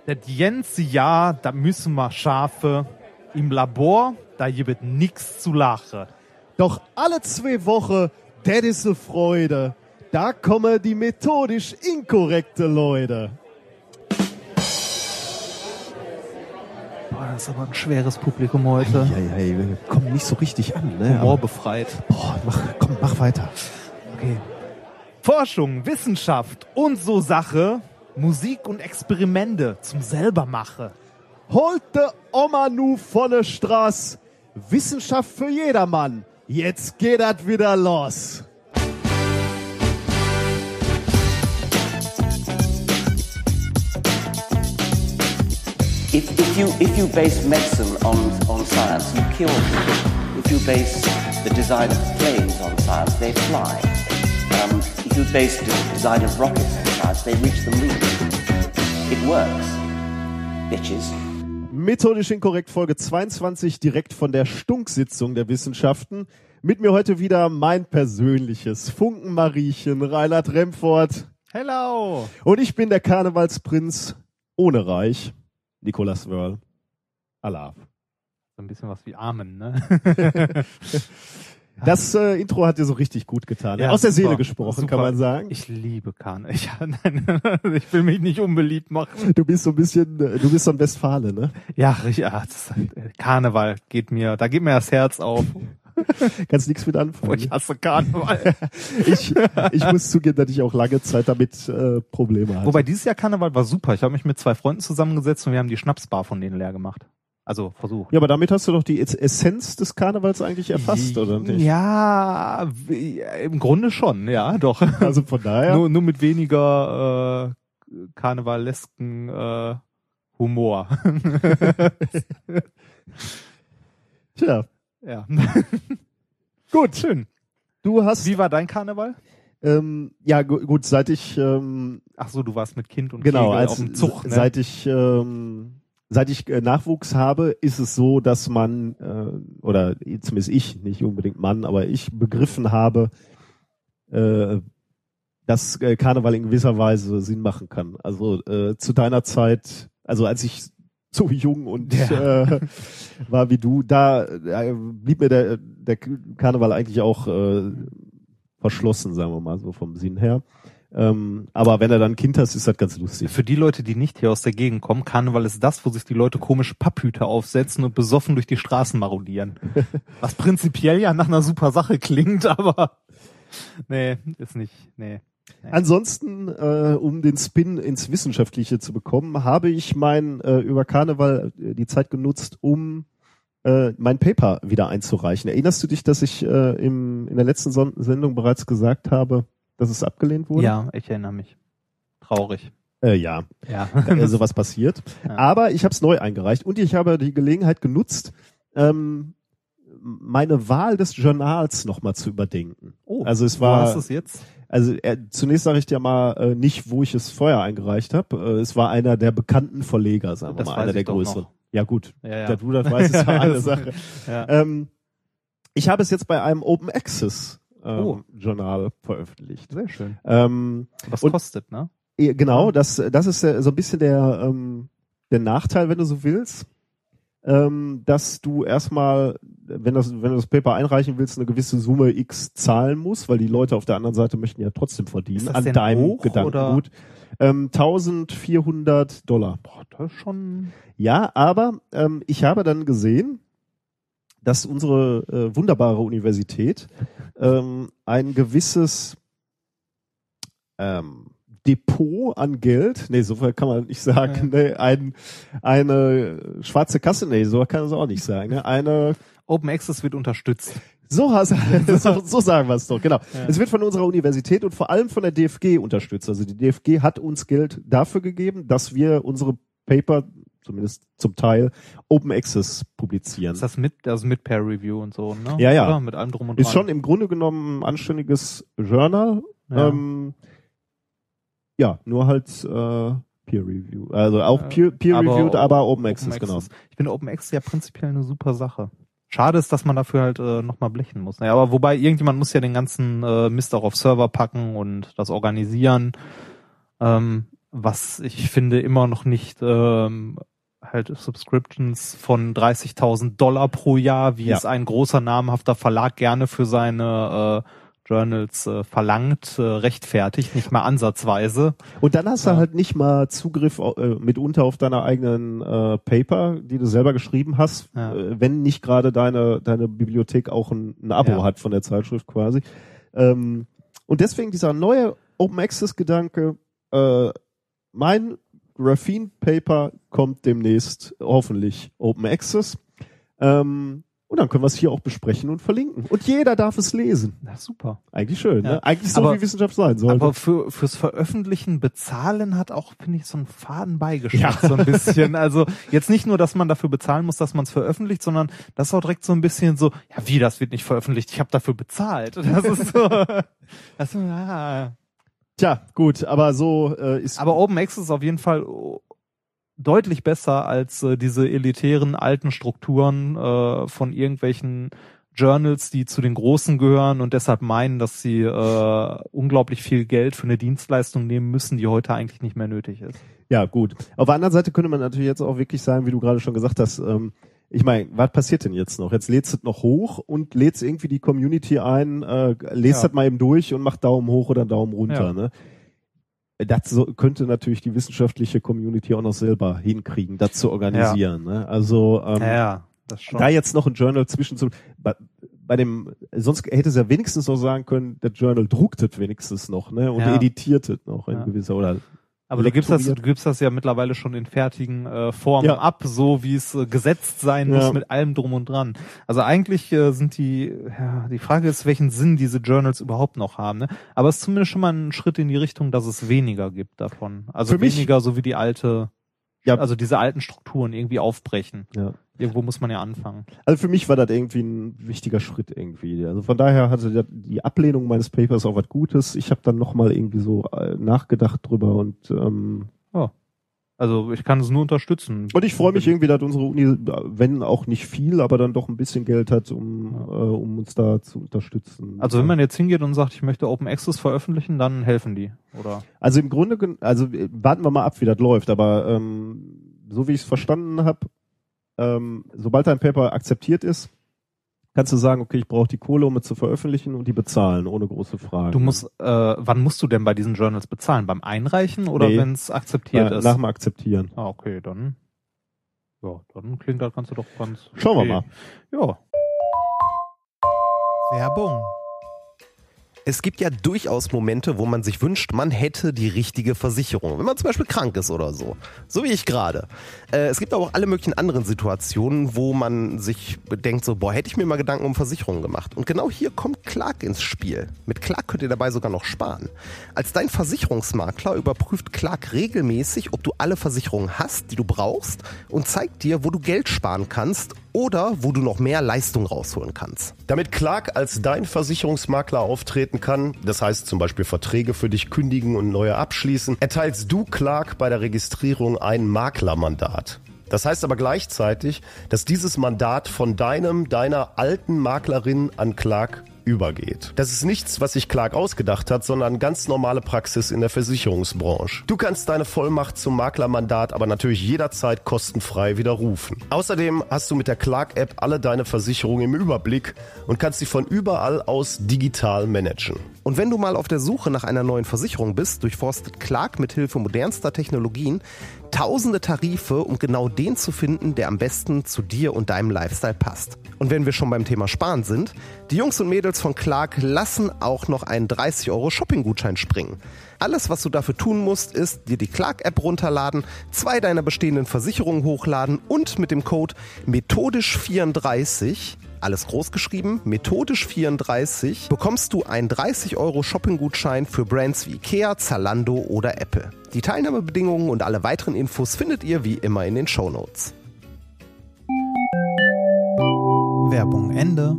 Das ganze Jahr, da müssen wir Schafe. Im Labor, da gibt nix zu lachen. Doch alle 2 Wochen, das ist eine Freude. Da kommen die methodisch inkorrekte Leute. Boah, das ist aber ein schweres Publikum heute. Hey, wir kommen nicht so richtig an, ne? Humorbefreit. Boah, mach weiter. Okay. Forschung, Wissenschaft und so Sache, Musik und Experimente zum selbermache. Holt de Oma nu von der Straße. Wissenschaft für jedermann. Jetzt geht das wieder los. If you base medicine on science, you kill people. If you base the design of planes on science, they fly. If you base the design of rockets on science, they reach the moon. It works, bitches. Methodisch inkorrekt, Folge 22, direkt von der Stunksitzung der Wissenschaften. Mit mir heute wieder mein persönliches Funkenmariechen, Reinhard Remford. Hello! Und ich bin der Karnevalsprinz ohne Reich, Nicolas Wörl. Allah. So ein bisschen was wie Amen, ne? Das Intro hat dir so richtig gut getan. Ja, aus der super, Seele gesprochen, super. kann man sagen. Ich liebe Karneval. Ich will mich nicht unbeliebt machen. Du bist so ein Westfale, ne? Ja, richtig. Karneval geht mir das Herz auf. Kannst nichts mit anfangen. Ich hasse Karneval. Ich muss zugeben, dass ich auch lange Zeit damit Probleme hatte. Wobei dieses Jahr Karneval war super. Ich habe mich mit 2 Freunden zusammengesetzt und wir haben die Schnapsbar von denen leer gemacht. Also versucht. Ja, aber damit hast du doch die Essenz des Karnevals eigentlich erfasst, oder nicht? Ja, im Grunde schon, ja, doch. Also von daher. Nur mit weniger karnevalesken Humor. Tja. Ja. Gut. Schön. Du hast. Wie war dein Karneval? Ja, gut, seit ich. Ach so, du warst mit Kind und genau, Kegel auf dem Zug, ne? Seit ich Nachwuchs habe, ist es so, dass man, oder zumindest ich, nicht unbedingt Mann, aber ich begriffen habe, dass Karneval in gewisser Weise Sinn machen kann. Also zu deiner Zeit, also als ich so jung und war wie du, da blieb mir der Karneval eigentlich auch verschlossen, sagen wir mal so vom Sinn her. Aber wenn er dann ein Kind hast, ist das ganz lustig. Für die Leute, die nicht hier aus der Gegend kommen, Karneval ist das, wo sich die Leute komische Papphüte aufsetzen und besoffen durch die Straßen marodieren. Was prinzipiell ja nach einer super Sache klingt, aber nee, ist nicht, nee. Ansonsten, um den Spin ins Wissenschaftliche zu bekommen, habe ich über Karneval die Zeit genutzt, um mein Paper wieder einzureichen. Erinnerst du dich, dass ich in der letzten Sendung bereits gesagt habe, dass es abgelehnt wurde? Ja, ich erinnere mich. Traurig. Ja. Sowas passiert. Ja. Aber ich habe es neu eingereicht und ich habe die Gelegenheit genutzt, meine Wahl des Journals nochmal zu überdenken. Oh, also es wo hast du es jetzt? Also zunächst sage ich dir mal nicht, wo ich es vorher eingereicht habe. Es war einer der bekannten Verleger, sagen wir mal, einer der größeren. Ja gut, ja. Du das weißt, ist ja eine Sache. Ja. Ich habe es jetzt bei einem Open Access Journal veröffentlicht. Sehr schön. Was und, kostet, ne? Genau, das ist so ein bisschen der Nachteil, wenn du so willst, dass du erstmal, wenn du das Paper einreichen willst, eine gewisse Summe X zahlen musst, weil die Leute auf der anderen Seite möchten ja trotzdem verdienen. Ist das an denn deinem hoch, Gedankengut. $1.400. Boah, das ist schon. Ja, aber ich habe dann gesehen, dass unsere wunderbare Universität ein gewisses Depot an Geld, so viel kann man nicht sagen, eine schwarze Kasse, so kann man es auch nicht sagen, eine Open Access wird unterstützt. So sagen wir es doch, genau. Ja. Es wird von unserer Universität und vor allem von der DFG unterstützt. Also die DFG hat uns Geld dafür gegeben, dass wir unsere Paper, zumindest zum Teil, Open Access publizieren. Ist das mit Peer Review und so, ne? Ja. Oder? Mit allem drum und dran. Ist schon im Grunde genommen ein anständiges Journal. Ja. Nur halt Peer Review. Also auch Peer Reviewed, aber Open Access, genau. Ich finde Open Access ja prinzipiell eine super Sache. Schade ist, dass man dafür halt nochmal blechen muss. Ja, aber wobei, irgendjemand muss ja den ganzen Mist auch auf Server packen und das organisieren. was ich finde immer noch nicht halt Subscriptions von $30.000 pro Jahr, wie es ein großer namhafter Verlag gerne für seine Journals verlangt, rechtfertigt, nicht mal ansatzweise. Und dann hast du halt nicht mal Zugriff mitunter auf deine eigenen Paper, die du selber geschrieben hast, wenn nicht gerade deine Bibliothek auch ein Abo hat von der Zeitschrift quasi. Und deswegen dieser neue Open Access Gedanke, mein Graphene Paper kommt demnächst hoffentlich Open Access. Und dann können wir es hier auch besprechen und verlinken. Und jeder darf es lesen. Na super. Eigentlich schön, ne? Eigentlich so, wie Wissenschaft sein sollte. Aber fürs Veröffentlichen bezahlen hat auch, finde ich, so einen faden Beigeschmack so ein bisschen. Also jetzt nicht nur, dass man dafür bezahlen muss, dass man es veröffentlicht, sondern das ist auch direkt so ein bisschen so, ja wie, das wird nicht veröffentlicht, ich habe dafür bezahlt. Das ist so, Tja, gut, aber so ist... Aber Open Access ist auf jeden Fall deutlich besser als diese elitären alten Strukturen von irgendwelchen Journals, die zu den Großen gehören und deshalb meinen, dass sie unglaublich viel Geld für eine Dienstleistung nehmen müssen, die heute eigentlich nicht mehr nötig ist. Ja, gut. Auf der anderen Seite könnte man natürlich jetzt auch wirklich sagen, wie du gerade schon gesagt hast, ich meine, was passiert denn jetzt noch? Jetzt lädst du es noch hoch und lädst irgendwie die Community ein, lädst das mal eben durch und macht Daumen hoch oder Daumen runter, ne? Das könnte natürlich die wissenschaftliche Community auch noch selber hinkriegen, das zu organisieren. Ne? Also das schon. Da jetzt noch ein Journal bei dem, sonst hätte es ja wenigstens noch sagen können, der Journal druckt es wenigstens noch, ne? Und editiert es noch in gewisser oder. Aber du gibst das ja mittlerweile schon in fertigen Formen ab, so wie es gesetzt sein muss mit allem drum und dran. Also eigentlich sind die Frage ist, welchen Sinn diese Journals überhaupt noch haben. Ne? Aber es ist zumindest schon mal ein Schritt in die Richtung, dass es weniger gibt davon. Also weniger so wie die also diese alten Strukturen irgendwie aufbrechen. Ja. Irgendwo muss man ja anfangen. Also für mich war das irgendwie ein wichtiger Schritt irgendwie. Also von daher hatte die Ablehnung meines Papers auch was Gutes. Ich habe dann nochmal irgendwie so nachgedacht drüber und also ich kann es nur unterstützen. Und ich freue mich irgendwie, dass unsere Uni, wenn auch nicht viel, aber dann doch ein bisschen Geld hat, um uns da zu unterstützen. Also wenn man jetzt hingeht und sagt, ich möchte Open Access veröffentlichen, dann helfen die, oder? Also im Grunde, warten wir mal ab, wie das läuft, aber so wie ich es verstanden habe, sobald dein Paper akzeptiert ist, kannst du sagen, okay, ich brauche die Kohle, um es zu veröffentlichen und die bezahlen, ohne große Fragen. Du musst, wann musst du denn bei diesen Journals bezahlen? Beim Einreichen oder wenn es akzeptiert ist? Nach dem Akzeptieren. Ah, okay, dann klingt das Ganze doch ganz Schauen wir mal. Ja. Werbung. Es gibt ja durchaus Momente, wo man sich wünscht, man hätte die richtige Versicherung. Wenn man zum Beispiel krank ist oder so. So wie ich gerade. Es gibt aber auch alle möglichen anderen Situationen, wo man sich denkt so, hätte ich mir mal Gedanken um Versicherungen gemacht. Und genau hier kommt Clark ins Spiel. Mit Clark könnt ihr dabei sogar noch sparen. Als dein Versicherungsmakler überprüft Clark regelmäßig, ob du alle Versicherungen hast, die du brauchst und zeigt dir, wo du Geld sparen kannst oder wo du noch mehr Leistung rausholen kannst. Damit Clark als dein Versicherungsmakler auftreten kann, das heißt zum Beispiel Verträge für dich kündigen und neue abschließen, erteilst du Clark bei der Registrierung ein Maklermandat. Das heißt aber gleichzeitig, dass dieses Mandat von deiner alten Maklerin an Clark übergeht. Das ist nichts, was sich Clark ausgedacht hat, sondern ganz normale Praxis in der Versicherungsbranche. Du kannst deine Vollmacht zum Maklermandat aber natürlich jederzeit kostenfrei widerrufen. Außerdem hast du mit der Clark-App alle deine Versicherungen im Überblick und kannst sie von überall aus digital managen. Und wenn du mal auf der Suche nach einer neuen Versicherung bist, durchforstet Clark mithilfe modernster Technologien tausende Tarife, um genau den zu finden, der am besten zu dir und deinem Lifestyle passt. Und wenn wir schon beim Thema Sparen sind, die Jungs und Mädels von Clark lassen auch noch einen 30€ Shopping-Gutschein springen. Alles, was du dafür tun musst, ist dir die Clark-App runterladen, 2 deiner bestehenden Versicherungen hochladen und mit dem Code METHODISCH34, alles groß geschrieben, METHODISCH34, bekommst du einen 30€ Shopping-Gutschein für Brands wie Ikea, Zalando oder Apple. Die Teilnahmebedingungen und alle weiteren Infos findet ihr wie immer in den Shownotes. Werbung Ende.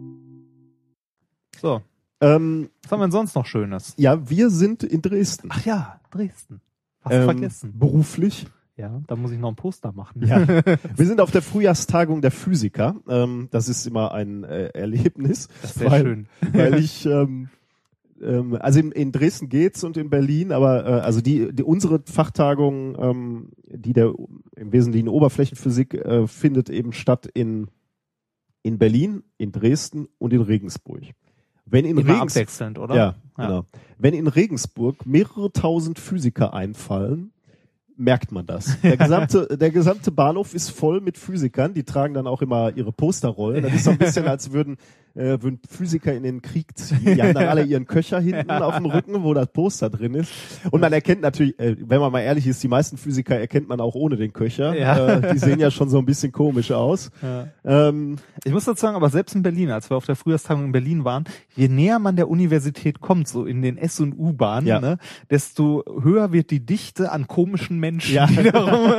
So. Was haben wir denn sonst noch Schönes? Ja, wir sind in Dresden. Ach ja, Dresden. Fast vergessen. Beruflich. Ja, da muss ich noch ein Poster machen. Ja. Wir sind auf der Frühjahrstagung der Physiker. Das ist immer ein Erlebnis. Das ist sehr schön. Weil ich Also in Dresden geht's und in Berlin, aber also unsere Fachtagung, die im Wesentlichen Oberflächenphysik findet eben statt in Berlin, in Dresden und in Regensburg. Wenn in Immer abwechselnd, oder? Ja, genau. Wenn in Regensburg mehrere tausend Physiker einfallen, merkt man das. Der gesamte Bahnhof ist voll mit Physikern, die tragen dann auch immer ihre Posterrollen. Das ist so ein bisschen, als würden Physiker in den Krieg ziehen. Die haben dann alle ihren Köcher hinten auf dem Rücken, wo das Poster drin ist. Und man erkennt natürlich, wenn man mal ehrlich ist, die meisten Physiker erkennt man auch ohne den Köcher. Ja. Die sehen ja schon so ein bisschen komisch aus. Ja. Ich muss dazu sagen, aber selbst in Berlin, als wir auf der Frühjahrstagung in Berlin waren, je näher man der Universität kommt, so in den S- und U-Bahnen, Ja. ne, desto höher wird die Dichte an komischen Menschen. Ja. Die darum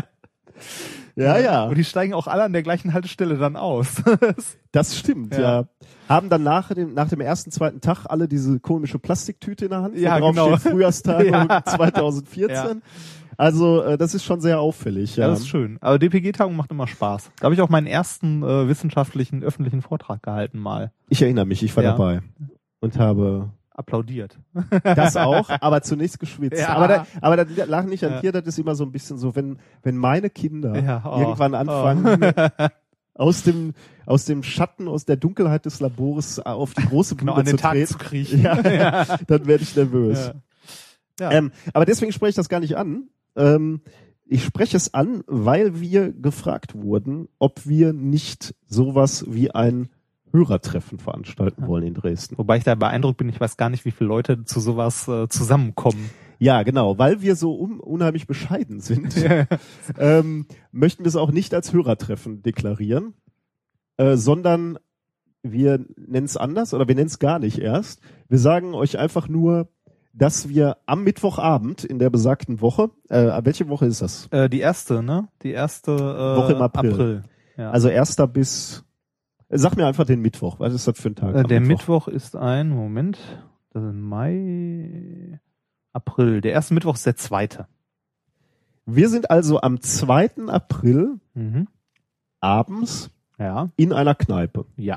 Ja. Und die steigen auch alle an der gleichen Haltestelle dann aus. Das stimmt, ja. Haben dann nach dem ersten, zweiten Tag alle diese komische Plastiktüte in der Hand, wo Ja, drauf genau. steht Frühjahrstagung Ja. 2014. Ja. Also das ist schon sehr auffällig. Ja, das ist schön. Aber DPG-Tagung macht immer Spaß. Da habe ich auch meinen ersten wissenschaftlichen, öffentlichen Vortrag gehalten mal. Ich erinnere mich, ich war Ja. dabei und habe Applaudiert. das auch, aber zunächst geschwitzt. Ja. Aber das lag nicht an Ja. dir, das ist immer so ein bisschen so, wenn meine Kinder Ja, oh, irgendwann anfangen, aus dem Schatten, aus der Dunkelheit des Labors auf die große Bühne Genau, an den zu Tag treten, zu kriechen. ja, dann werde ich nervös. Ja. Ja. Aber deswegen spreche ich das gar nicht an. Ich spreche es an, weil wir gefragt wurden, ob wir nicht sowas wie ein Hörertreffen veranstalten wollen in Dresden. Wobei ich da beeindruckt bin, ich weiß gar nicht, wie viele Leute zu sowas zusammenkommen. Ja, genau, weil wir so unheimlich bescheiden sind, möchten wir es auch nicht als Hörertreffen deklarieren, sondern wir nennen es anders oder wir nennen es gar nicht erst. Wir sagen euch einfach nur, dass wir am Mittwochabend in der besagten Woche, welche Woche ist das? Die erste, ne? Die erste Woche im April. Ja. Also 1. bis, sag mir einfach den Mittwoch, was ist das für ein Tag? am der Mittwoch ist Moment, das ist Mai, April. Der erste Mittwoch ist der 2. Wir sind also am 2. April Mhm. abends Ja, in einer Kneipe. ja.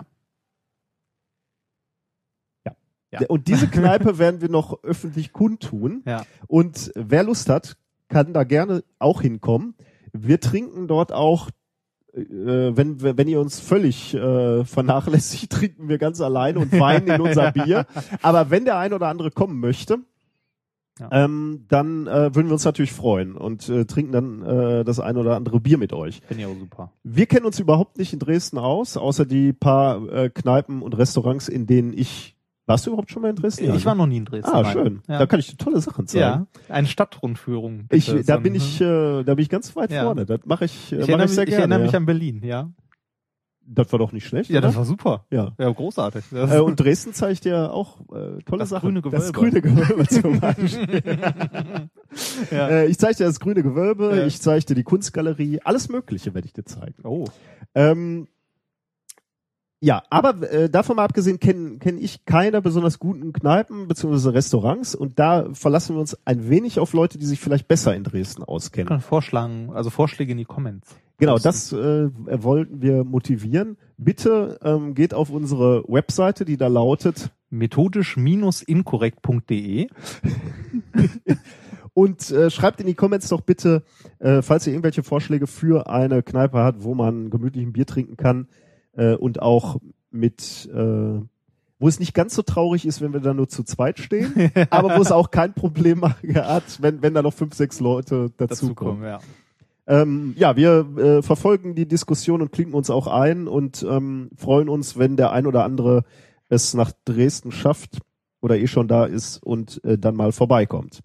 Ja. Und diese Kneipe werden wir noch öffentlich kundtun. Ja. Und wer Lust hat, kann da gerne auch hinkommen. Wir trinken dort auch, wenn ihr uns völlig vernachlässigt, trinken wir ganz alleine und weinen in unser Bier. Aber wenn der ein oder andere kommen möchte, Ja. dann würden wir uns natürlich freuen und trinken dann das ein oder andere Bier mit euch. Finde ich auch super. Wir kennen uns überhaupt nicht in Dresden aus, außer die paar Kneipen und Restaurants, in denen warst du überhaupt schon mal in Dresden? Ich war noch nie in Dresden. Ah, nein. schön. Ja. Da kann ich dir tolle Sachen zeigen. Ja, eine Stadtrundführung. Da bitte. bin ich ganz weit Ja. vorne. Das mache ich, Ich mach erinnere ich sehr mich, gerne. erinnere mich ja. an Berlin, ja. Das war doch nicht schlecht, Ja, oder? das war super. Ja. Ja, großartig. Das Und Dresden zeige ich dir auch tolle Das Sachen. grüne Das Gewölbe. grüne Gewölbe zum Beispiel. Ja. Ich zeige dir das grüne Gewölbe, Ja. ich zeige dir die Kunstgalerie, alles Mögliche werde ich dir zeigen. Oh. Ja, aber davon mal abgesehen kenn ich keine besonders guten Kneipen bzw. Restaurants und da verlassen wir uns ein wenig auf Leute, die sich vielleicht besser in Dresden Ich auskennen. kann vorschlagen, also Vorschläge in die Comments. Genau, das wollten wir motivieren. Bitte geht auf unsere Webseite, die da lautet methodisch-inkorrekt.de. und schreibt in die Comments doch bitte, falls ihr irgendwelche Vorschläge für eine Kneipe habt, wo man gemütlich ein Bier trinken kann und auch mit wo es nicht ganz so traurig ist, wenn wir da nur zu zweit stehen, aber wo es auch kein Problem hat, wenn da noch 5, 6 Leute dazukommen. ja. Wir verfolgen die Diskussion und klinken uns auch ein und freuen uns, wenn der ein oder andere es nach Dresden schafft oder schon da ist und dann mal vorbeikommt.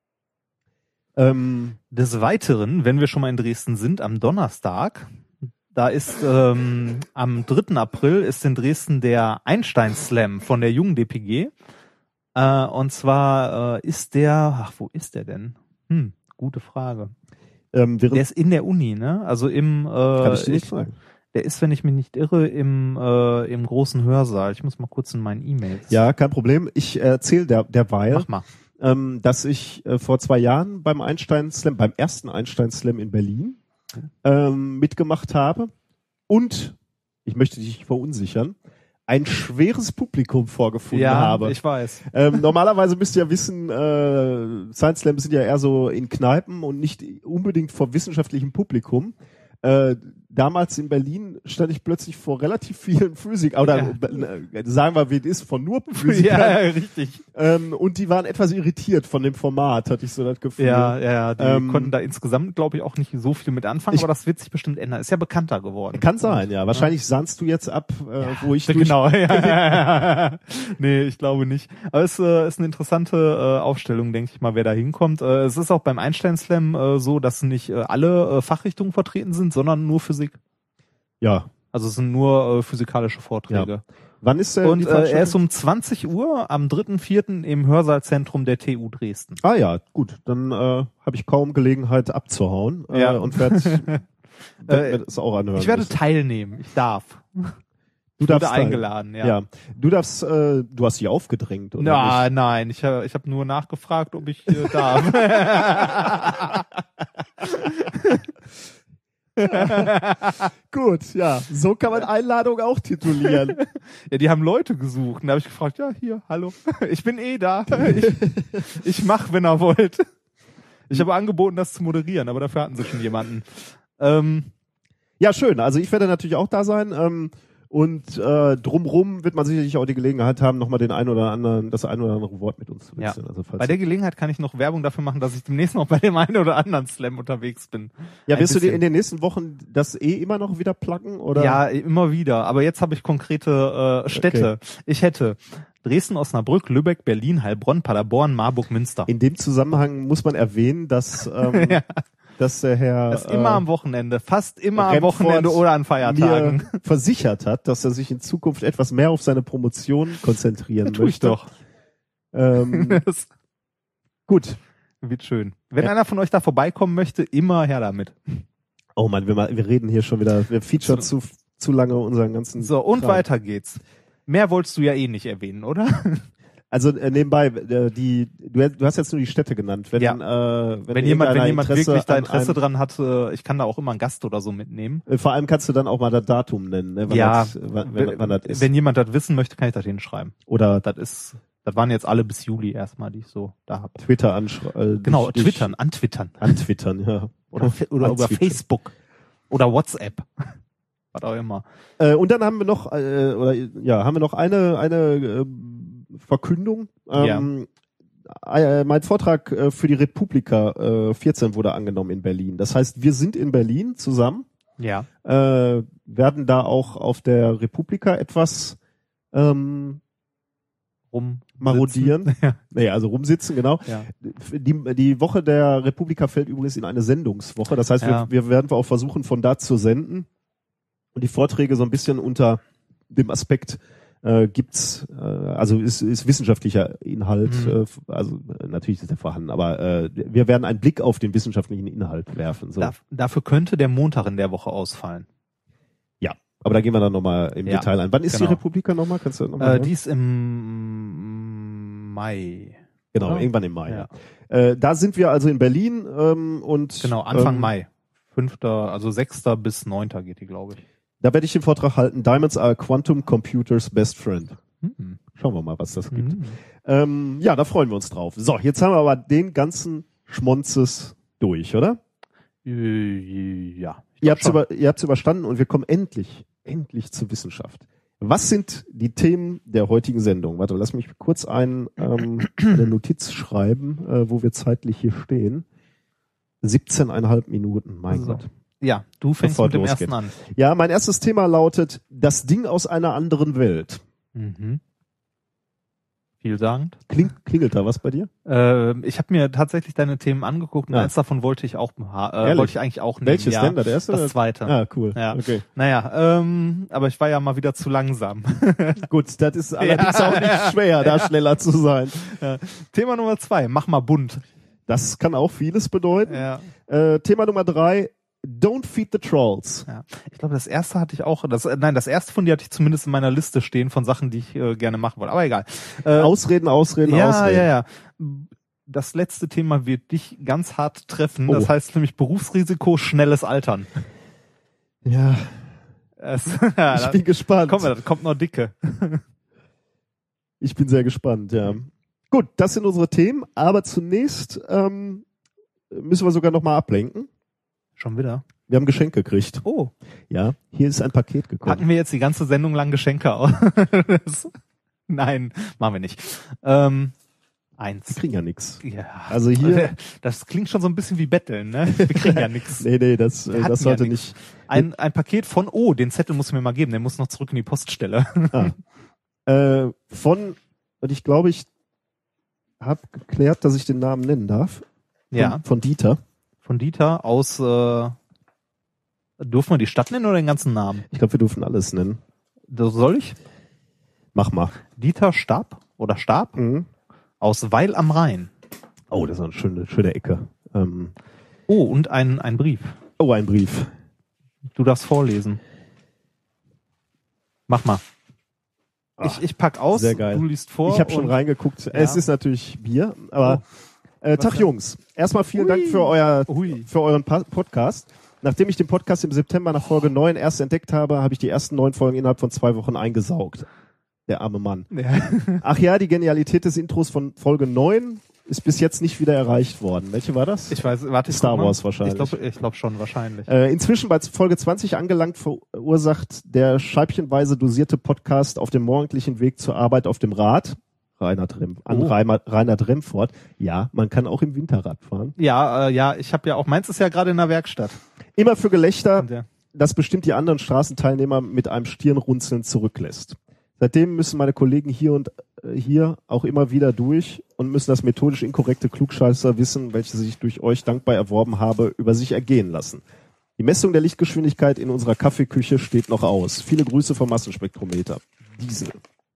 Des Weiteren, wenn wir schon mal in Dresden sind, am Donnerstag, da ist am 3. April ist in Dresden der Einstein Slam von der jungen DPG. Und zwar ist der, wo ist der denn? Gute Frage. Der ist in der Uni, ne? Also kann ich dir nicht sagen. Der ist, wenn ich mich nicht irre, im großen Hörsaal. Ich muss mal kurz in meinen E-Mails. Ja, kein Problem. Ich erzähle derweil, Mach mal. dass ich vor 2 Jahren beim ersten Einstein Slam in Berlin mitgemacht habe und ich möchte dich nicht verunsichern, ein schweres Publikum vorgefunden Ja, habe. ich weiß. Normalerweise müsst ihr ja wissen, Science Slams sind ja eher so in Kneipen und nicht unbedingt vor wissenschaftlichem Publikum. Damals in Berlin stand ich plötzlich vor relativ vielen Physikern, oder sagen wir, wie es ist, von nur Physikern. Ja, richtig. Und die waren etwas irritiert von dem Format, hatte ich so das Gefühl. Ja, die konnten da insgesamt, glaube ich, auch nicht so viel mit anfangen, aber das wird sich bestimmt ändern. Ist ja bekannter geworden. Kann sein, ja. Wahrscheinlich sahnst du jetzt ab, wo ich Genau, ja. Nee, ich glaube nicht. Aber es ist eine interessante Aufstellung, denke ich mal, wer da hinkommt. Es ist auch beim Einstein Slam so, dass nicht alle Fachrichtungen vertreten sind, sondern nur Physik. Ja. Also es sind nur physikalische Vorträge. Ja. Wann ist der? Und er ist um 20 Uhr am 3.4. im Hörsaalzentrum der TU Dresden. Ah ja, gut. Dann habe ich kaum Gelegenheit abzuhauen und werde es auch anhören. Ich werde müssen. teilnehmen. Ich darf. Du darfst eingeladen, ja. Du darfst, du hast dich aufgedrängt, oder? Ja, nein, ich hab nur nachgefragt, ob ich darf. Gut, ja. So kann man Einladung auch titulieren. Ja, die haben Leute gesucht. Und da habe ich gefragt, ja, hier, hallo. Ich bin da. Ich mach, wenn ihr wollt. Ich habe angeboten, das zu moderieren, aber dafür hatten sie schon jemanden. Ja, schön. Also ich werde natürlich auch da sein. Und drumrum wird man sicherlich auch die Gelegenheit haben, nochmal das ein oder andere Wort mit uns zu wechseln. Ja. Also Bei der Gelegenheit kann ich noch Werbung dafür machen, dass ich demnächst noch bei dem einen oder anderen Slam unterwegs bin. Ja, wirst du dir in den nächsten Wochen das immer noch wieder pluggen? Oder? Ja, immer wieder. Aber jetzt habe ich konkrete Städte. Okay. Ich hätte Dresden, Osnabrück, Lübeck, Berlin, Heilbronn, Paderborn, Marburg, Münster. In dem Zusammenhang muss man erwähnen, dass dass der Herr das immer am Wochenende, fast immer am Wochenende oder an Feiertagen mir versichert hat, dass er sich in Zukunft etwas mehr auf seine Promotion konzentrieren möchte. Tue ich doch. Gut. Wird schön. Wenn einer von euch da vorbeikommen möchte, immer her damit. Oh Mann, wir reden hier schon wieder, wir featuren zu lange unseren ganzen So, und Kram. weiter geht's. Mehr wolltest du ja eh nicht erwähnen, oder? Also nebenbei, du hast jetzt nur die Städte genannt. Wenn jemand wirklich da Interesse dran hat, ich kann da auch immer einen Gast oder so mitnehmen. Vor allem kannst du dann auch mal das Datum nennen, ne? Wann das ist. Wenn jemand das wissen möchte, kann ich das hinschreiben. Oder das waren jetzt alle bis Juli erstmal, die ich so da habe. Twitter anschreiben. Genau, antwittern. Antwittern, ja. Oder über Facebook. Oder WhatsApp. Was auch immer. Und dann haben wir noch, eine Verkündung. Mein Vortrag für die Republika 14 wurde angenommen in Berlin. Das heißt, wir sind in Berlin zusammen. Ja. Werden da auch auf der Republika etwas marodieren. Ja. Nee, also rumsitzen, genau. Ja. Die Woche der Republika fällt übrigens in eine Sendungswoche. Das heißt, wir werden auch versuchen, von da zu senden. Und die Vorträge so ein bisschen unter dem Aspekt ist wissenschaftlicher Inhalt, also natürlich ist er vorhanden, aber wir werden einen Blick auf den wissenschaftlichen Inhalt werfen. So. Dafür könnte der Montag in der Woche ausfallen. Ja, aber da gehen wir dann nochmal im Detail ein. Wann ist die Republika nochmal? Kannst du nochmal? Die ist im Mai. Genau, oder? Irgendwann im Mai. Ja. Da sind wir also in Berlin und genau, Anfang Mai. 6. bis 9. geht die, glaube ich. Da werde ich den Vortrag halten, Diamonds are Quantum Computers Best Friend. Schauen wir mal, was das gibt. Ja, da freuen wir uns drauf. So, jetzt haben wir aber den ganzen Schmonzes durch, oder? Ja. Ihr habt's überstanden und wir kommen endlich zur Wissenschaft. Was sind die Themen der heutigen Sendung? Warte, lass mich kurz eine Notiz schreiben, wo wir zeitlich hier stehen. 17,5 Minuten, mein Gott. Ja, du fängst mit dem ersten an. Ja, mein erstes Thema lautet, das Ding aus einer anderen Welt. Vielsagend. Klingelt da was bei dir? Ich habe mir tatsächlich deine Themen angeguckt und eins davon wollte ich eigentlich auch nehmen. Welches denn? Das erste? Das zweite. Ah, cool. Ja. Okay. Naja, aber ich war ja mal wieder zu langsam. Gut, das ist allerdings auch nicht schwer, da schneller zu sein. Ja. Thema Nummer 2, mach mal bunt. Das kann auch vieles bedeuten. Ja. Thema Nummer 3, Don't feed the trolls. Ja. Ich glaube, das erste hatte ich auch, das erste von dir hatte ich zumindest in meiner Liste stehen von Sachen, die ich gerne machen wollte. Aber egal. Ausreden. Ja. Das letzte Thema wird dich ganz hart treffen. Das heißt nämlich Berufsrisiko, schnelles Altern. Ja. Ich bin gespannt. Da kommt noch dicke. Ich bin sehr gespannt, ja. Gut, das sind unsere Themen, aber zunächst müssen wir sogar nochmal ablenken. Schon wieder? Wir haben Geschenke gekriegt. Oh. Ja, hier ist ein Paket gekommen. Packen wir jetzt die ganze Sendung lang Geschenke aus? Nein, machen wir nicht. Eins. Wir kriegen ja nichts. Ja. Also hier. Das klingt schon so ein bisschen wie Betteln, ne? Wir kriegen ja nichts. Nee, das sollte nicht. Ein Paket von, den Zettel musst du mir mal geben, der muss noch zurück in die Poststelle. Und ich glaube, ich habe geklärt, dass ich den Namen nennen darf. Von Dieter. Von Dieter aus, dürfen wir die Stadt nennen oder den ganzen Namen? Ich glaube, wir dürfen alles nennen. Das soll ich? Mach mal. Dieter Stab aus Weil am Rhein. Oh, das ist eine schöne Ecke. Und ein Brief. Oh, ein Brief. Du darfst vorlesen. Mach mal. Ich pack aus, sehr geil. Du liest vor. Ich habe schon reingeguckt. Ja. Es ist natürlich Bier, aber Tag Jungs. Erstmal vielen Dank für euren Podcast. Nachdem ich den Podcast im September nach Folge 9 erst entdeckt habe, habe ich die ersten 9 Folgen innerhalb von 2 Wochen eingesaugt. Der arme Mann. Ja. Ach ja, die Genialität des Intros von Folge 9 ist bis jetzt nicht wieder erreicht worden. Welche war das? Ich weiß, warte. Star Wars wahrscheinlich. Ich glaube schon, wahrscheinlich. Inzwischen bei Folge 20 angelangt verursacht der scheibchenweise dosierte Podcast auf dem morgendlichen Weg zur Arbeit auf dem Rad. Reinhard Remford. Ja, man kann auch im Winterrad fahren. Ja, ich habe ja auch, meins ist ja gerade in der Werkstatt. Immer für Gelächter, das bestimmt die anderen Straßenteilnehmer mit einem Stirnrunzeln zurücklässt. Seitdem müssen meine Kollegen hier auch immer wieder durch und müssen das methodisch inkorrekte Klugscheißerwissen, welches ich durch euch dankbar erworben habe, über sich ergehen lassen. Die Messung der Lichtgeschwindigkeit in unserer Kaffeeküche steht noch aus. Viele Grüße vom Massenspektrometer. Diesel.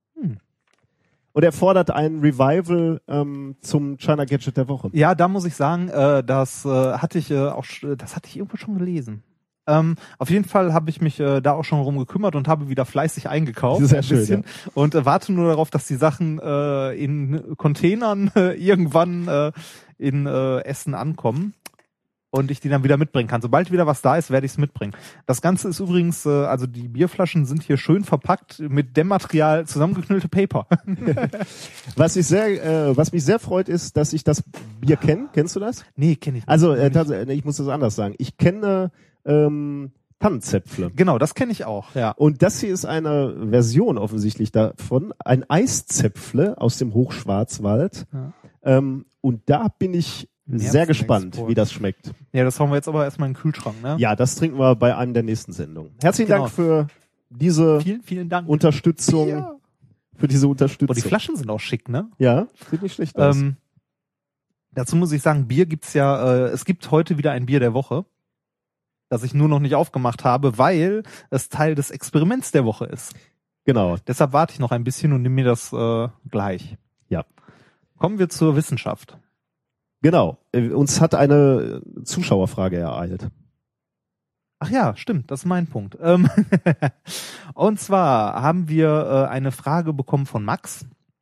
Und er fordert ein Revival zum China Gadget der Woche. Ja, da muss ich sagen, das hatte ich irgendwo schon gelesen. Auf jeden Fall habe ich mich da auch schon drum gekümmert und habe wieder fleißig eingekauft. Sehr schön, ja. Und warte nur darauf, dass die Sachen in Containern irgendwann in Essen ankommen und ich die dann wieder mitbringen kann. Sobald wieder was da ist, werde ich es mitbringen. Das Ganze ist übrigens, also die Bierflaschen sind hier schön verpackt mit Dämmmaterial, zusammengeknüllte Paper. Was mich sehr freut, ist, dass ich das Bier kenne. Kennst du das? Nee, kenne ich nicht. Also ich muss das anders sagen. Ich kenne Tannenzäpfle. Genau, das kenne ich auch. Ja. Und das hier ist eine Version offensichtlich davon, ein Eiszäpfle aus dem Hochschwarzwald. Ja. Und da bin ich sehr gespannt, wie das schmeckt. Ja, das hauen wir jetzt aber erstmal in den Kühlschrank, ne? Ja, das trinken wir bei einem der nächsten Sendungen. Herzlichen Dank für diese vielen Dank. Unterstützung. Ja. Für diese Unterstützung. Und die Flaschen sind auch schick, ne? Ja, sieht nicht schlecht aus. Dazu muss ich sagen, Bier gibt's ja, es gibt heute wieder ein Bier der Woche, das ich nur noch nicht aufgemacht habe, weil es Teil des Experiments der Woche ist. Genau. Deshalb warte ich noch ein bisschen und nehme mir das gleich. Ja. Kommen wir zur Wissenschaft. Genau. Uns hat eine Zuschauerfrage ereilt. Ach ja, stimmt, das ist mein Punkt. Und zwar haben wir eine Frage bekommen von Max.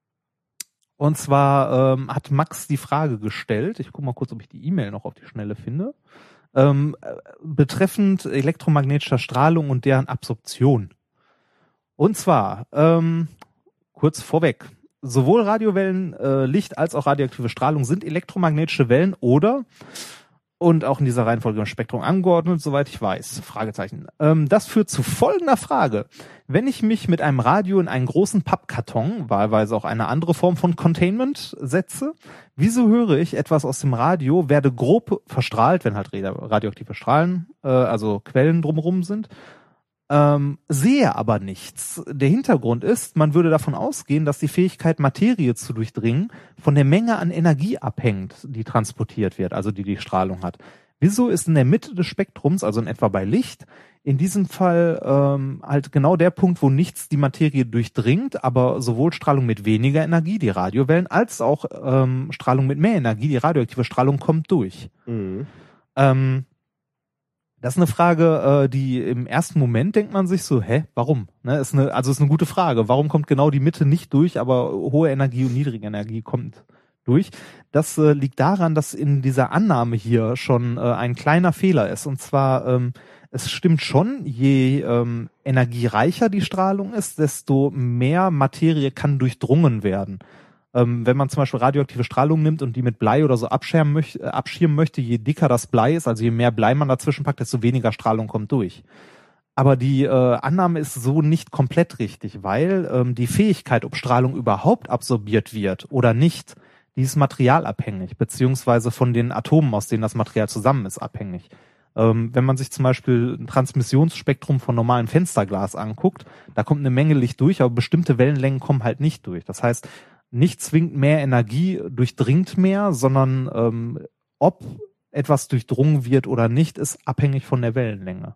Und zwar hat Max die Frage gestellt, ich gucke mal kurz, ob ich die E-Mail noch auf die Schnelle finde, betreffend elektromagnetischer Strahlung und deren Absorption. Und zwar, kurz vorweg, sowohl Radiowellen, Licht als auch radioaktive Strahlung sind elektromagnetische Wellen oder, und auch in dieser Reihenfolge im Spektrum angeordnet, soweit ich weiß, Fragezeichen. Das führt zu folgender Frage. Wenn ich mich mit einem Radio in einen großen Pappkarton, wahlweise auch eine andere Form von Containment, setze, wieso höre ich etwas aus dem Radio, werde grob verstrahlt, wenn halt radioaktive Strahlen, also Quellen drumherum sind, sehe aber nichts. Der Hintergrund ist, man würde davon ausgehen, dass die Fähigkeit, Materie zu durchdringen, von der Menge an Energie abhängt, die transportiert wird, also die Strahlung hat. Wieso ist in der Mitte des Spektrums, also in etwa bei Licht, in diesem Fall halt genau der Punkt, wo nichts die Materie durchdringt, aber sowohl Strahlung mit weniger Energie, die Radiowellen, als auch Strahlung mit mehr Energie, die radioaktive Strahlung, kommt durch. Mhm. Das ist eine Frage, die im ersten Moment denkt man sich so, warum? Ne, ist eine gute Frage. Warum kommt genau die Mitte nicht durch, aber hohe Energie und niedrige Energie kommt durch? Das liegt daran, dass in dieser Annahme hier schon ein kleiner Fehler ist. Und zwar, es stimmt schon, je energiereicher die Strahlung ist, desto mehr Materie kann durchdrungen werden. Wenn man zum Beispiel radioaktive Strahlung nimmt und die mit Blei oder so abschirmen möchte, je dicker das Blei ist, also je mehr Blei man dazwischen packt, desto weniger Strahlung kommt durch. Aber die Annahme ist so nicht komplett richtig, weil die Fähigkeit, ob Strahlung überhaupt absorbiert wird oder nicht, die ist materialabhängig, beziehungsweise von den Atomen, aus denen das Material zusammen ist, abhängig. Wenn man sich zum Beispiel ein Transmissionsspektrum von normalem Fensterglas anguckt, da kommt eine Menge Licht durch, aber bestimmte Wellenlängen kommen halt nicht durch. Das heißt, nicht zwingend mehr Energie durchdringt mehr, sondern ob etwas durchdrungen wird oder nicht, ist abhängig von der Wellenlänge.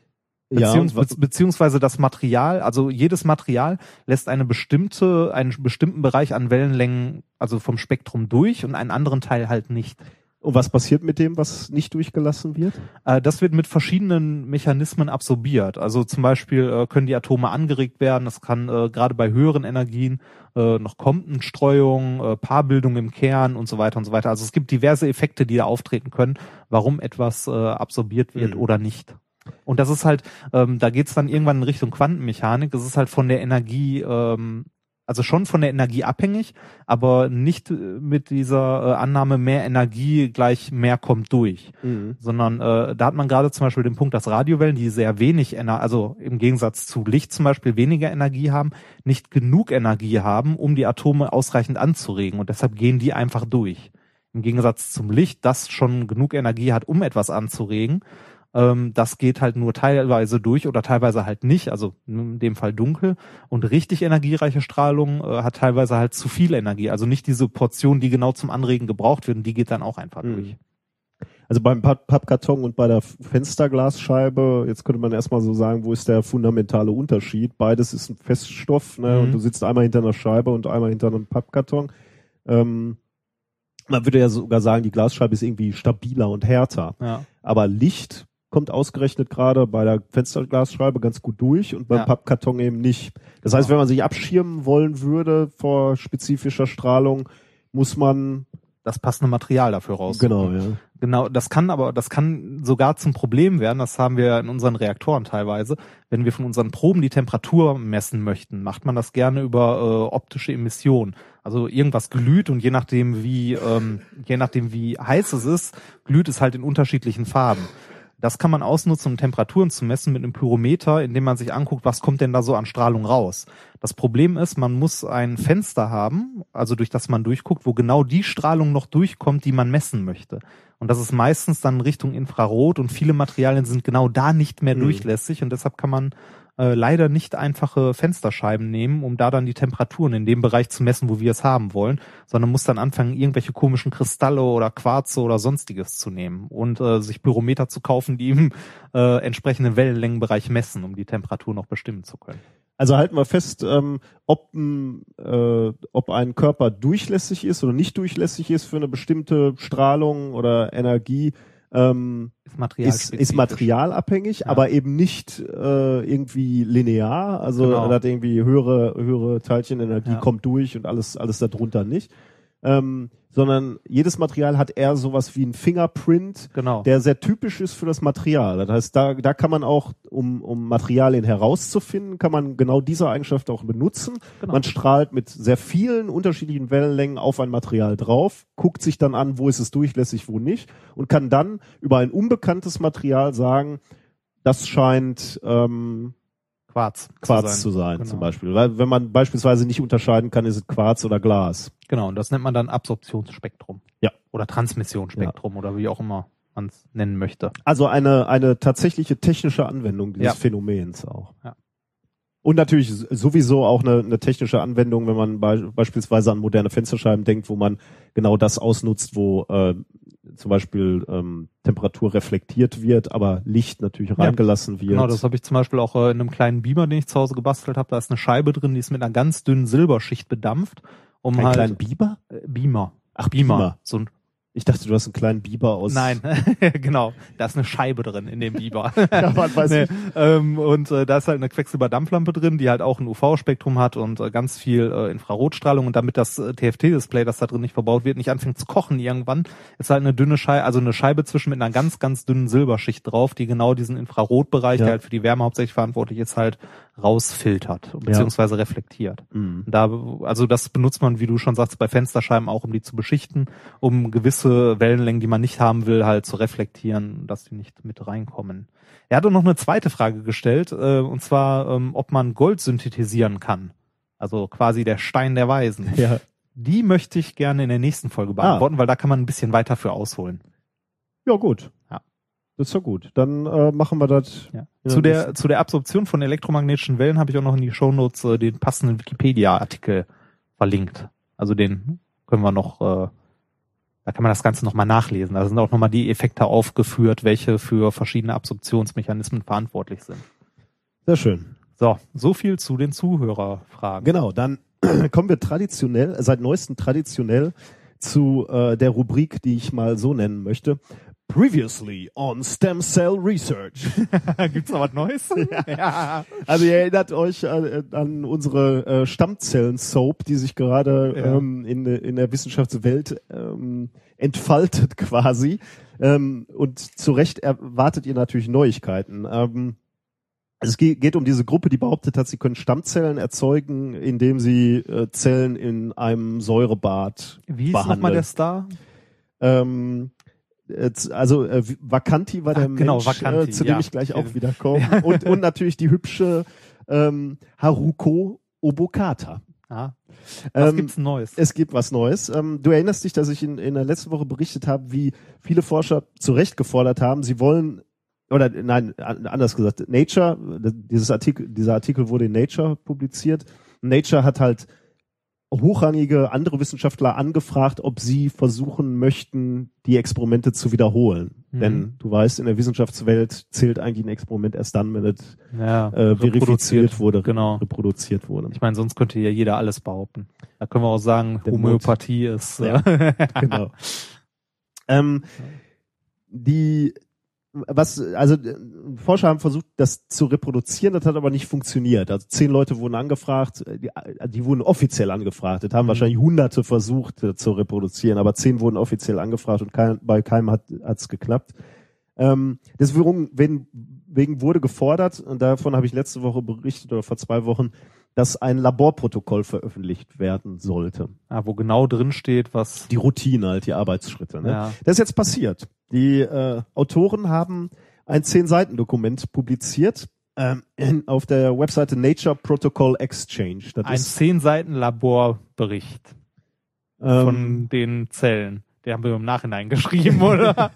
Beziehungsweise das Material, also jedes Material lässt einen bestimmten Bereich an Wellenlängen, also vom Spektrum durch und einen anderen Teil halt nicht. Und was passiert mit dem, was nicht durchgelassen wird? Das wird mit verschiedenen Mechanismen absorbiert. Also zum Beispiel können die Atome angeregt werden. Es kann gerade bei höheren Energien noch Comptonstreuung, Paarbildung im Kern und so weiter und so weiter. Also es gibt diverse Effekte, die da auftreten können, warum etwas absorbiert wird oder nicht. Und das ist halt, da geht's dann irgendwann in Richtung Quantenmechanik. Das ist halt von der Energie, also schon von der Energie abhängig, aber nicht mit dieser Annahme, mehr Energie gleich mehr kommt durch. Sondern da hat man gerade zum Beispiel den Punkt, dass Radiowellen, die sehr wenig also im Gegensatz zu Licht zum Beispiel weniger Energie haben, nicht genug Energie haben, um die Atome ausreichend anzuregen. Und deshalb gehen die einfach durch. Im Gegensatz zum Licht, das schon genug Energie hat, um etwas anzuregen. Das geht halt nur teilweise durch oder teilweise halt nicht, also in dem Fall dunkel. Und richtig energiereiche Strahlung hat teilweise halt zu viel Energie, also nicht diese Portion, die genau zum Anregen gebraucht wird, und die geht dann auch einfach durch. Also beim Pappkarton und bei der Fensterglasscheibe, jetzt könnte man erstmal so sagen, wo ist der fundamentale Unterschied? Beides ist ein Feststoff, ne? Und du sitzt einmal hinter einer Scheibe und einmal hinter einem Pappkarton. Man würde ja sogar sagen, die Glasscheibe ist irgendwie stabiler und härter. Ja. Aber Licht kommt ausgerechnet gerade bei der Fensterglasscheibe ganz gut durch und beim Pappkarton eben nicht. Das heißt, wenn man sich abschirmen wollen würde vor spezifischer Strahlung, muss man das passende Material dafür raus. Genau, ja. Genau, das kann sogar zum Problem werden, das haben wir in unseren Reaktoren teilweise. Wenn wir von unseren Proben die Temperatur messen möchten, macht man das gerne über optische Emission. Also irgendwas glüht und je nachdem wie heiß es ist, glüht es halt in unterschiedlichen Farben. Das kann man ausnutzen, um Temperaturen zu messen mit einem Pyrometer, indem man sich anguckt, was kommt denn da so an Strahlung raus. Das Problem ist, man muss ein Fenster haben, also durch das man durchguckt, wo genau die Strahlung noch durchkommt, die man messen möchte. Und das ist meistens dann Richtung Infrarot und viele Materialien sind genau da nicht mehr durchlässig und deshalb kann man leider nicht einfache Fensterscheiben nehmen, um da dann die Temperaturen in dem Bereich zu messen, wo wir es haben wollen, sondern muss dann anfangen, irgendwelche komischen Kristalle oder Quarze oder sonstiges zu nehmen und sich Pyrometer zu kaufen, die im entsprechenden Wellenlängenbereich messen, um die Temperatur noch bestimmen zu können. Also halten wir fest, ob ein Körper durchlässig ist oder nicht durchlässig ist für eine bestimmte Strahlung oder Energie, ist materialabhängig, aber eben nicht irgendwie linear. Also man hat irgendwie höhere Teilchenenergie kommt durch und alles darunter nicht. Sondern jedes Material hat eher sowas wie ein Fingerprint, der sehr typisch ist für das Material. Das heißt, da kann man auch, um Materialien herauszufinden, kann man genau diese Eigenschaft auch benutzen. Genau. Man strahlt mit sehr vielen unterschiedlichen Wellenlängen auf ein Material drauf, guckt sich dann an, wo ist es durchlässig, wo nicht und kann dann über ein unbekanntes Material sagen, das scheint Quarz zu sein zum Beispiel. Weil wenn man beispielsweise nicht unterscheiden kann, ist es Quarz oder Glas. Genau, und das nennt man dann Absorptionsspektrum. Ja. Oder Transmissionsspektrum oder wie auch immer man es nennen möchte. Also eine tatsächliche technische Anwendung dieses Phänomens auch. Ja. Und natürlich sowieso auch eine technische Anwendung, wenn man beispielsweise an moderne Fensterscheiben denkt, wo man genau das ausnutzt, wo zum Beispiel Temperatur reflektiert wird, aber Licht natürlich reingelassen wird. Genau, das habe ich zum Beispiel auch in einem kleinen Beamer, den ich zu Hause gebastelt habe. Da ist eine Scheibe drin, die ist mit einer ganz dünnen Silberschicht bedampft. Kleinen Beamer? Beamer. Ach, Beamer. So ein Ich dachte, du hast einen kleinen Biber aus... Nein, genau. Da ist eine Scheibe drin in dem Biber. Ja, man weiß nicht. Und da ist halt eine Quecksilberdampflampe drin, die halt auch ein UV-Spektrum hat und ganz viel Infrarotstrahlung. Und damit das TFT-Display, das da drin nicht verbaut wird, nicht anfängt zu kochen irgendwann, ist halt eine dünne Scheibe, also eine Scheibe zwischen mit einer ganz, ganz dünnen Silberschicht drauf, die genau diesen Infrarotbereich, der halt für die Wärme hauptsächlich verantwortlich ist, halt rausfiltert beziehungsweise reflektiert. Mhm. Also das benutzt man, wie du schon sagst, bei Fensterscheiben auch, um die zu beschichten, um gewisse Wellenlängen, die man nicht haben will, halt zu reflektieren, dass die nicht mit reinkommen. Er hat auch noch eine zweite Frage gestellt, und zwar, ob man Gold synthetisieren kann. Also quasi der Stein der Weisen. Ja. Die möchte ich gerne in der nächsten Folge beantworten, weil da kann man ein bisschen weiter für ausholen. Ja, gut. Ja. Das ist ja gut. Dann machen wir das. Ja. Zu der Absorption von elektromagnetischen Wellen habe ich auch noch in die Shownotes den passenden Wikipedia-Artikel verlinkt. Also den können wir noch, da kann man das Ganze nochmal nachlesen. Da sind auch nochmal die Effekte aufgeführt, welche für verschiedene Absorptionsmechanismen verantwortlich sind. Sehr schön. So viel zu den Zuhörerfragen. Genau, dann kommen wir seit neuestem traditionell zu der Rubrik, die ich mal so nennen möchte. Previously on Stem Cell Research. Gibt's noch was Neues? Ja. Also ihr erinnert euch an unsere Stammzellen-Soap, die sich gerade in der Wissenschaftswelt entfaltet quasi. Und zu Recht erwartet ihr natürlich Neuigkeiten. Es geht um diese Gruppe, die behauptet hat, sie können Stammzellen erzeugen, indem sie Zellen in einem Säurebad Wie behandeln. ist nochmal der Star? Vacanti war der Mensch, Vacanti, zu dem ich gleich auch wieder komme. Ja. Und natürlich die hübsche Haruko Obokata. Was gibt's Neues? Es gibt was Neues. Du erinnerst dich, dass ich in der letzten Woche berichtet habe, wie viele Forscher zu Recht gefordert haben, sie wollen, anders gesagt, Nature, dieser Artikel wurde in Nature publiziert. Nature hat halt hochrangige andere Wissenschaftler angefragt, ob sie versuchen möchten, die Experimente zu wiederholen. Denn du weißt, in der Wissenschaftswelt zählt eigentlich ein Experiment erst dann, wenn es verifiziert wurde, reproduziert wurde. Ich meine, sonst könnte ja jeder alles behaupten. Da können wir auch sagen, Homöopathie ist... Genau. Forscher haben versucht, das zu reproduzieren, das hat aber nicht funktioniert. Also 10 Leute wurden angefragt, die wurden offiziell angefragt. Das haben wahrscheinlich Hunderte versucht zu reproduzieren, aber 10 wurden offiziell angefragt und bei keinem hat's geklappt. Deswegen wurde gefordert, und davon habe ich letzte Woche berichtet oder vor 2 Wochen, dass ein Laborprotokoll veröffentlicht werden sollte. Wo genau drin steht, was... Die Routine, halt die Arbeitsschritte. Ne? Ja. Das ist jetzt passiert. Die Autoren haben ein 10-Seiten-Dokument publiziert auf der Webseite Nature Protocol Exchange. Das ein ist 10-Seiten-Laborbericht von den Zellen. Den haben wir im Nachhinein geschrieben, oder?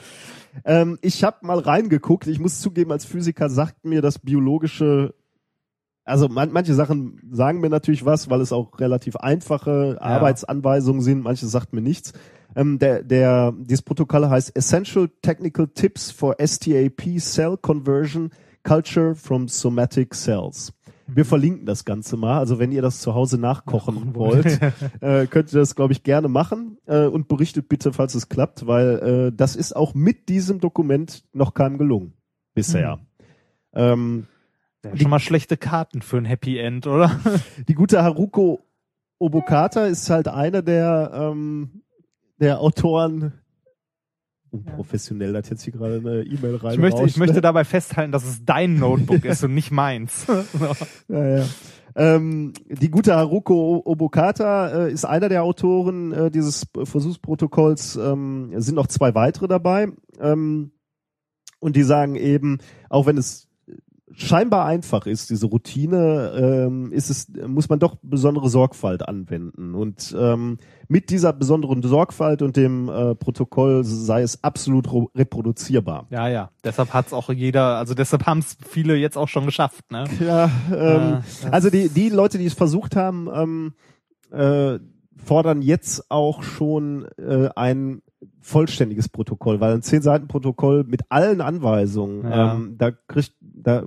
Ich habe mal reingeguckt. Ich muss zugeben, als Physiker sagt mir das biologische, also manche Sachen sagen mir natürlich was, weil es auch relativ einfache Arbeitsanweisungen sind. Manche sagt mir nichts. Dieses Protokoll heißt Essential Technical Tips for STAP Cell Conversion Culture from Somatic Cells. Wir verlinken das Ganze mal. Also wenn ihr das zu Hause nachkochen wollt, könnt ihr das, glaube ich, gerne machen. Und berichtet bitte, falls es klappt, weil das ist auch mit diesem Dokument noch keinem gelungen. Bisher. Schon mal schlechte Karten für ein Happy End, oder? Die gute Haruko Obokata ist halt einer der Autoren. Unprofessionell, da hat jetzt hier gerade eine E-Mail rein. Ich möchte dabei festhalten, dass es dein Notebook ist und nicht meins. Ja. Die gute Haruko Obokata ist einer der Autoren dieses Versuchsprotokolls. Sind noch 2 weitere dabei. Und die sagen eben, auch wenn es scheinbar einfach ist, diese Routine, muss man doch besondere Sorgfalt anwenden. Und mit dieser besonderen Sorgfalt und dem Protokoll sei es absolut reproduzierbar. Ja. Deshalb hat's auch deshalb haben es viele jetzt auch schon geschafft, ne? Ja, also die Leute, die es versucht haben, fordern jetzt auch schon ein vollständiges Protokoll, weil ein 10-Seiten-Protokoll mit allen Anweisungen, da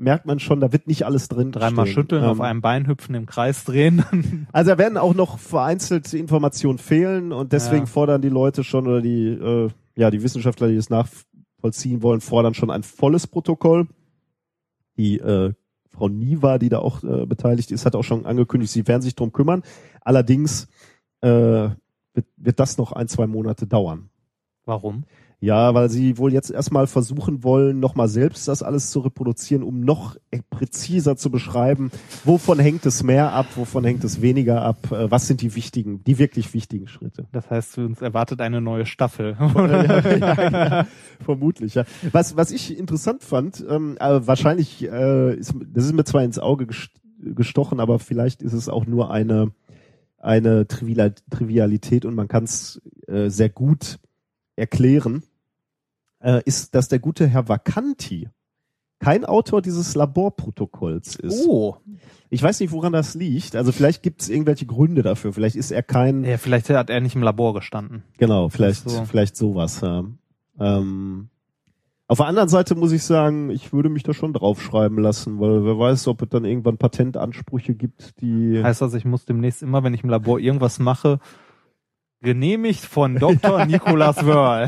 merkt man schon, da wird nicht alles drin. Dreimal schütteln, auf einem Bein hüpfen, im Kreis drehen. Also da werden auch noch vereinzelte Informationen fehlen und deswegen fordern die Leute schon oder die Wissenschaftler, die es nachvollziehen wollen, fordern schon ein volles Protokoll. Die Frau Niva, die da auch beteiligt ist, hat auch schon angekündigt, sie werden sich drum kümmern. Allerdings wird das noch 1-2 Monate dauern. Warum? Ja, weil sie wohl jetzt erstmal versuchen wollen, nochmal selbst das alles zu reproduzieren, um noch präziser zu beschreiben, wovon hängt es mehr ab, wovon hängt es weniger ab, was sind die wirklich wichtigen Schritte. Das heißt, uns erwartet eine neue Staffel. Ja, vermutlich, ja. Was ich interessant fand, wahrscheinlich, das ist mir zwar ins Auge gestochen, aber vielleicht ist es auch nur eine Trivialität und man kann es sehr gut erklären, ist, dass der gute Herr Vacanti kein Autor dieses Laborprotokolls ist. Oh. Ich weiß nicht, woran das liegt. Also vielleicht gibt es irgendwelche Gründe dafür. Vielleicht ist er kein... Ja, vielleicht hat er nicht im Labor gestanden. Genau, vielleicht sowas. Ja. Auf der anderen Seite muss ich sagen, ich würde mich da schon draufschreiben lassen, weil wer weiß, ob es dann irgendwann Patentansprüche gibt, die... Heißt das, ich muss demnächst immer, wenn ich im Labor irgendwas mache, genehmigt von Dr. Nicolas Wörl.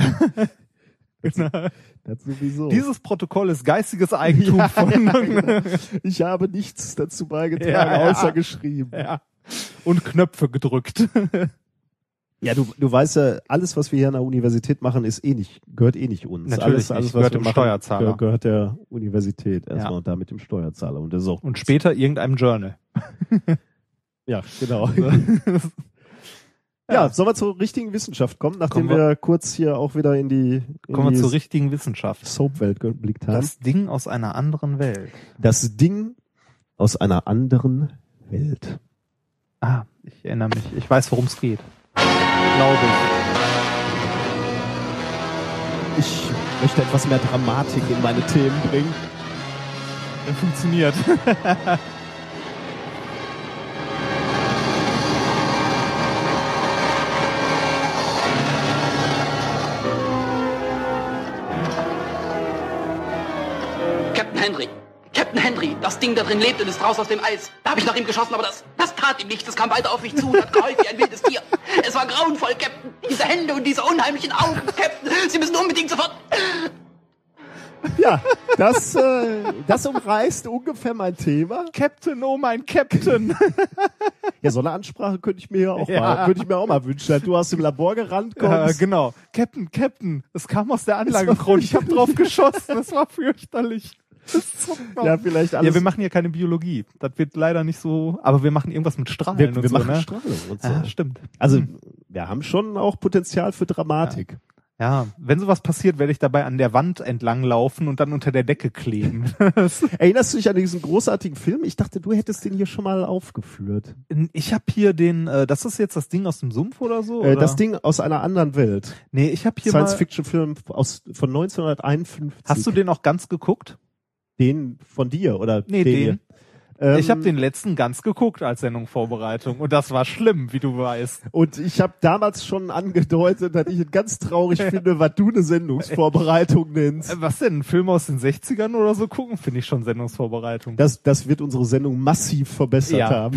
Das sowieso. Dieses Protokoll ist geistiges Eigentum von... Ich habe nichts dazu beigetragen, außer geschrieben. Ja. Und Knöpfe gedrückt. Ja, du weißt ja, alles, was wir hier an der Universität machen, gehört nicht uns. Natürlich alles, was gehört wir dem machen, Steuerzahler. Gehört der Universität erstmal und damit dem Steuerzahler. Und das ist auch und später irgendeinem Journal. Ja, genau. Ja, sollen wir zur richtigen Wissenschaft kommen, nachdem wir kurz hier auch wieder in die zur richtigen Wissenschaft. Soap-Welt geblickt haben. Das Ding aus einer anderen Welt. Das Ding aus einer anderen Welt. Ah, ich erinnere mich. Ich weiß, worum es geht. Glaube ich. Ich möchte etwas mehr Dramatik in meine Themen bringen. Das funktioniert. Captain Henry, das Ding da drin lebt und ist raus aus dem Eis. Da habe ich nach ihm geschossen, aber das tat ihm nichts. Das kam weiter auf mich zu und hat geheult wie ein wildes Tier. Es war grauenvoll, Captain. Diese Hände und diese unheimlichen Augen, Captain. Sie müssen unbedingt sofort... Ja, das umreißt ungefähr mein Thema. Captain, oh mein Captain. Ja, so eine Ansprache könnte ich mir auch mal wünschen. Du hast im Labor gerannt, kommst. Genau. Captain, es kam aus der Anlagekrone. Ich habe drauf geschossen. Das war fürchterlich. Ja, vielleicht alles. Ja, wir machen hier keine Biologie. Das wird leider nicht so, aber wir machen irgendwas mit Strahlen wir und so, machen ne? Strahlung und so. Ja, stimmt. Also, wir haben schon auch Potenzial für Dramatik. Ja, wenn sowas passiert, werde ich dabei an der Wand entlang laufen und dann unter der Decke kleben. Erinnerst du dich an diesen großartigen Film? Ich dachte, du hättest den hier schon mal aufgeführt. Ich habe hier das ist jetzt das Ding aus dem Sumpf oder so? Oder? Das Ding aus einer anderen Welt. Nee, ich habe hier Science-Fiction-Film von 1951. Hast du den auch ganz geguckt? Den von dir oder nee, den? Ich habe den letzten ganz geguckt als Sendungsvorbereitung und das war schlimm, wie du weißt. Und ich habe damals schon angedeutet, dass ich es ganz traurig finde, was du eine Sendungsvorbereitung nennst. Was denn? Einen Film aus den 60ern oder so gucken? Finde ich schon Sendungsvorbereitung. Das wird unsere Sendung massiv verbessert haben.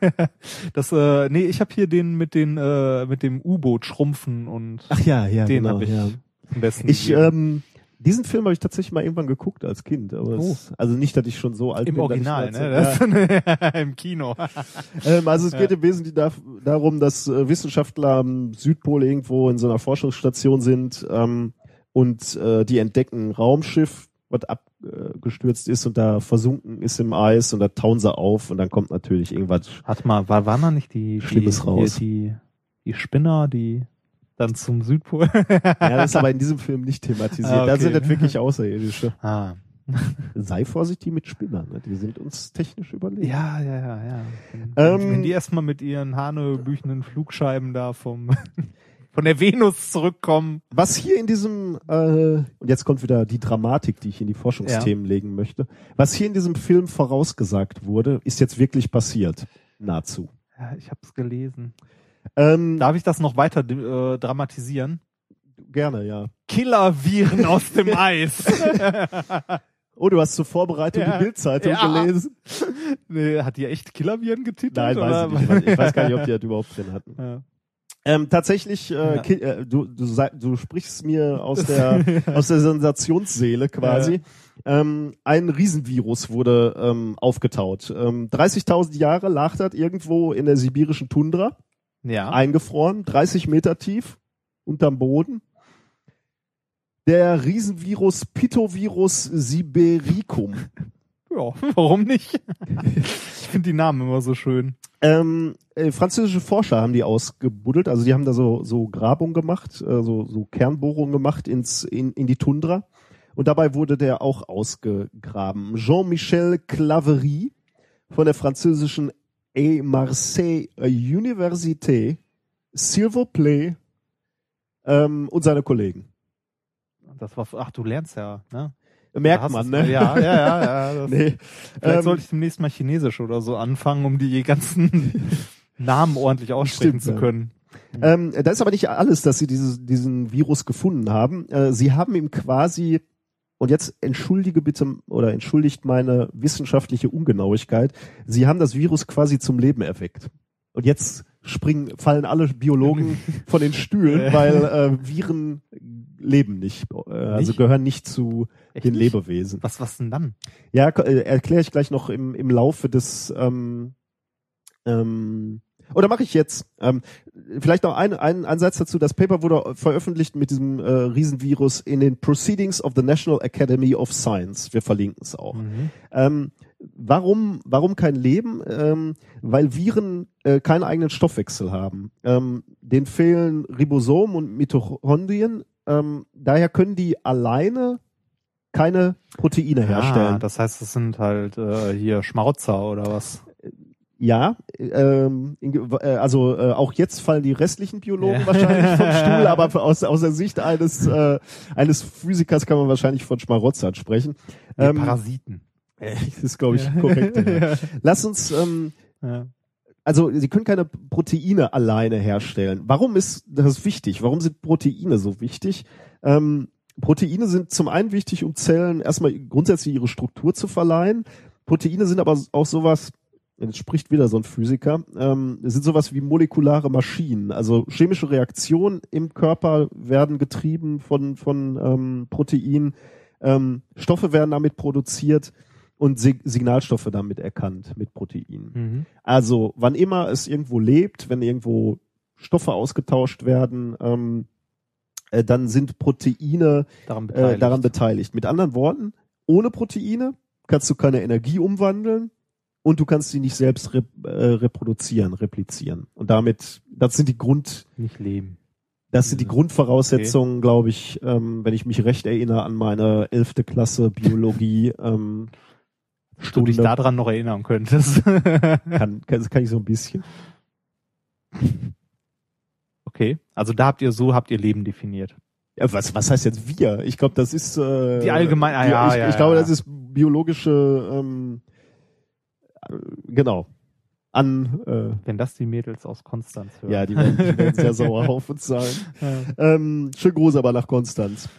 Bitte. Ich habe hier den mit dem U-Boot schrumpfen und den genau, habe ich am besten gesehen. Diesen Film habe ich tatsächlich mal irgendwann geguckt als Kind, aber also nicht, dass ich schon so alt bin. Im Original, ne? Im Kino. Also es geht im Wesentlichen darum, dass Wissenschaftler am Südpol irgendwo in so einer Forschungsstation sind und die entdecken ein Raumschiff, was abgestürzt ist und da versunken ist im Eis und da tauen sie auf und dann kommt natürlich irgendwas. Warte mal, waren da nicht die raus? Die Spinner, die dann zum Südpol. Ja, das ist aber in diesem Film nicht thematisiert. Okay. Da sind das wirklich Außerirdische. Ah. Sei vorsichtig mit Spinnern, ne? Die sind uns technisch überlegen. Ja. Wenn die erstmal mit ihren hanebüchenden Flugscheiben da von der Venus zurückkommen. Was hier in diesem, und jetzt kommt wieder die Dramatik, die ich in die Forschungsthemen legen möchte. Was hier in diesem Film vorausgesagt wurde, ist jetzt wirklich passiert. Nahezu. Ja, ich habe es gelesen. Darf ich das noch weiter dramatisieren? Gerne, ja. Killer-Viren aus dem Eis. Oh, du hast zur Vorbereitung die Bildzeitung gelesen? Nee, hat die echt Killerviren getitelt? Nein, oder? weiß ich nicht. Ich weiß gar nicht, ob die das überhaupt drin hatten. Ja. Tatsächlich, du sprichst mir aus der Sensationsseele quasi. Ein Riesenvirus wurde aufgetaut. 30.000 Jahre lag das irgendwo in der sibirischen Tundra, eingefroren, 30 Meter tief, unterm Boden. Der Riesenvirus Pitovirus sibericum. Ja, warum nicht? Ich finde die Namen immer so schön. Französische Forscher haben die ausgebuddelt, also die haben da so Grabungen gemacht, so Kernbohrungen gemacht in die Tundra. Und dabei wurde der auch ausgegraben. Jean-Michel Claverie von der französischen Marseille Université, s'il vous plaît, und seine Kollegen. Du lernst ja, ne? Merkt man, ne? Ja. Nee. Vielleicht sollte ich demnächst mal Chinesisch oder so anfangen, um die ganzen Namen ordentlich aussprechen zu können. Das ist aber nicht alles, dass sie diesen Virus gefunden haben. Sie haben ihm quasi, und jetzt entschuldigt meine wissenschaftliche Ungenauigkeit, sie haben das Virus quasi zum Leben erweckt. Und jetzt fallen alle Biologen von den Stühlen, weil Viren leben nicht, also gehören nicht zu den Lebewesen. Was denn dann? Ja, erkläre ich gleich noch im Laufe des oder mache ich jetzt? Vielleicht noch ein Satz dazu. Das Paper wurde veröffentlicht mit diesem Riesenvirus in den Proceedings of the National Academy of Science. Wir verlinken es auch. Warum kein Leben? Weil Viren keinen eigenen Stoffwechsel haben. Denen fehlen Ribosomen und Mitochondrien. Daher können die alleine keine Proteine herstellen. Das heißt, es sind halt hier Schmarotzer oder was? Ja, auch jetzt fallen die restlichen Biologen wahrscheinlich vom Stuhl, aber aus der Sicht eines Physikers kann man wahrscheinlich von Schmarotzern sprechen. Parasiten. Das ist, glaube ich, korrekt. Ja. Lass uns, also sie können keine Proteine alleine herstellen. Warum ist das wichtig? Warum sind Proteine so wichtig? Proteine sind zum einen wichtig, um Zellen erstmal grundsätzlich ihre Struktur zu verleihen. Proteine sind aber auch sowas, jetzt spricht wieder so ein Physiker, sind sowas wie molekulare Maschinen. Also chemische Reaktionen im Körper werden getrieben von Proteinen. Stoffe werden damit produziert und Signalstoffe damit erkannt mit Proteinen. Also wann immer es irgendwo lebt, wenn irgendwo Stoffe ausgetauscht werden, dann sind Proteine daran beteiligt. Mit anderen Worten, ohne Proteine kannst du keine Energie umwandeln und du kannst sie nicht selbst replizieren. Und damit, das sind die nicht leben. Das sind die Grundvoraussetzungen, glaube ich, wenn ich mich recht erinnere an meine 11. Klasse Biologie. Du dich daran noch erinnern könntest. kann ich so ein bisschen. Okay, also da habt ihr Leben definiert. Ja, was heißt jetzt wir? Ich glaube, das ist die allgemeine. Ich glaube, das ist biologische. Genau. Wenn das die Mädels aus Konstanz hören. Ja, die werden sehr sauer auf uns sein. Schön groß aber nach Konstanz.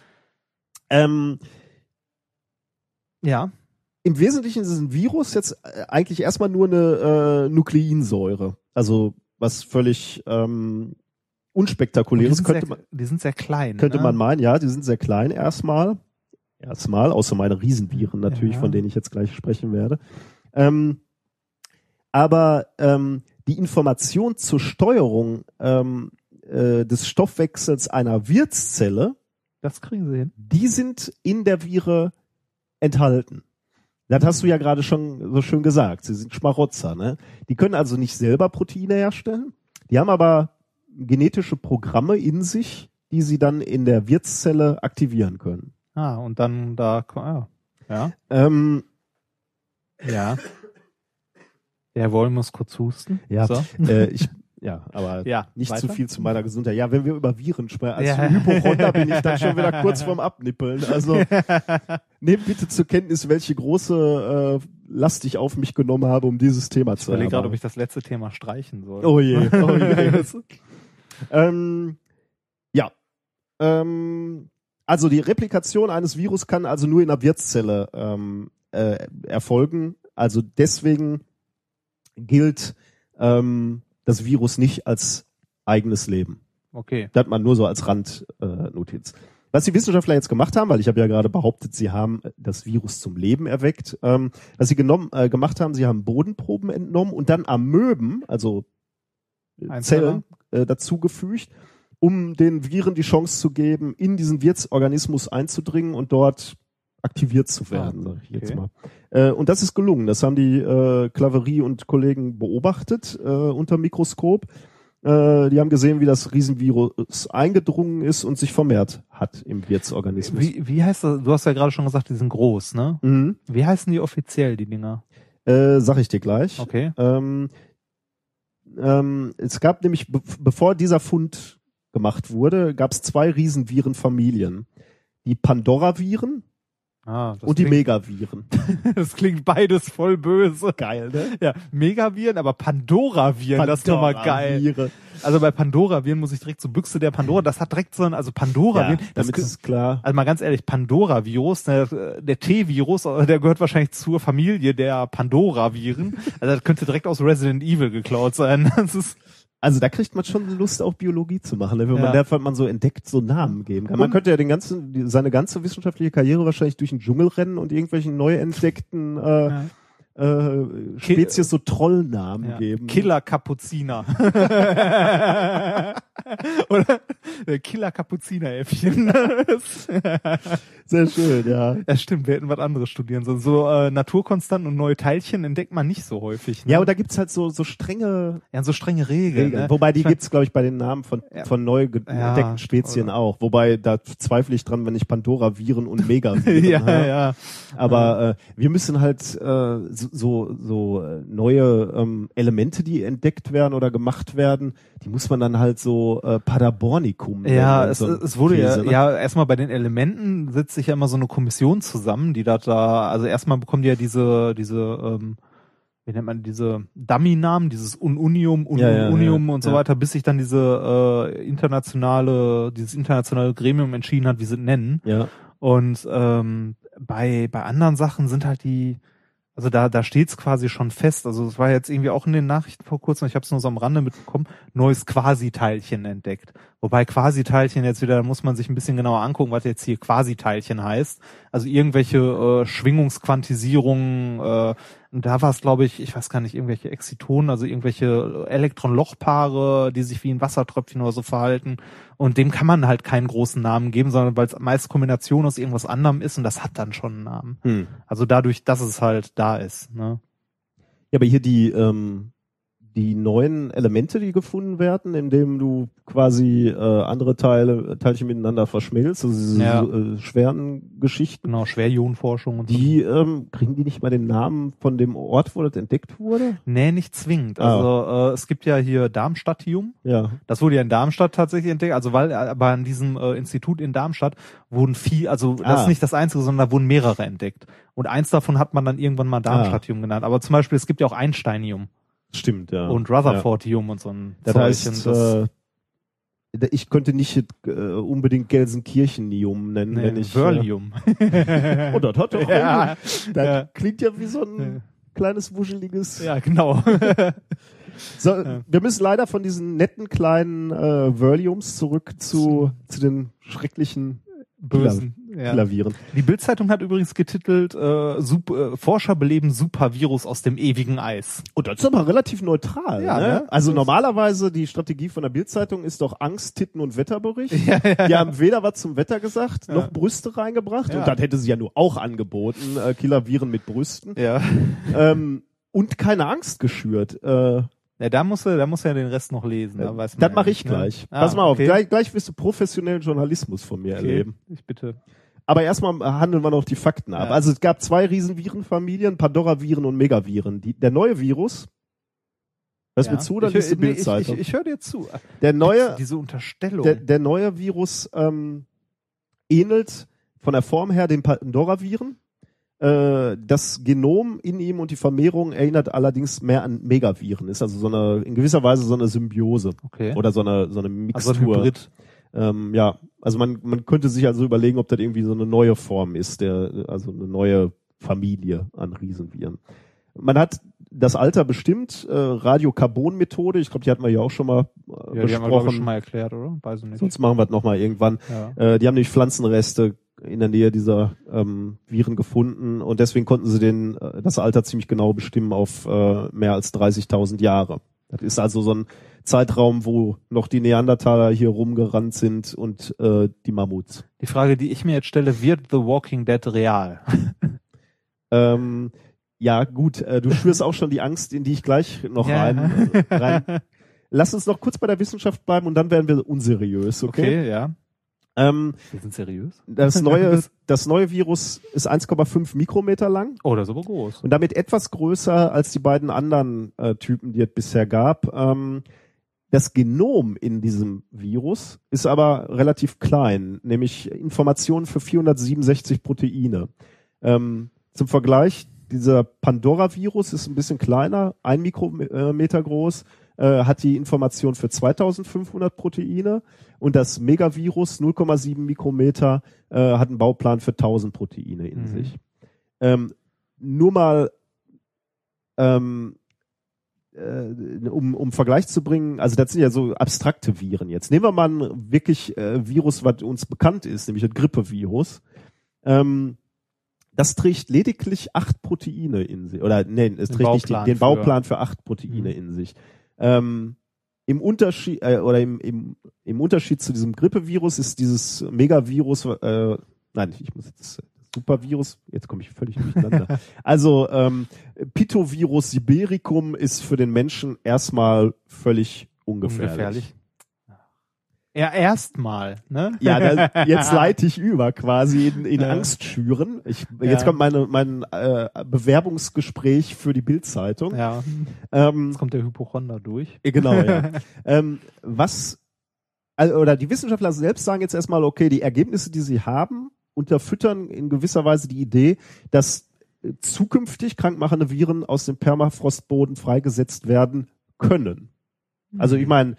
Ja. Im Wesentlichen ist ein Virus jetzt eigentlich erstmal nur eine Nukleinsäure. Also was völlig unspektakuläres die sind sehr klein. Könnte man meinen, ja, die sind sehr klein erstmal, außer meine Riesenviren natürlich, von denen ich jetzt gleich sprechen werde. Aber die Information zur Steuerung des Stoffwechsels einer Wirtszelle, das kriegen sie hin. Die sind in der Vire enthalten. Das hast du ja gerade schon so schön gesagt. Sie sind Schmarotzer, ne? Die können also nicht selber Proteine herstellen. Die haben aber genetische Programme in sich, die sie dann in der Wirtszelle aktivieren können. Und dann da, ja. Ja. Der Woll muss kurz husten. Ja, so. Aber nicht weiter? zu viel zu meiner Gesundheit. Ja, wenn wir über Viren sprechen, als Hypochonder bin ich dann schon wieder kurz vorm Abnippeln. Also nehmt bitte zur Kenntnis, welche große Last ich auf mich genommen habe, um dieses Thema zu erarbeiten. Ich überlege gerade, ob ich das letzte Thema streichen soll. Oh je. Also die Replikation eines Virus kann also nur in einer Wirtszelle erfolgen. Also deswegen gilt das Virus nicht als eigenes Leben. Okay. Das hat man nur so als Randnotiz. Was die Wissenschaftler jetzt gemacht haben, weil ich habe ja gerade behauptet, sie haben das Virus zum Leben erweckt, was sie gemacht haben, sie haben Bodenproben entnommen und dann Amöben, also Zellen, dazugefügt, um den Viren die Chance zu geben, in diesen Wirtsorganismus einzudringen und dort aktiviert zu werden, sage ich jetzt mal. Und das ist gelungen. Das haben die Claverie und Kollegen beobachtet unter Mikroskop. Die haben gesehen, wie das Riesenvirus eingedrungen ist und sich vermehrt hat im Wirtsorganismus. Wie heißt das? Du hast ja gerade schon gesagt, die sind groß, ne? Mhm. Wie heißen die offiziell, die Dinger? Sag ich dir gleich. Okay. Es gab nämlich, bevor dieser Fund gemacht wurde, gab es 2 Riesenvirenfamilien. Die Pandora-Viren und die Megaviren. Das klingt beides voll böse. Geil, ne? Ja, Megaviren, aber Pandora-Viren, das ist nochmal geil. Also bei Pandora-Viren muss ich direkt zur Büchse der Pandora, das hat direkt so ein, also Pandora-Viren. Ja, damit ist es klar. Also mal ganz ehrlich, Pandora-Virus, der T-Virus, der gehört wahrscheinlich zur Familie der Pandora-Viren. Also das könnte direkt aus Resident Evil geklaut sein. Das ist Also da kriegt man schon Lust, auch Biologie zu machen, ne? Wenn man der man so entdeckt, so Namen geben kann. Man könnte ja seine ganze wissenschaftliche Karriere wahrscheinlich durch den Dschungel rennen und irgendwelchen neu entdeckten Spezies so Trollnamen geben. Killer Kapuziner. Oder Killer Kapuzineräffchen. Sehr schön, ja. Ja, stimmt, wir hätten was anderes studieren sollen. So Naturkonstanten und neue Teilchen entdeckt man nicht so häufig. Ne? Ja, und da gibt's halt so strenge Regeln. Ne? Wobei die gibt's, glaube ich, bei den Namen von neu entdeckten Spezien auch. Wobei, da zweifle ich dran, wenn ich Pandora-Viren und Megaviren habe. Ja. Aber wir müssen halt so neue Elemente, die entdeckt werden oder gemacht werden, die muss man dann halt so Paderbornicum nennen. Ja, es wurde erstmal bei den Elementen setzt sich ja immer so eine Kommission zusammen, die also erstmal bekommen die ja diese wie nennt man diese Dummy-Namen, dieses Unium und so weiter, bis sich dann dieses internationale Gremium entschieden hat, wie sie es nennen. Ja. Und bei anderen Sachen sind halt also da steht's quasi schon fest. Also es war jetzt irgendwie auch in den Nachrichten vor kurzem, ich habe es nur so am Rande mitbekommen, neues Quasiteilchen entdeckt. Wobei Quasiteilchen jetzt wieder, da muss man sich ein bisschen genauer angucken, was jetzt hier Quasiteilchen heißt. Also irgendwelche Schwingungsquantisierungen, da war es, glaube ich weiß gar nicht, irgendwelche Exitonen, also irgendwelche Elektron-Loch-Paare, die sich wie ein Wassertröpfchen oder so verhalten. Und dem kann man halt keinen großen Namen geben, sondern weil es meist Kombination aus irgendwas anderem ist und das hat dann schon einen Namen. Also dadurch, dass es halt da ist. Ne? Ja, aber hier die neuen Elemente, die gefunden werden, indem du quasi andere Teilchen miteinander verschmilzt, also diese schweren Geschichten. Genau, Schwerionenforschung und die kriegen die nicht mal den Namen von dem Ort, wo das entdeckt wurde? Nee, nicht zwingend. Also es gibt ja hier Darmstadtium. Ja. Das wurde ja in Darmstadt tatsächlich entdeckt, also aber an diesem Institut in Darmstadt wurden das ist nicht das einzige, sondern da wurden mehrere entdeckt. Und eins davon hat man dann irgendwann mal Darmstadtium genannt. Aber zum Beispiel, es gibt ja auch Einsteinium. Stimmt, ja. Und Rutherfordium und so ein Das heißt, ich könnte nicht unbedingt Gelsenkirchenium nennen, wenn ich Wörlium. Oh, das hat doch Ja. Das klingt ja wie so ein kleines wuscheliges. Ja, genau. So, wir müssen leider von diesen netten kleinen Wörliums zurück zu den schrecklichen Bösen Klavieren. Die Bild-Zeitung hat übrigens getitelt, Forscher beleben Supervirus aus dem ewigen Eis. Und das ist aber relativ neutral. Ja, ne? ne? Also normalerweise die Strategie von der Bild-Zeitung ist doch Angst, Titten und Wetterbericht. Die haben weder was zum Wetter gesagt, noch Brüste reingebracht. Und das hätte sie ja nur auch angeboten, Killer-Viren mit Brüsten. Ja. Und keine Angst geschürt. Ja, da muss er den Rest noch lesen. Da weiß man Das ja mache nicht, ich gleich. Ne? Pass mal auf, okay. gleich wirst du professionellen Journalismus von mir erleben. Ich bitte. Aber erstmal handeln wir noch die Fakten ab. Ja. Also es gab 2 Riesenvirenfamilien, Pandora-Viren und Megaviren. Der neue Virus, hörst mir zu, dann liest du Bildzeitung. Ich höre dir zu. Der neue, Diese Unterstellung. der neue Virus ähnelt von der Form her den Pandora-Viren. Das Genom in ihm und die Vermehrung erinnert allerdings mehr an Megaviren. Ist also in gewisser Weise so eine Symbiose. Okay. Oder so eine Also Mixtur. ein Hybrid. Also man könnte sich also überlegen, ob das irgendwie so eine neue Form ist, also eine neue Familie an Riesenviren. Man hat das Alter bestimmt, Radiokarbon-Methode, ich glaube, die hatten wir ja auch schon mal besprochen. Die haben wir, glaube ich, schon mal erklärt, oder? Weiß ich nicht. Sonst machen wir es nochmal irgendwann. Ja. Die haben nämlich Pflanzenreste in der Nähe dieser Viren gefunden und deswegen konnten sie das Alter ziemlich genau bestimmen auf mehr als 30.000 Jahre. Das ist also so ein Zeitraum, wo noch die Neandertaler hier rumgerannt sind und die Mammuts. Die Frage, die ich mir jetzt stelle, wird The Walking Dead real? Ja, gut, du schürst auch schon die Angst, in die ich gleich noch rein. Lass uns noch kurz bei der Wissenschaft bleiben und dann werden wir unseriös, okay? Okay, ja. Wir sind seriös. Das neue Virus ist 1,5 Mikrometer lang. Oh, das ist aber groß. Und damit etwas größer als die beiden anderen Typen, die es bisher gab. Das Genom in diesem Virus ist aber relativ klein, nämlich Informationen für 467 Proteine. Zum Vergleich, dieser Pandora-Virus ist ein bisschen kleiner, 1 Mikrometer groß, hat die Information für 2500 Proteine und das Megavirus 0,7 Mikrometer hat einen Bauplan für 1000 Proteine in sich. Nur mal um Vergleich zu bringen, also das sind ja so abstrakte Viren jetzt. Nehmen wir mal ein wirklich Virus, was uns bekannt ist, nämlich das Grippevirus. Das trägt lediglich 8 Proteine in sich. Oder nein, es trägt nicht den Bauplan für 8 Proteine in sich. Im Unterschied im Unterschied zu diesem Grippevirus ist dieses Megavirus, Supervirus, jetzt komme ich völlig durcheinander. Also Pitovirus sibericum ist für den Menschen erstmal völlig ungefährlich. Ja, erstmal, ne? Ja, jetzt leite ich über quasi in Angst schüren. Jetzt kommt mein Bewerbungsgespräch für die Bild-Zeitung. Ja. Jetzt kommt der Hypochonder durch. Genau, ja. Die Wissenschaftler selbst sagen jetzt erstmal, okay, die Ergebnisse, die sie haben, unterfüttern in gewisser Weise die Idee, dass zukünftig krankmachende Viren aus dem Permafrostboden freigesetzt werden können. Also ich meine,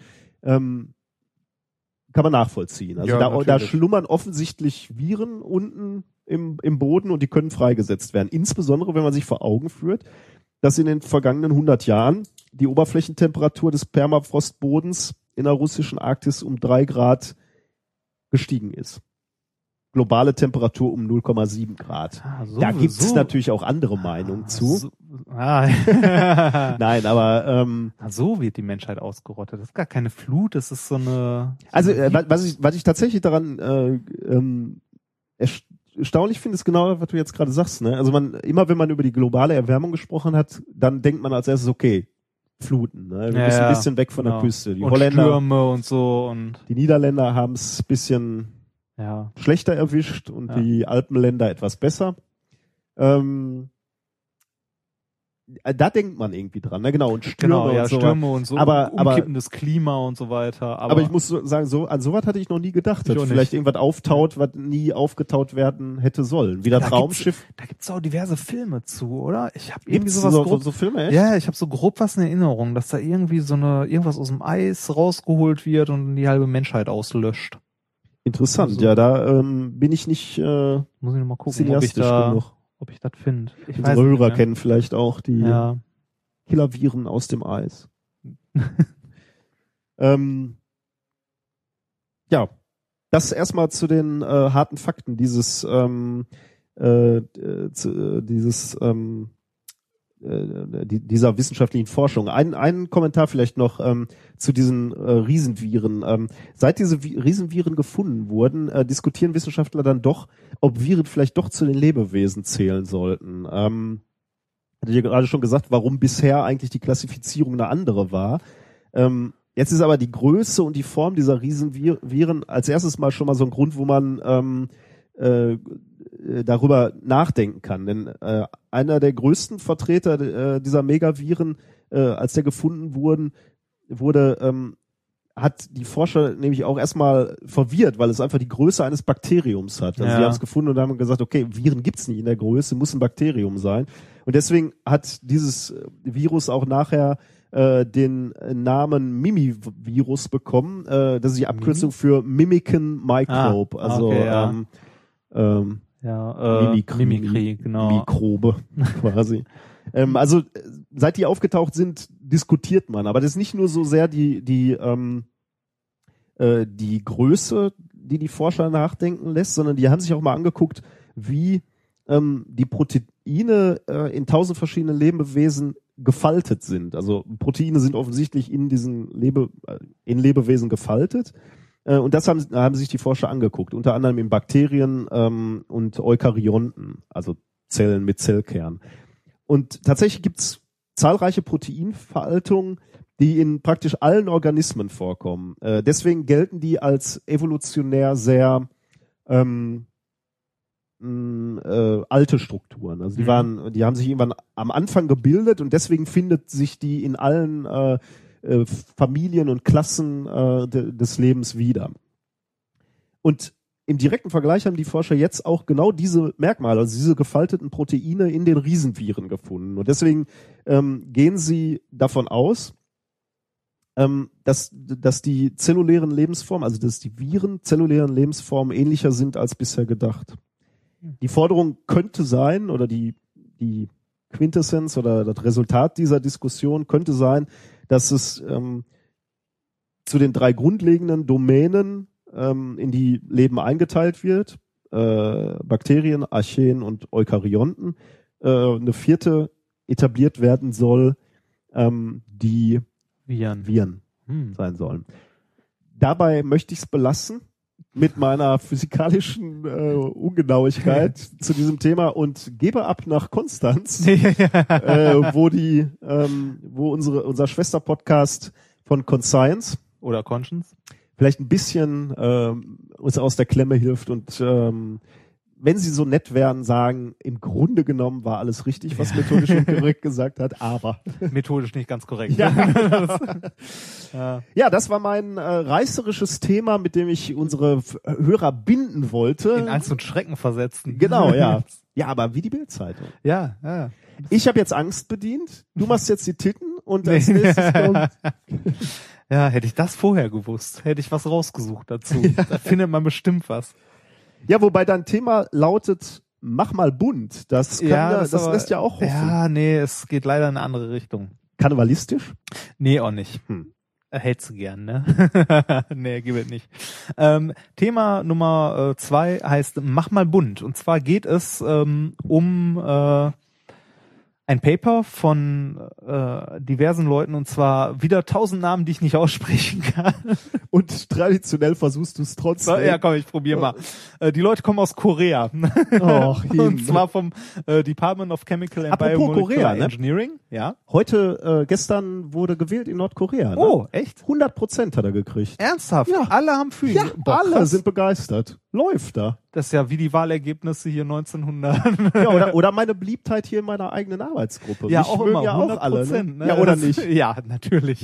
kann man nachvollziehen. Also da schlummern offensichtlich Viren unten im Boden und die können freigesetzt werden. Insbesondere, wenn man sich vor Augen führt, dass in den vergangenen 100 Jahren die Oberflächentemperatur des Permafrostbodens in der russischen Arktis um 3 Grad gestiegen ist. Globale Temperatur um 0,7 Grad. Da gibt's natürlich auch andere Meinungen zu. Nein, aber so wird die Menschheit ausgerottet. Das ist gar keine Flut, das ist so eine... Also was ich tatsächlich daran erstaunlich finde, ist genau, was du jetzt gerade sagst. Ne? Also immer wenn man über die globale Erwärmung gesprochen hat, dann denkt man als erstes, okay, Fluten. Ne? Wir müssen ein bisschen weg von der Küste. Die Holländer, Stürme und so. Und die Niederländer haben es ein bisschen schlechter erwischt und die Alpenländer etwas besser. Da denkt man irgendwie dran, ne? Genau, und Stürme und so. Stürme und so, aber umkippendes Klima und so weiter. Aber ich muss sagen, an sowas hatte ich noch nie gedacht, dass vielleicht irgendwas auftaucht, was nie aufgetaut werden hätte sollen. Wie das Raumschiff. Da gibt's auch diverse Filme zu, oder? Ich habe irgendwie so Filme, echt? Ja, ich habe so grob was in Erinnerung, dass da irgendwie irgendwas aus dem Eis rausgeholt wird und die halbe Menschheit auslöscht. Interessant, also, ja, da bin ich nicht muss ich noch mal gucken, ob ich das finde. Unsere Hörer kennen vielleicht auch die Killerviren aus dem Eis. Das erstmal zu den harten Fakten dieser wissenschaftlichen Forschung. Ein Kommentar vielleicht noch zu diesen Riesenviren. Seit diese Riesenviren gefunden wurden, diskutieren Wissenschaftler dann doch, ob Viren vielleicht doch zu den Lebewesen zählen sollten. Hatte ich ja gerade schon gesagt, warum bisher eigentlich die Klassifizierung eine andere war. Jetzt ist aber die Größe und die Form dieser Riesenviren als erstes mal schon mal so ein Grund, wo man darüber nachdenken kann. Denn einer der größten Vertreter dieser Megaviren, als der gefunden wurde, hat die Forscher nämlich auch erstmal verwirrt, weil es einfach die Größe eines Bakteriums hat. Also sie haben es gefunden und haben gesagt, okay, Viren gibt's nicht in der Größe, muss ein Bakterium sein. Und deswegen hat dieses Virus auch nachher den Namen Mimivirus bekommen. Das ist die Abkürzung für Mimican Microbe. Mimikry, genau. Mikrobe quasi. Also seit die aufgetaucht sind, diskutiert man. Aber das ist nicht nur so sehr die Größe, die Forscher nachdenken lässt, sondern die haben sich auch mal angeguckt, wie die Proteine in 1000 verschiedenen Lebewesen gefaltet sind. Also Proteine sind offensichtlich in diesen Lebewesen gefaltet. Und das haben sich die Forscher angeguckt, unter anderem in Bakterien und Eukaryonten, also Zellen mit Zellkern. Und tatsächlich gibt's zahlreiche Proteinveraltungen, die in praktisch allen Organismen vorkommen. Deswegen gelten die als evolutionär sehr alte Strukturen. Also die haben sich irgendwann am Anfang gebildet und deswegen findet sich die in allen Familien und Klassen des Lebens wieder. Und im direkten Vergleich haben die Forscher jetzt auch genau diese Merkmale, also diese gefalteten Proteine in den Riesenviren gefunden. Und deswegen gehen sie davon aus, dass die zellulären Lebensformen, also dass die Viren zellulären Lebensformen ähnlicher sind als bisher gedacht. Die Forderung könnte sein, oder die Quintessenz oder das Resultat dieser Diskussion könnte sein, dass es zu den 3 grundlegenden Domänen, in die Leben eingeteilt wird, Bakterien, Archeen und Eukaryonten, eine 4. etabliert werden soll, die Viren sein sollen. Dabei möchte ich es belassen mit meiner physikalischen Ungenauigkeit zu diesem Thema und gebe ab nach Konstanz, wo unser Schwesterpodcast von Conscience oder Conscience vielleicht ein bisschen uns aus der Klemme hilft und wenn sie so nett wären, sagen, im Grunde genommen war alles richtig, was methodisch und korrekt gesagt hat, aber methodisch nicht ganz korrekt. Ja, das war mein reißerisches Thema, mit dem ich unsere Hörer binden wollte. In Angst und Schrecken versetzen. Genau, ja. Ja, aber wie die Bild-Zeitung. Ja. Ich habe jetzt Angst bedient, du machst jetzt die Titten und als nächstes kommt... Ja, hätte ich das vorher gewusst, hätte ich was rausgesucht dazu. Ja. Da findet man bestimmt was. Ja, wobei dein Thema lautet, mach mal bunt. Das lässt ja auch hoffen. Ja, nee, es geht leider in eine andere Richtung. Karnevalistisch? Nee, auch nicht. Hättest du gern, ne? Nee, gib es nicht. Thema Nummer 2 heißt Mach mal bunt. Und zwar geht es um ein Paper von diversen Leuten, und zwar wieder 1000 Namen, die ich nicht aussprechen kann. Und traditionell versuchst du es trotzdem. Ja, komm, ich probiere mal. Die Leute kommen aus Korea. Und zwar vom Department of Chemical and Biomolecular Engineering. Ja. Gestern wurde gewählt in Nordkorea. Ne? Oh, echt? 100% hat er gekriegt. Ernsthaft? Ja. Alle haben für ihn. Ja, alle sind begeistert. Läuft da. Das ist ja wie die Wahlergebnisse hier 1900. Ja, oder meine Beliebtheit hier in meiner eigenen Arbeitsgruppe. Ja, mich auch mögen immer, ja auch alle. Ne? Ja, oder nicht? Ja, natürlich.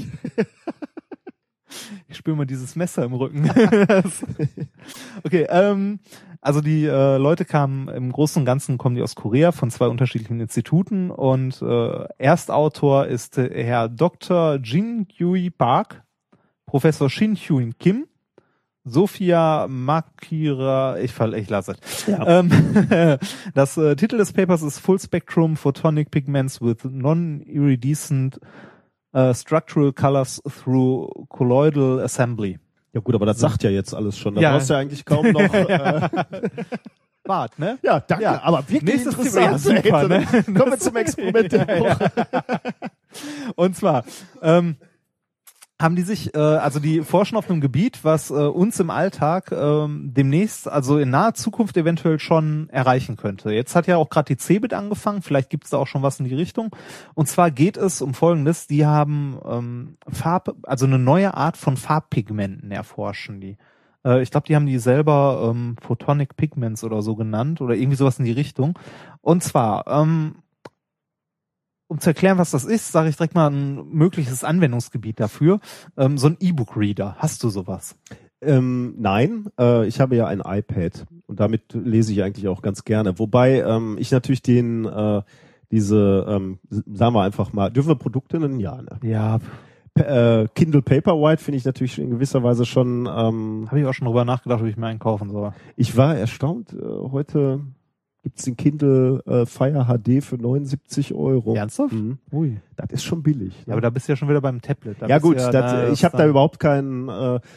Ich spüre mal dieses Messer im Rücken. Okay, also die Leute kamen im Großen und Ganzen, kommen die aus Korea von 2 unterschiedlichen Instituten und Erstautor ist Herr Dr. Jin-Hyun Park, Professor Shin-Hyun Kim, Sophia Makira, ich lasse es. Ja. Das Titel des Papers ist Full Spectrum Photonic Pigments with Non-Iridescent Structural Colors Through Colloidal Assembly. Ja gut, aber das sagt ja jetzt alles schon. Da brauchst du ja eigentlich kaum noch... Wart, ne? Ja, danke. Ja. Aber wirklich nächstes interessant. Thema, super, ne? Kommen wir zum Experiment der Woche. Und zwar haben die sich, also die forschen auf einem Gebiet, was uns im Alltag demnächst, also in naher Zukunft eventuell schon erreichen könnte. Jetzt hat ja auch gerade die CeBIT angefangen, vielleicht gibt es da auch schon was in die Richtung. Und zwar geht es um Folgendes, die haben also eine neue Art von Farbpigmenten erforschen die. Ich glaube, die haben die selber Photonic Pigments oder so genannt oder irgendwie sowas in die Richtung. Und zwar, um zu erklären, was das ist, sage ich direkt mal ein mögliches Anwendungsgebiet dafür. So ein E-Book-Reader. Hast du sowas? Nein, ich habe ja ein iPad und damit lese ich eigentlich auch ganz gerne. Wobei ich natürlich den sagen wir einfach mal, dürfen wir Produkte nennen? Ja, ne? Ja, Kindle Paperwhite finde ich natürlich in gewisser Weise schon, habe ich auch schon drüber nachgedacht, ob ich mir einen kaufen soll. ich war erstaunt, heute gibt's den Kindle Fire HD für 79 €. Ernsthaft? Mhm. Ui. Das ist schon billig. Ja, aber da bist du ja schon wieder beim Tablet. Da Ja bist gut, du ich habe da überhaupt keinen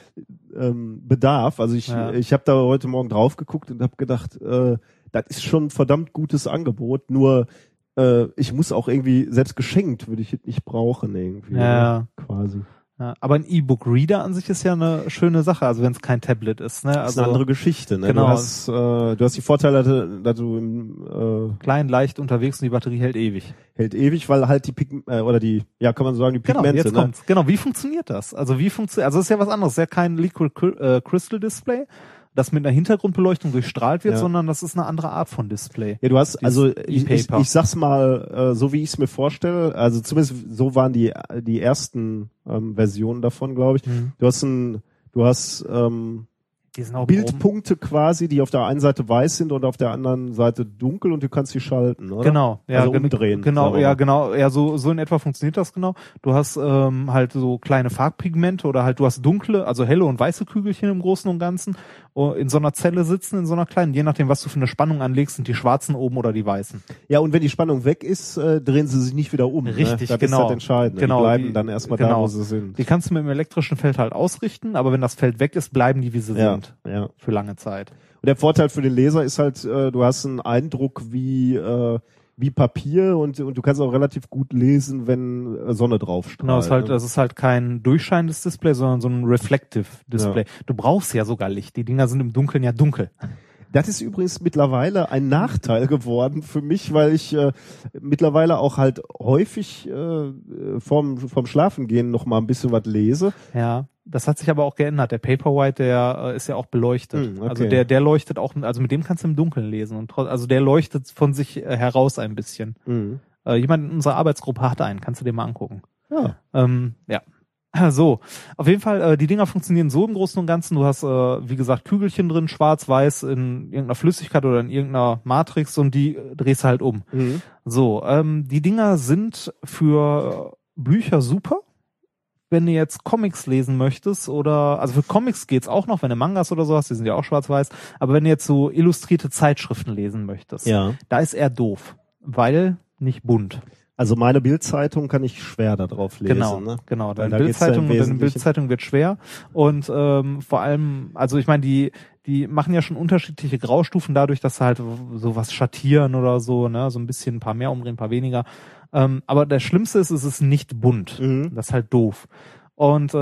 Bedarf. Also ich habe da heute Morgen drauf geguckt und habe gedacht, das ist schon ein verdammt gutes Angebot. Nur ich muss auch irgendwie, selbst geschenkt würde ich es nicht brauchen irgendwie. Ja. Ne? Quasi. Ja, aber ein E-Book-Reader an sich ist ja eine schöne Sache, also wenn es kein Tablet ist. Ne? Das ist Also eine andere Geschichte. Ne? Genau. Du hast die Vorteile, dass du im klein, leicht unterwegs und die Batterie hält ewig. hält ewig, weil halt die kann man sagen, die Genau, Pigmente. jetzt ne? kommt's. Genau, wie funktioniert das? Also das ist ja was anderes, das ist ja kein Liquid Crystal Display, das mit einer Hintergrundbeleuchtung durchstrahlt wird, Ja. sondern das ist eine andere Art von Display. Ja, du hast, also ich E-Paper. sag's mal, so wie ich es mir vorstelle, also zumindest so waren die ersten Versionen davon, glaube ich. Mhm. Du hast Die sind auch Bildpunkte quasi, die auf der einen Seite weiß sind und auf der anderen Seite dunkel und du kannst sie schalten, oder? Genau, ja, also umdrehen. Genau, sagen wir ja, mal. genau, ja, so in etwa funktioniert das genau. Du hast halt so kleine Farbpigmente oder halt du hast dunkle, also helle und weiße Kügelchen im Großen und Ganzen in so einer Zelle sitzen, in so einer kleinen, je nachdem, was du für eine Spannung anlegst, sind die schwarzen oben oder die weißen. Ja, und wenn die Spannung weg ist, drehen sie sich nicht wieder um. Richtig, ne? Das genau. ist das Entscheidende. Genau, die bleiben die- dann erstmal genau. da, wo sie sind. Die kannst du mit dem elektrischen Feld halt ausrichten, aber wenn das Feld weg ist, bleiben die, wie sie Ja, sind. ja. Für lange Zeit. Und der Vorteil für den Leser ist halt, du hast einen Eindruck wie Papier und du kannst auch relativ gut lesen, wenn Sonne drauf strahlt. Genau, ne? das ist halt kein durchscheinendes Display, sondern so ein Reflective Display. Ja. Du brauchst ja sogar Licht. Die Dinger sind im Dunkeln ja dunkel. Das ist übrigens mittlerweile ein Nachteil geworden für mich, weil ich mittlerweile auch halt häufig vorm Schlafengehen noch mal ein bisschen was lese. Ja, das hat sich aber auch geändert. Der Paperwhite, der ist ja auch beleuchtet. Okay. Also der leuchtet auch, also mit dem kannst du im Dunkeln lesen. Und also der leuchtet von sich heraus ein bisschen. Mhm. Jemand in unserer Arbeitsgruppe hat einen, kannst du dir mal angucken. Ja. Ja. So, auf jeden Fall, die Dinger funktionieren so im Großen und Ganzen. Du hast, wie gesagt, Kügelchen drin, schwarz-weiß in irgendeiner Flüssigkeit oder in irgendeiner Matrix und die drehst du halt um. Mhm. So, die Dinger sind für Bücher super. Wenn du jetzt Comics lesen möchtest oder, also für Comics geht's auch noch, wenn du Mangas oder so hast, die sind ja auch schwarz-weiß, aber wenn du jetzt so illustrierte Zeitschriften lesen möchtest, Ja. da ist er doof, weil nicht bunt. Also meine Bildzeitung kann ich schwer da drauf lesen. Genau, ne? genau. Weil Deine da geht's ja im Wesentlichen- Bildzeitung wird schwer und vor allem, also ich meine, die machen ja schon unterschiedliche Graustufen dadurch, dass sie halt sowas schattieren oder so, ne, so ein bisschen ein paar mehr umdrehen, ein paar weniger. Aber das Schlimmste ist, es ist nicht bunt. Mhm. Das ist halt doof. Und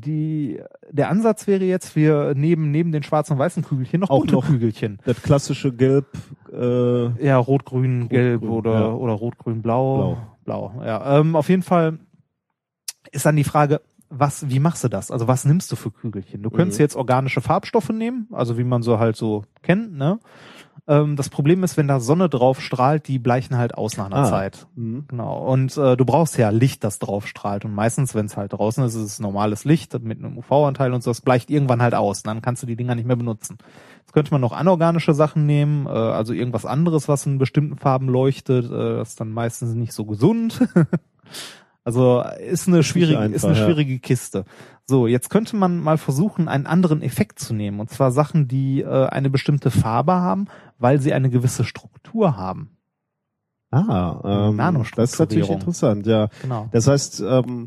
der Ansatz wäre jetzt, wir neben den schwarzen und weißen Kügelchen noch Auch bunte noch Kügelchen. Das klassische Gelb, Ja, rot, grün, gelb grün, oder ja. rot, grün, blau. Ja, auf jeden Fall ist dann die Frage, wie machst du das? Also was nimmst du für Kügelchen? Du könntest jetzt organische Farbstoffe nehmen, also wie man so halt so kennt, ne? Das Problem ist, wenn da Sonne drauf strahlt, die bleichen halt aus nach einer Zeit. Mhm. Genau. Und du brauchst ja Licht, das drauf strahlt. Und meistens, wenn es halt draußen ist, ist es normales Licht mit einem UV-Anteil und so, das bleicht irgendwann halt aus. Dann kannst du die Dinger nicht mehr benutzen. Jetzt könnte man noch anorganische Sachen nehmen, also irgendwas anderes, was in bestimmten Farben leuchtet. Das ist dann meistens nicht so gesund. Also ist eine schwierige Kiste. So, jetzt könnte man mal versuchen, einen anderen Effekt zu nehmen. Und zwar Sachen, die eine bestimmte Farbe haben, weil sie eine gewisse Struktur haben. Nanostrukturierung. Das ist natürlich interessant, ja. Genau. Das heißt,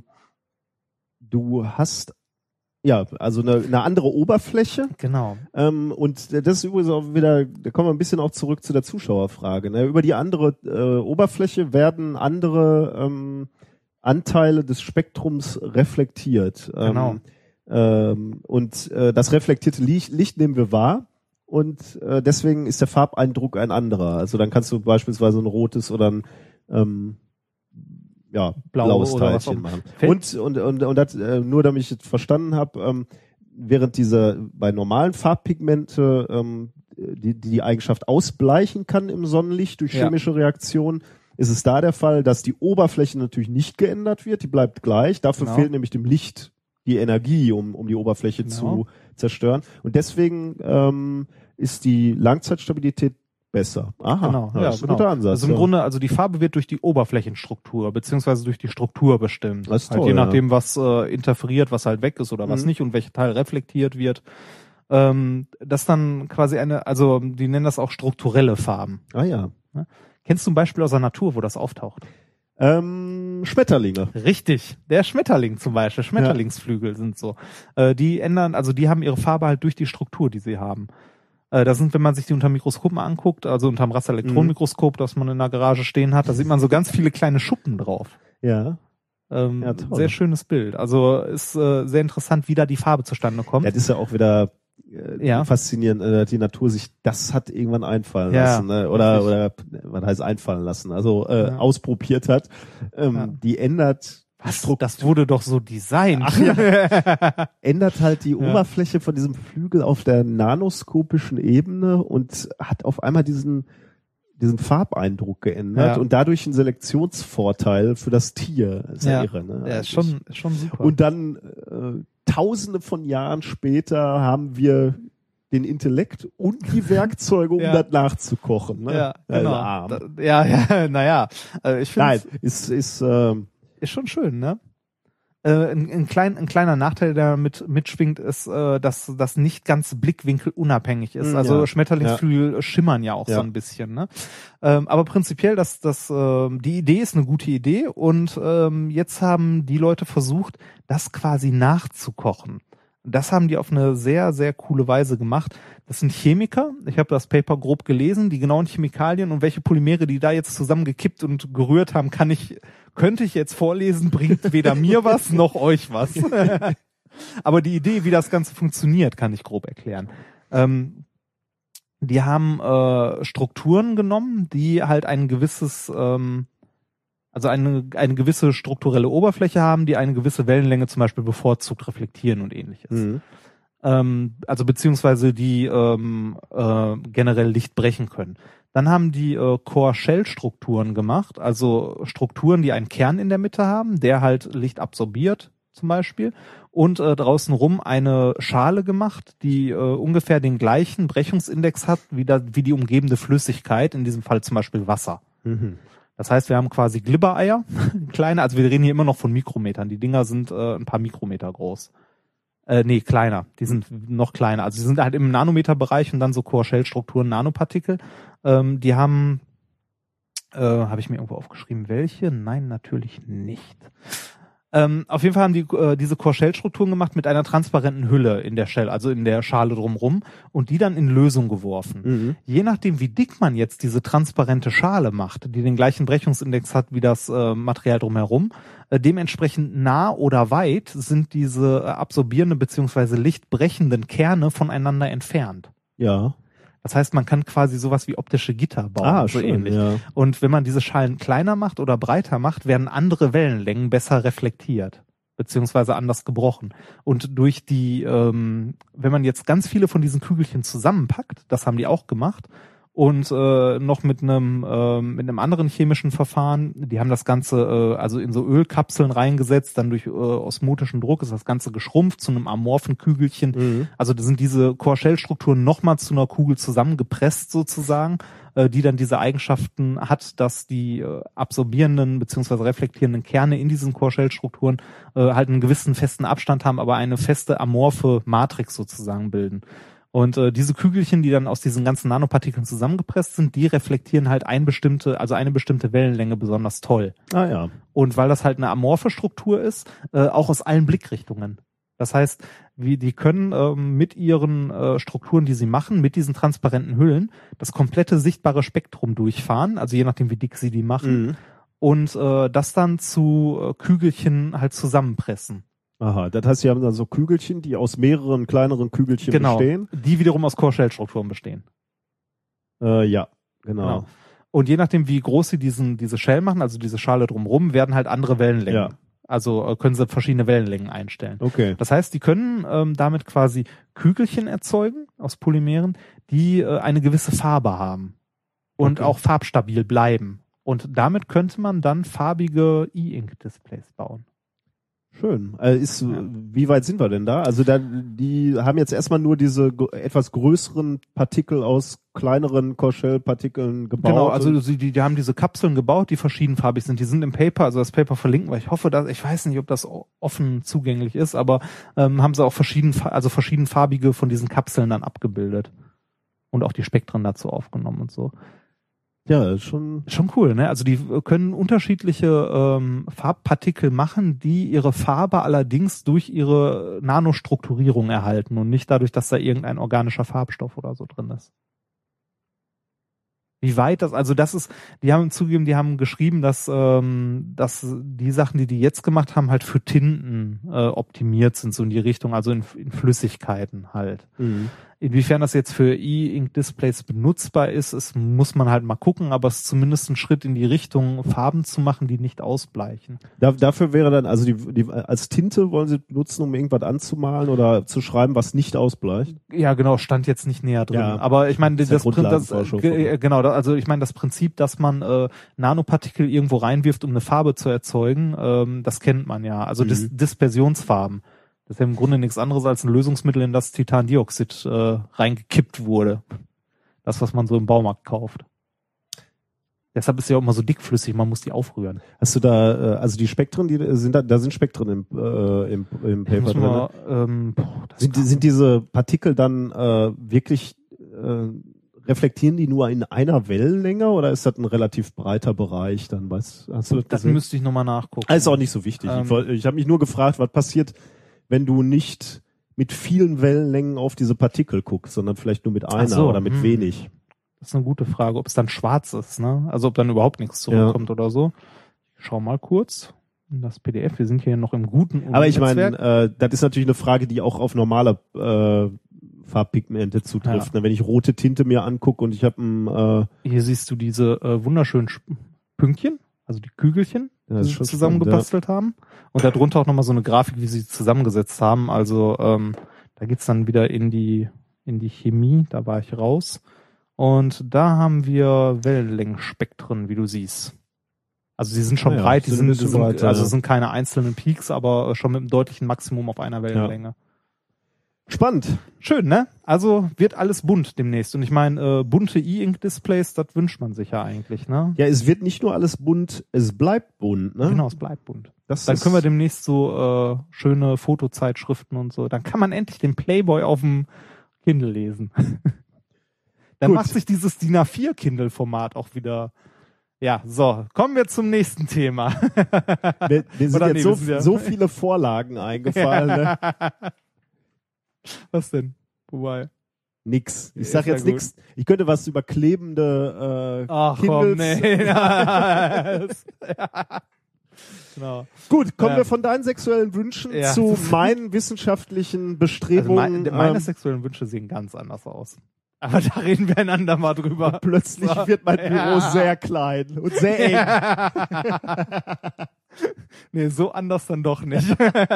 du hast ja also eine andere Oberfläche. Genau. Und das ist übrigens auch wieder, da kommen wir ein bisschen auch zurück zu der Zuschauerfrage. Ne? Über die andere Oberfläche werden andere Anteile des Spektrums reflektiert. Genau. Und das reflektierte Licht nehmen wir wahr. Und deswegen ist der Farbeindruck ein anderer. Also dann kannst du beispielsweise ein rotes oder ein blaues oder was Teilchen auch machen. immer. Und das, nur damit ich es verstanden habe, während bei normalen Farbpigmente die Eigenschaft ausbleichen kann im Sonnenlicht durch chemische Reaktionen, ist es da der Fall, dass die Oberfläche natürlich nicht geändert wird, die bleibt gleich. Dafür fehlt nämlich dem Licht die Energie, um die Oberfläche zu zerstören. Und deswegen ist die Langzeitstabilität besser. Aha, Genau, das ist ein guter Ansatz. Also im Grunde, also die Farbe wird durch die Oberflächenstruktur beziehungsweise durch die Struktur bestimmt. Das ist halt toll, je nachdem, was interferiert, was halt weg ist oder was nicht und welcher Teil reflektiert wird. Das dann quasi also die nennen das auch strukturelle Farben. Ah ja. Kennst du ein Beispiel aus der Natur, wo das auftaucht? Schmetterlinge. Richtig, der Schmetterling zum Beispiel, Schmetterlingsflügel sind so. Die haben ihre Farbe halt durch die Struktur, die sie haben. Das sind, wenn man sich die unter Mikroskop mal anguckt, also unter dem Rasterelektronenmikroskop, das man in der Garage stehen hat, da sieht man so ganz viele kleine Schuppen drauf. Ja. Toll. Sehr schönes Bild. Also ist sehr interessant, wie da die Farbe zustande kommt. Das ist ja auch wieder faszinierend, die Natur sich das hat irgendwann einfallen lassen, ne? oder was heißt einfallen lassen, also ausprobiert hat. Die ändert das wurde doch so designt. Ändert halt die Oberfläche von diesem Flügel auf der nanoskopischen Ebene und hat auf einmal diesen Farbeindruck geändert und dadurch einen Selektionsvorteil für das Tier. Ist ja irre, ne? Ja, ist schon super. Und dann Tausende von Jahren später haben wir den Intellekt und die Werkzeuge, um das nachzukochen. Ne? Ja, genau. Naja. Ich finde, nein, ist schon schön, ne? Ein kleiner Nachteil, der mitschwingt, ist, dass das nicht ganz blickwinkelunabhängig ist. Also Schmetterlingsflügel schimmern ja auch so ein bisschen, ne? Aber prinzipiell, die Idee ist eine gute Idee und jetzt haben die Leute versucht, das quasi nachzukochen. Das haben die auf eine sehr, sehr coole Weise gemacht. Das sind Chemiker. Ich habe das Paper grob gelesen, die genauen Chemikalien und welche Polymere die da jetzt zusammengekippt und gerührt haben, könnte ich jetzt vorlesen, bringt weder mir was noch euch was. Aber die Idee, wie das Ganze funktioniert, kann ich grob erklären. Die haben Strukturen genommen, die halt ein gewisses also eine gewisse strukturelle Oberfläche haben, die eine gewisse Wellenlänge zum Beispiel bevorzugt reflektieren und ähnliches. Also beziehungsweise die generell Licht brechen können. Dann haben die Core-Shell-Strukturen gemacht, also Strukturen, die einen Kern in der Mitte haben, der halt Licht absorbiert zum Beispiel und draußen rum eine Schale gemacht, die ungefähr den gleichen Brechungsindex hat wie die umgebende Flüssigkeit, in diesem Fall zum Beispiel Wasser. Das heißt, wir haben quasi Glibbereier, kleine, also wir reden hier immer noch von Mikrometern. Die Dinger sind ein paar Mikrometer groß. Kleiner. Die sind noch kleiner. Also die sind halt im Nanometerbereich und dann so Core-Shell-Strukturen, Nanopartikel. Die haben, habe ich mir irgendwo aufgeschrieben, welche? Nein, natürlich nicht. Auf jeden Fall haben die diese Core-Shell-Strukturen gemacht mit einer transparenten Hülle in der Shell, also in der Schale drumrum und die dann in Lösung geworfen. Je nachdem, wie dick man jetzt diese transparente Schale macht, die den gleichen Brechungsindex hat wie das Material drumherum, dementsprechend nah oder weit sind diese absorbierenden bzw. lichtbrechenden Kerne voneinander entfernt. Ja. Das heißt, man kann quasi sowas wie optische Gitter bauen, so schön, ähnlich. Ja. Und wenn man diese Schalen kleiner macht oder breiter macht, werden andere Wellenlängen besser reflektiert, beziehungsweise anders gebrochen. Und durch die, wenn man jetzt ganz viele von diesen Kügelchen zusammenpackt, das haben die auch gemacht, und noch mit einem anderen chemischen Verfahren, die haben das Ganze also in so Ölkapseln reingesetzt, dann durch osmotischen Druck ist das Ganze geschrumpft zu einem amorphen Kügelchen. Also da sind diese Core-Shell-Strukturen nochmal zu einer Kugel zusammengepresst sozusagen, die dann diese Eigenschaften hat, dass die absorbierenden bzw. reflektierenden Kerne in diesen Core-Shell-Strukturen halt einen gewissen festen Abstand haben, aber eine feste amorphe Matrix sozusagen bilden. Und diese Kügelchen, die dann aus diesen ganzen Nanopartikeln zusammengepresst sind, die reflektieren halt eine bestimmte Wellenlänge besonders toll. Ah ja. Und weil das halt eine amorphe Struktur ist, auch aus allen Blickrichtungen. Das heißt, die können mit ihren Strukturen, die sie machen, mit diesen transparenten Hüllen, das komplette sichtbare Spektrum durchfahren, also je nachdem, wie dick sie die machen, und das dann zu Kügelchen halt zusammenpressen. Aha, das heißt, Sie haben dann so Kügelchen, die aus mehreren kleineren Kügelchen bestehen? Die wiederum aus Core-Shell-Strukturen bestehen. Ja, genau. Und je nachdem, wie groß sie diese Shell machen, also diese Schale drumherum, werden halt andere Wellenlängen. Ja. Also können sie verschiedene Wellenlängen einstellen. Okay. Das heißt, die können damit quasi Kügelchen erzeugen aus Polymeren, die eine gewisse Farbe haben und auch farbstabil bleiben. Und damit könnte man dann farbige E-Ink-Displays bauen. Schön. Wie weit sind wir denn da? Also die haben jetzt erstmal nur diese etwas größeren Partikel aus kleineren Korschell-Partikeln gebaut. Genau, also die haben diese Kapseln gebaut, die verschiedenfarbig sind. Die sind im Paper, also das Paper verlinken wir. Ich hoffe, ich weiß nicht, ob das offen zugänglich ist, aber haben sie auch verschiedenfarbige von diesen Kapseln dann abgebildet. Und auch die Spektren dazu aufgenommen und so. Ja, schon cool, ne? Also die können unterschiedliche Farbpartikel machen, die ihre Farbe allerdings durch ihre Nanostrukturierung erhalten und nicht dadurch, dass da irgendein organischer Farbstoff oder so drin ist. Wie weit die haben geschrieben, dass die Sachen, die jetzt gemacht haben, halt für Tinten optimiert sind, so in die Richtung, also in Flüssigkeiten halt. Mhm. Inwiefern das jetzt für E-Ink-Displays benutzbar ist, muss man halt mal gucken, aber es ist zumindest ein Schritt in die Richtung, Farben zu machen, die nicht ausbleichen. Dafür wäre dann, also die als Tinte wollen sie nutzen, um irgendwas anzumalen oder zu schreiben, was nicht ausbleicht? Ja, genau, stand jetzt nicht näher drin. Ja, aber ich meine, das Prinzip, dass man Nanopartikel irgendwo reinwirft, um eine Farbe zu erzeugen, das kennt man ja. Also Dispersionsfarben. Das ist ja im Grunde nichts anderes als ein Lösungsmittel, in das Titandioxid reingekippt wurde. Das, was man so im Baumarkt kauft. Deshalb ist ja auch immer so dickflüssig, man muss die aufrühren. Hast du da, also die Spektren, da sind Spektren im Paper drin? Sind diese Partikel dann wirklich, reflektieren die nur in einer Wellenlänge oder ist das ein relativ breiter Bereich dann? Hast du das gesehen? Müsste ich nochmal nachgucken. Ist auch nicht so wichtig. Ich habe mich nur gefragt, was passiert, wenn du nicht mit vielen Wellenlängen auf diese Partikel guckst, sondern vielleicht nur mit einer oder mit wenig. Das ist eine gute Frage, ob es dann schwarz ist, ne? Also ob dann überhaupt nichts zurückkommt oder so. Ich schau mal kurz in das PDF. Wir sind hier noch im guten Aber ich meine, das ist natürlich eine Frage, die auch auf normale Farbpigmente zutrifft. Ja. Wenn ich rote Tinte mir angucke und ich habe hier siehst du diese wunderschönen Pünktchen, also die Kügelchen, die sie zusammengebastelt haben. Und darunter auch nochmal so eine Grafik, wie sie zusammengesetzt haben. Also da geht's dann wieder in die Chemie, da war ich raus. Und da haben wir Wellenlängenspektren, wie du siehst. Also sie sind schon breit, sind keine einzelnen Peaks, aber schon mit einem deutlichen Maximum auf einer Wellenlänge. Ja. Spannend. Schön, ne? Also wird alles bunt demnächst. Und ich meine, bunte E-Ink-Displays, das wünscht man sich ja eigentlich, ne? Ja, es wird nicht nur alles bunt, es bleibt bunt, ne? Genau, es bleibt bunt. Dann können wir demnächst so schöne Fotozeitschriften und so. Dann kann man endlich den Playboy auf dem Kindle lesen. Dann macht sich dieses DIN A4 Kindle-Format auch wieder. Ja, so, kommen wir zum nächsten Thema. Mir sind jetzt so viele Vorlagen eingefallen, ne? Was denn? Wobei? Nix. Ich sag jetzt nichts. Ich könnte was über klebende Ach, Kindles. Komm, nee. Genau. Gut, kommen wir von deinen sexuellen Wünschen zu meinen wissenschaftlichen Bestrebungen. Also meine sexuellen Wünsche sehen ganz anders aus. Aber da reden wir einander mal drüber. Und plötzlich wird mein Büro sehr klein und sehr eng. Nee, so anders dann doch nicht.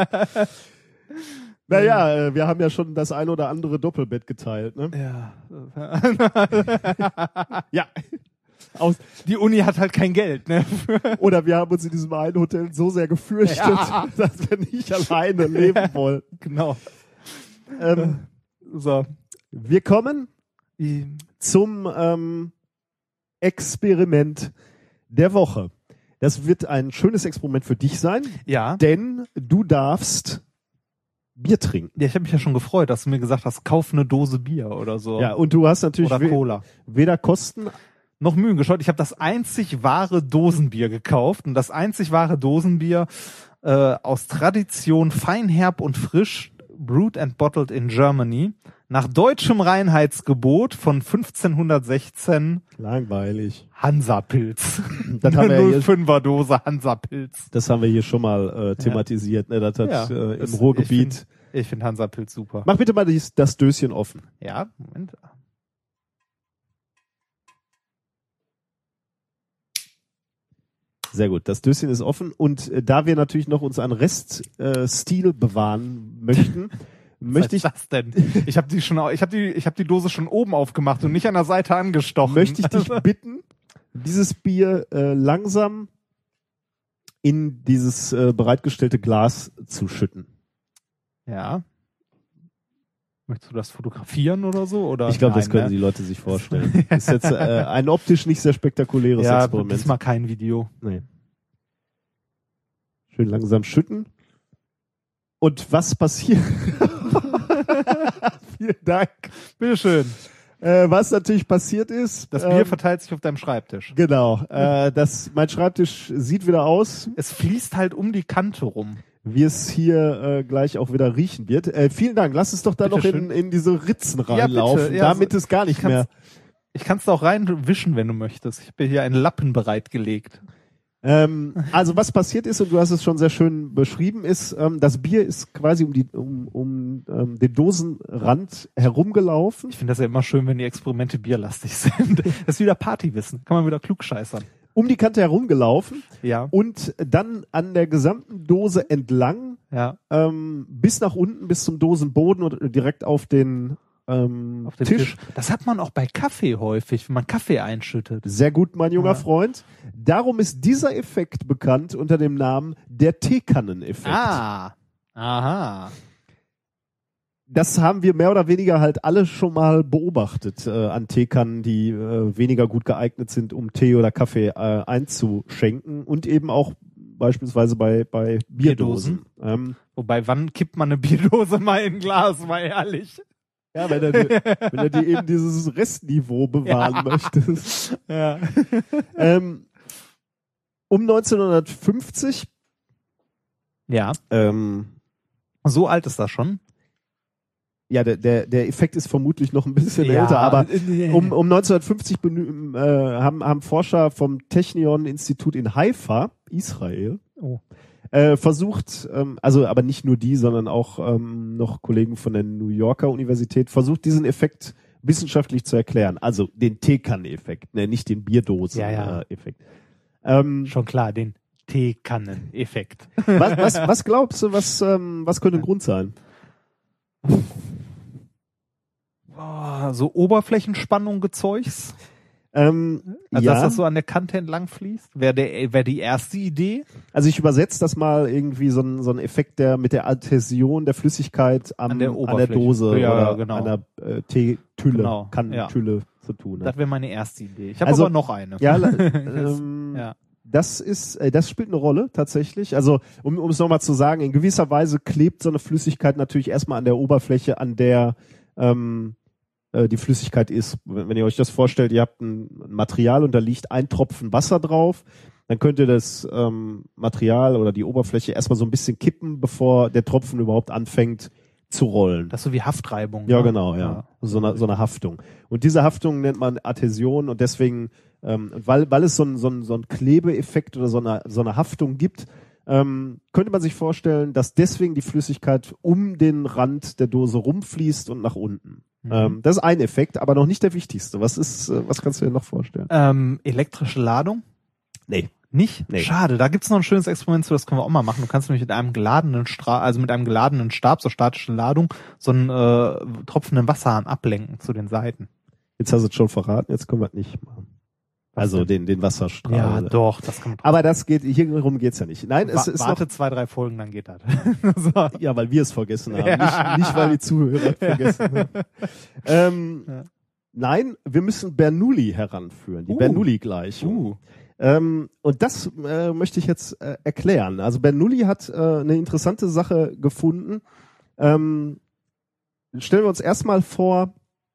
Naja, wir haben ja schon das ein oder andere Doppelbett geteilt, ne? Ja. Ja. Die Uni hat halt kein Geld, ne? Oder wir haben uns in diesem einen Hotel so sehr gefürchtet, dass wir nicht alleine leben wollten. Genau. So. Wir kommen zum Experiment der Woche. Das wird ein schönes Experiment für dich sein. Ja. Denn du darfst Bier trinken. Ja, ich habe mich ja schon gefreut, dass du mir gesagt hast, kauf eine Dose Bier oder so. Ja, und du hast natürlich oder Cola. Weder Kosten noch Mühen geschaut. Ich habe das einzig wahre Dosenbier gekauft und das einzig wahre Dosenbier aus Tradition fein, herb und frisch, brewed and bottled in Germany, nach deutschem Reinheitsgebot von 1516. Langweilig. Hansa-Pilz. Das haben wir 0,5er Dose Hansa-Pilz. Das haben wir hier schon mal thematisiert. Ne? Das hat im Ruhrgebiet. Ich finde Hansa-Pilz super. Mach bitte mal das Döschen offen. Ja, Moment. Sehr gut, das Döschen ist offen und da wir natürlich noch uns einen Reststil bewahren möchten, möchte ich das denn? Ich habe die Dose schon oben aufgemacht und nicht an der Seite angestochen. Möchte ich dich bitten, dieses Bier langsam in dieses bereitgestellte Glas zu schütten. Ja. Möchtest du das fotografieren oder so? Oder? Ich glaube, das Nein, können ne? die Leute sich vorstellen. Das ist jetzt ein optisch nicht sehr spektakuläres Ja, Experiment. diesmal kein Video. Nee. Schön langsam schütten. Und was passiert? Vielen Dank. Bitteschön. Was natürlich passiert ist. Das Bier verteilt sich auf deinem Schreibtisch. Genau. Mein Schreibtisch sieht wieder aus, Es fließt halt um die Kante rum. wie es hier gleich auch wieder riechen wird. Vielen Dank. Lass es doch da noch Bitteschön. in diese Ritzen bitte. reinlaufen, Ja, damit es gar nicht kann's- mehr. Ich kann es da auch reinwischen, wenn du möchtest. Ich habe hier einen Lappen bereitgelegt. Also was passiert ist, und du hast es schon sehr schön beschrieben, ist, das Bier ist quasi um den Dosenrand herumgelaufen. Ich finde das ja immer schön, wenn die Experimente bierlastig sind. Das ist wieder Partywissen. Kann man wieder klugscheißern. Um die Kante herumgelaufen Ja. und dann an der gesamten Dose entlang Ja. bis nach unten, bis zum Dosenboden und direkt auf den Auf den Tisch. Tisch. Das hat man auch bei Kaffee häufig, wenn man Kaffee einschüttet. Sehr gut, mein junger Ja. Freund. Darum ist dieser Effekt bekannt unter dem Namen der Teekanneneffekt. Aha. Das haben wir mehr oder weniger halt alle schon mal beobachtet an Teekannen, die weniger gut geeignet sind, um Tee oder Kaffee einzuschenken und eben auch beispielsweise bei Bierdosen. Wobei, wann kippt man eine Bierdose mal in ein Glas, mal ehrlich? Ja, wenn er die eben dieses Restniveau bewahren möchtest. Ja. Um 1950 Ja. So alt ist das schon. ja, der Effekt ist vermutlich noch ein bisschen älter, aber um 1950 haben Forscher vom Technion-Institut in Haifa, Israel, versucht, also aber nicht nur die, sondern auch noch Kollegen von der New Yorker Universität, versucht diesen Effekt wissenschaftlich zu erklären. Also den Teekanneneffekt, ne, nicht den Bierdosen-Effekt. Schon klar, den Teekannen-Effekt. Was glaubst du, was könnte ein Grund sein? So Oberflächenspannung Gezeugs? Also ja. dass das so an der Kante entlang fließt? Wäre die erste Idee? Also ich übersetze das mal irgendwie so ein Effekt, der mit der Adhäsion der Flüssigkeit An an der der Oberfläche. Dose Ja, oder genau. einer Teetülle, Genau, Kannentülle zu tun Das hat. wäre meine erste Idee. Ich habe Also, aber noch eine. Ja, Ja. das spielt eine Rolle tatsächlich. Also um es nochmal zu sagen, in gewisser Weise klebt so eine Flüssigkeit natürlich erstmal an der Oberfläche, an der die Flüssigkeit ist. Wenn ihr euch das vorstellt, ihr habt ein Material und da liegt ein Tropfen Wasser drauf, dann könnt ihr das Material oder die Oberfläche erstmal so ein bisschen kippen, bevor der Tropfen überhaupt anfängt zu rollen. Das ist so wie Haftreibung. Ja, ne? genau, ja. So eine Haftung. Und diese Haftung nennt man Adhäsion und deswegen, weil es so ein Klebeeffekt oder so eine Haftung gibt, könnte man sich vorstellen, dass deswegen die Flüssigkeit um den Rand der Dose rumfließt und nach unten. Das ist ein Effekt, aber noch nicht der wichtigste. Was kannst du dir noch vorstellen? Elektrische Ladung? Nee. Nicht? Nee. Schade, da gibt's noch ein schönes Experiment zu, das können wir auch mal machen. Du kannst nämlich mit einem geladenen Stab, so statische Ladung, so einen tropfenden Wasserhahn ablenken zu den Seiten. Jetzt hast du es schon verraten, jetzt können wir es nicht machen. Also den Wasserstrahl. Ja, doch, das kann man Aber hierum geht's ja nicht. Nein, es ist warte noch, 2-3 Folgen, dann geht das. So. ja, weil wir es vergessen haben, Ja. nicht weil die Zuhörer vergessen haben. Ja. Nein, wir müssen Bernoulli heranführen, die Bernoulli-Gleichung. Und das möchte ich jetzt erklären. Also Bernoulli hat eine interessante Sache gefunden. Stellen wir uns erstmal vor,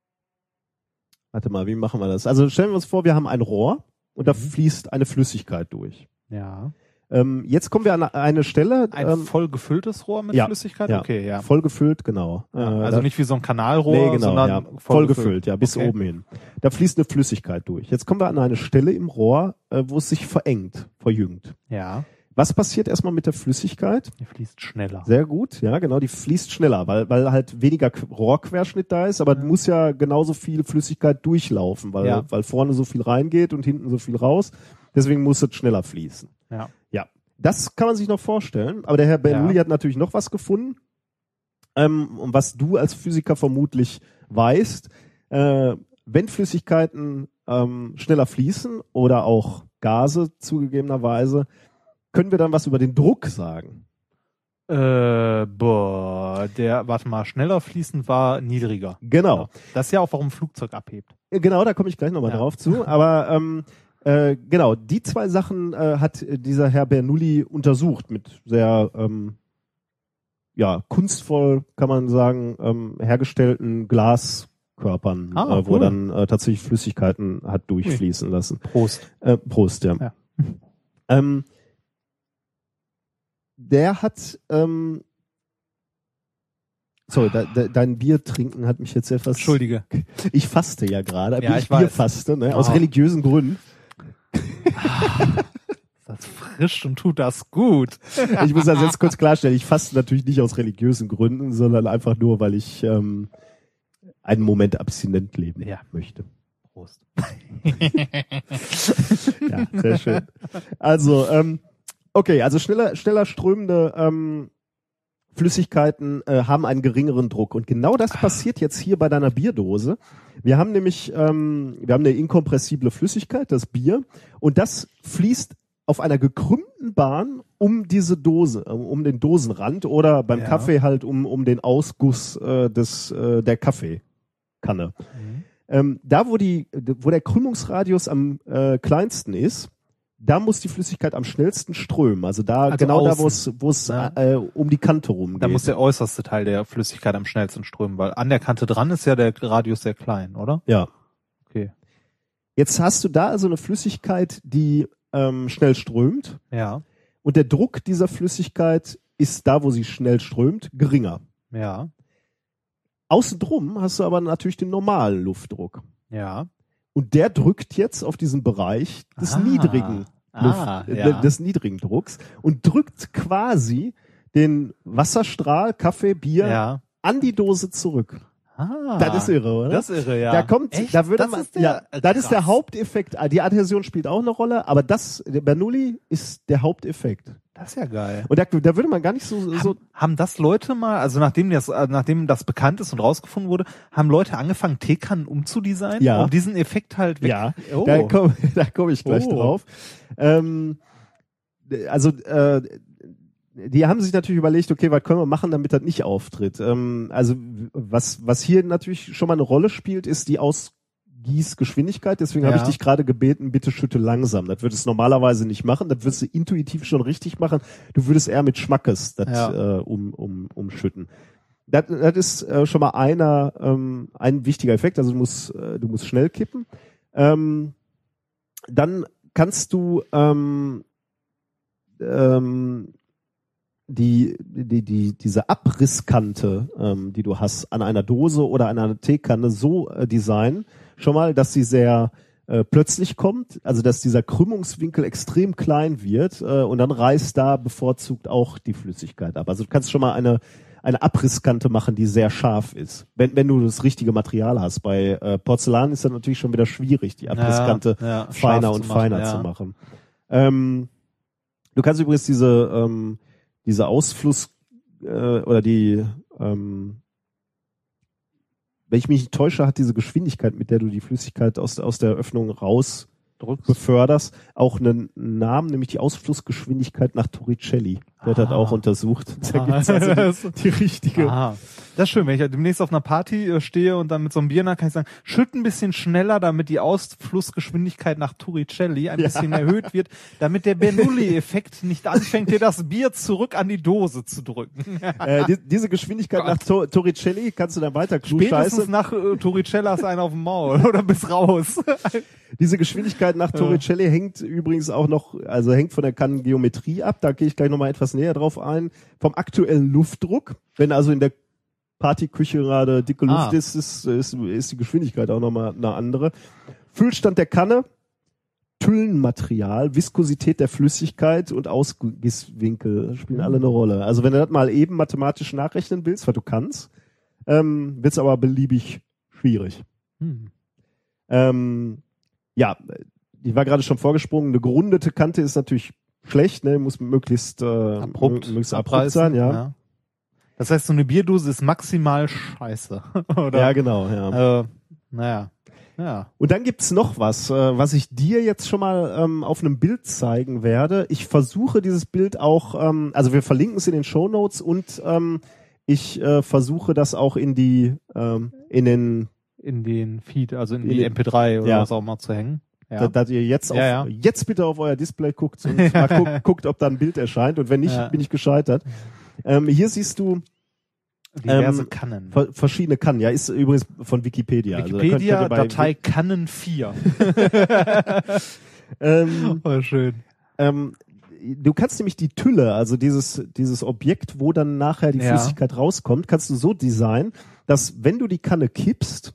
warte mal, wie machen wir das? Also stellen wir uns vor, wir haben ein Rohr und da fließt eine Flüssigkeit durch. Ja. Jetzt kommen wir an eine Stelle. Ein voll gefülltes Rohr mit ja, Flüssigkeit? ja, Okay, ja. voll gefüllt, genau. Also nicht wie so ein Kanalrohr, nee, genau, sondern ja, voll gefüllt, ja, bis Okay. oben hin. Da fließt eine Flüssigkeit durch. Jetzt kommen wir an eine Stelle im Rohr, wo es sich verjüngt. Ja, Was passiert erstmal mit der Flüssigkeit? die fließt schneller. Sehr gut, ja, genau, die fließt schneller, weil halt weniger Rohrquerschnitt da ist, aber muss ja genauso viel Flüssigkeit durchlaufen, weil vorne so viel reingeht und hinten so viel raus. Deswegen muss es schneller fließen. Ja. Ja, das kann man sich noch vorstellen. Aber der Herr Bernoulli hat natürlich noch was gefunden. Und was du als Physiker vermutlich weißt, wenn Flüssigkeiten schneller fließen oder auch Gase zugegebenerweise, können wir dann was über den Druck sagen? Warte mal, schneller fließend war niedriger. Genau. Das ist ja auch, warum ein Flugzeug abhebt. Genau, da komme ich gleich nochmal drauf zu. Aber genau, die zwei Sachen hat dieser Herr Bernoulli untersucht mit sehr kunstvoll, kann man sagen, hergestellten Glaskörpern, wo er dann tatsächlich Flüssigkeiten hat durchfließen lassen. Prost. Prost, ja. Der hat dein Bier trinken hat mich jetzt etwas... Entschuldige. Ich faste ja gerade, Ja, ich weiß. Bier faste, ne? Aus religiösen Gründen. Das frischt und tut das gut. Ich muss das jetzt kurz klarstellen, ich faste natürlich nicht aus religiösen Gründen, sondern einfach nur, weil ich einen Moment abstinent leben möchte. Prost. Ja, sehr schön. Also, okay, also schneller strömende Flüssigkeiten haben einen geringeren Druck. Und genau das passiert jetzt hier bei deiner Bierdose. Wir haben nämlich wir haben eine inkompressible Flüssigkeit, das Bier, und das fließt auf einer gekrümmten Bahn um diese Dose, um den Dosenrand oder beim Kaffee halt um den Ausguss der Kaffeekanne. Da, wo der Krümmungsradius am kleinsten ist, da muss die Flüssigkeit am schnellsten strömen. Also da genau außen. da, wo es um die Kante rumgeht. Da muss der äußerste Teil der Flüssigkeit am schnellsten strömen, weil an der Kante dran ist ja der Radius sehr klein, oder? Ja. Okay. Jetzt hast du da also eine Flüssigkeit, die schnell strömt. Ja. Und der Druck dieser Flüssigkeit ist da, wo sie schnell strömt, geringer. Ja. Außen drum hast du aber natürlich den normalen Luftdruck. Ja. Und der drückt jetzt auf diesen Bereich des niedrigen des niedrigen Drucks und drückt quasi den Wasserstrahl, Kaffee, Bier an die Dose zurück. Das ist irre, oder? Das ist irre, ja. Da kommt, Echt? da würde Das man, ist der- das ist der Haupteffekt. Die Adhäsion spielt auch eine Rolle, aber der Bernoulli ist der Haupteffekt. Das ist ja geil. Und da würde man gar nicht so Haben das Leute mal, also nachdem das bekannt ist und rausgefunden wurde, haben Leute angefangen, Teekannen umzudesignen, Ja. um diesen Effekt halt weg. Ja, Oh. da komm ich gleich drauf. Die haben sich natürlich überlegt, okay, was können wir machen, damit das nicht auftritt. Also was hier natürlich schon mal eine Rolle spielt, ist die Ausgießgeschwindigkeit. Deswegen habe ich dich gerade gebeten, bitte schütte langsam. Das würdest du normalerweise nicht machen. Das würdest du intuitiv schon richtig machen. Du würdest eher mit Schmackes das umschütten. Das ist schon mal ein wichtiger Effekt. Also du musst schnell kippen. Dann kannst du diese Abrisskante, die du hast an einer Dose oder an einer Teekanne so designen, schon mal, dass sie sehr plötzlich kommt, also dass dieser Krümmungswinkel extrem klein wird und dann reißt da bevorzugt auch die Flüssigkeit ab. Also du kannst schon mal eine Abrisskante machen, die sehr scharf ist, wenn du das richtige Material hast. Bei Porzellan ist das natürlich schon wieder schwierig, die Abrisskante feiner und feiner zu machen. Du kannst übrigens diese Ausfluss oder wenn ich mich nicht täusche, hat diese Geschwindigkeit, mit der du die Flüssigkeit aus der Öffnung raus beförderst, auch einen Namen, nämlich die Ausflussgeschwindigkeit nach Torricelli. Der hat das auch untersucht. Da gibt's also die richtige. Ah. Das ist schön, wenn ich demnächst auf einer Party stehe und dann mit so einem Bier nach, kann ich sagen, schütt ein bisschen schneller, damit die Ausflussgeschwindigkeit nach Torricelli ein bisschen erhöht wird, damit der Bernoulli-Effekt nicht anfängt, dir das Bier zurück an die Dose zu drücken. Diese Geschwindigkeit nach Torricelli kannst du dann weiter Spätestens nach Torricelli hast du einen auf dem Maul oder bis raus. Diese Geschwindigkeit nach Torricelli hängt übrigens auch noch, also hängt von der Kannengeometrie ab, da gehe ich gleich nochmal etwas näher drauf ein, vom aktuellen Luftdruck. Wenn also in der Partyküche gerade dicke Luft ist die Geschwindigkeit auch nochmal eine andere. Füllstand der Kanne, Tüllenmaterial, Viskosität der Flüssigkeit und Ausgießwinkel spielen alle eine Rolle. Also wenn du das mal eben mathematisch nachrechnen willst, was du kannst, wird's aber beliebig schwierig. Ja, ich war gerade schon vorgesprungen, eine gerundete Kante ist natürlich schlecht, ne, muss möglichst abrupt sein, ja. Das heißt, so eine Bierdose ist maximal scheiße, oder? Ja, genau, ja. Naja. Ja. Und dann gibt's noch was ich dir jetzt schon mal auf einem Bild zeigen werde. Ich versuche dieses Bild auch, also wir verlinken es in den Shownotes und ich versuche das auch in den Feed, also in die MP3 oder ja. was auch mal zu hängen. Ja. Dass ihr jetzt jetzt bitte auf euer Display guckt und mal guckt, ob da ein Bild erscheint. Und wenn nicht, bin ich gescheitert. Hier siehst du diverse Kannen. Verschiedene Kannen. Ja, ist übrigens von Wikipedia. Wikipedia, also, Datei Kannen 4. Oh, schön. Du kannst nämlich die Tülle, also dieses Objekt, wo dann nachher die Flüssigkeit rauskommt, kannst du so designen, dass wenn du die Kanne kippst,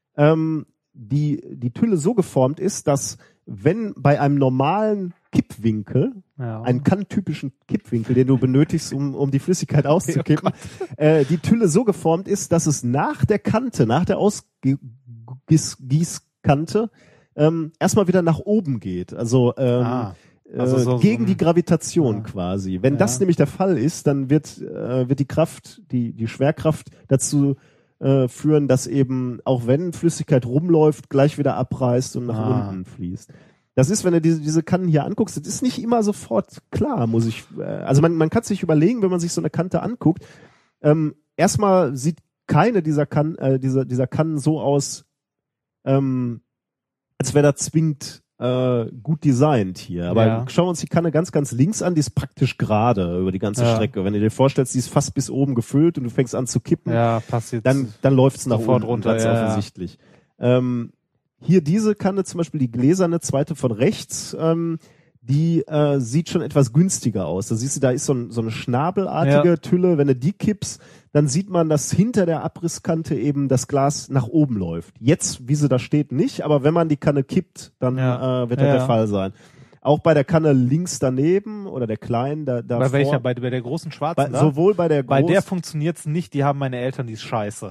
die Tülle so geformt ist, dass wenn bei einem normalen Kippwinkel, einen kanntypischen Kippwinkel, den du benötigst, um die Flüssigkeit auszukippen, die Tülle so geformt ist, dass es nach der Kante, nach der Ausgießkante, erstmal wieder nach oben geht. Also, gegen die Gravitation quasi. Wenn das nämlich der Fall ist, dann wird die Kraft, die Schwerkraft dazu führen, dass eben, auch wenn Flüssigkeit rumläuft, gleich wieder abreißt und nach unten fließt. Das ist, wenn du diese Kannen hier anguckst, das ist nicht immer sofort klar, also man kann sich überlegen, wenn man sich so eine Kante anguckt, erstmal sieht keine dieser Kannen so aus, als wäre da zwingend gut designt hier. Aber schauen wir uns die Kanne ganz, ganz links an, die ist praktisch gerade über die ganze Strecke. Wenn du dir vorstellst, die ist fast bis oben gefüllt und du fängst an zu kippen, dann läuft's nach unten runter, ganz offensichtlich. Hier diese Kanne zum Beispiel, die gläserne zweite von rechts, die sieht schon etwas günstiger aus. Da siehst du, da ist so eine schnabelartige Tülle. Wenn du die kippst, dann sieht man, dass hinter der Abrisskante eben das Glas nach oben läuft. Jetzt, wie sie da steht, nicht, aber wenn man die Kanne kippt, dann wird das der Fall sein. Auch bei der Kanne links daneben oder der kleinen, bei welcher? Bei der großen schwarzen? Sowohl bei der großen. Bei der funktioniert's nicht, die haben meine Eltern, die ist scheiße.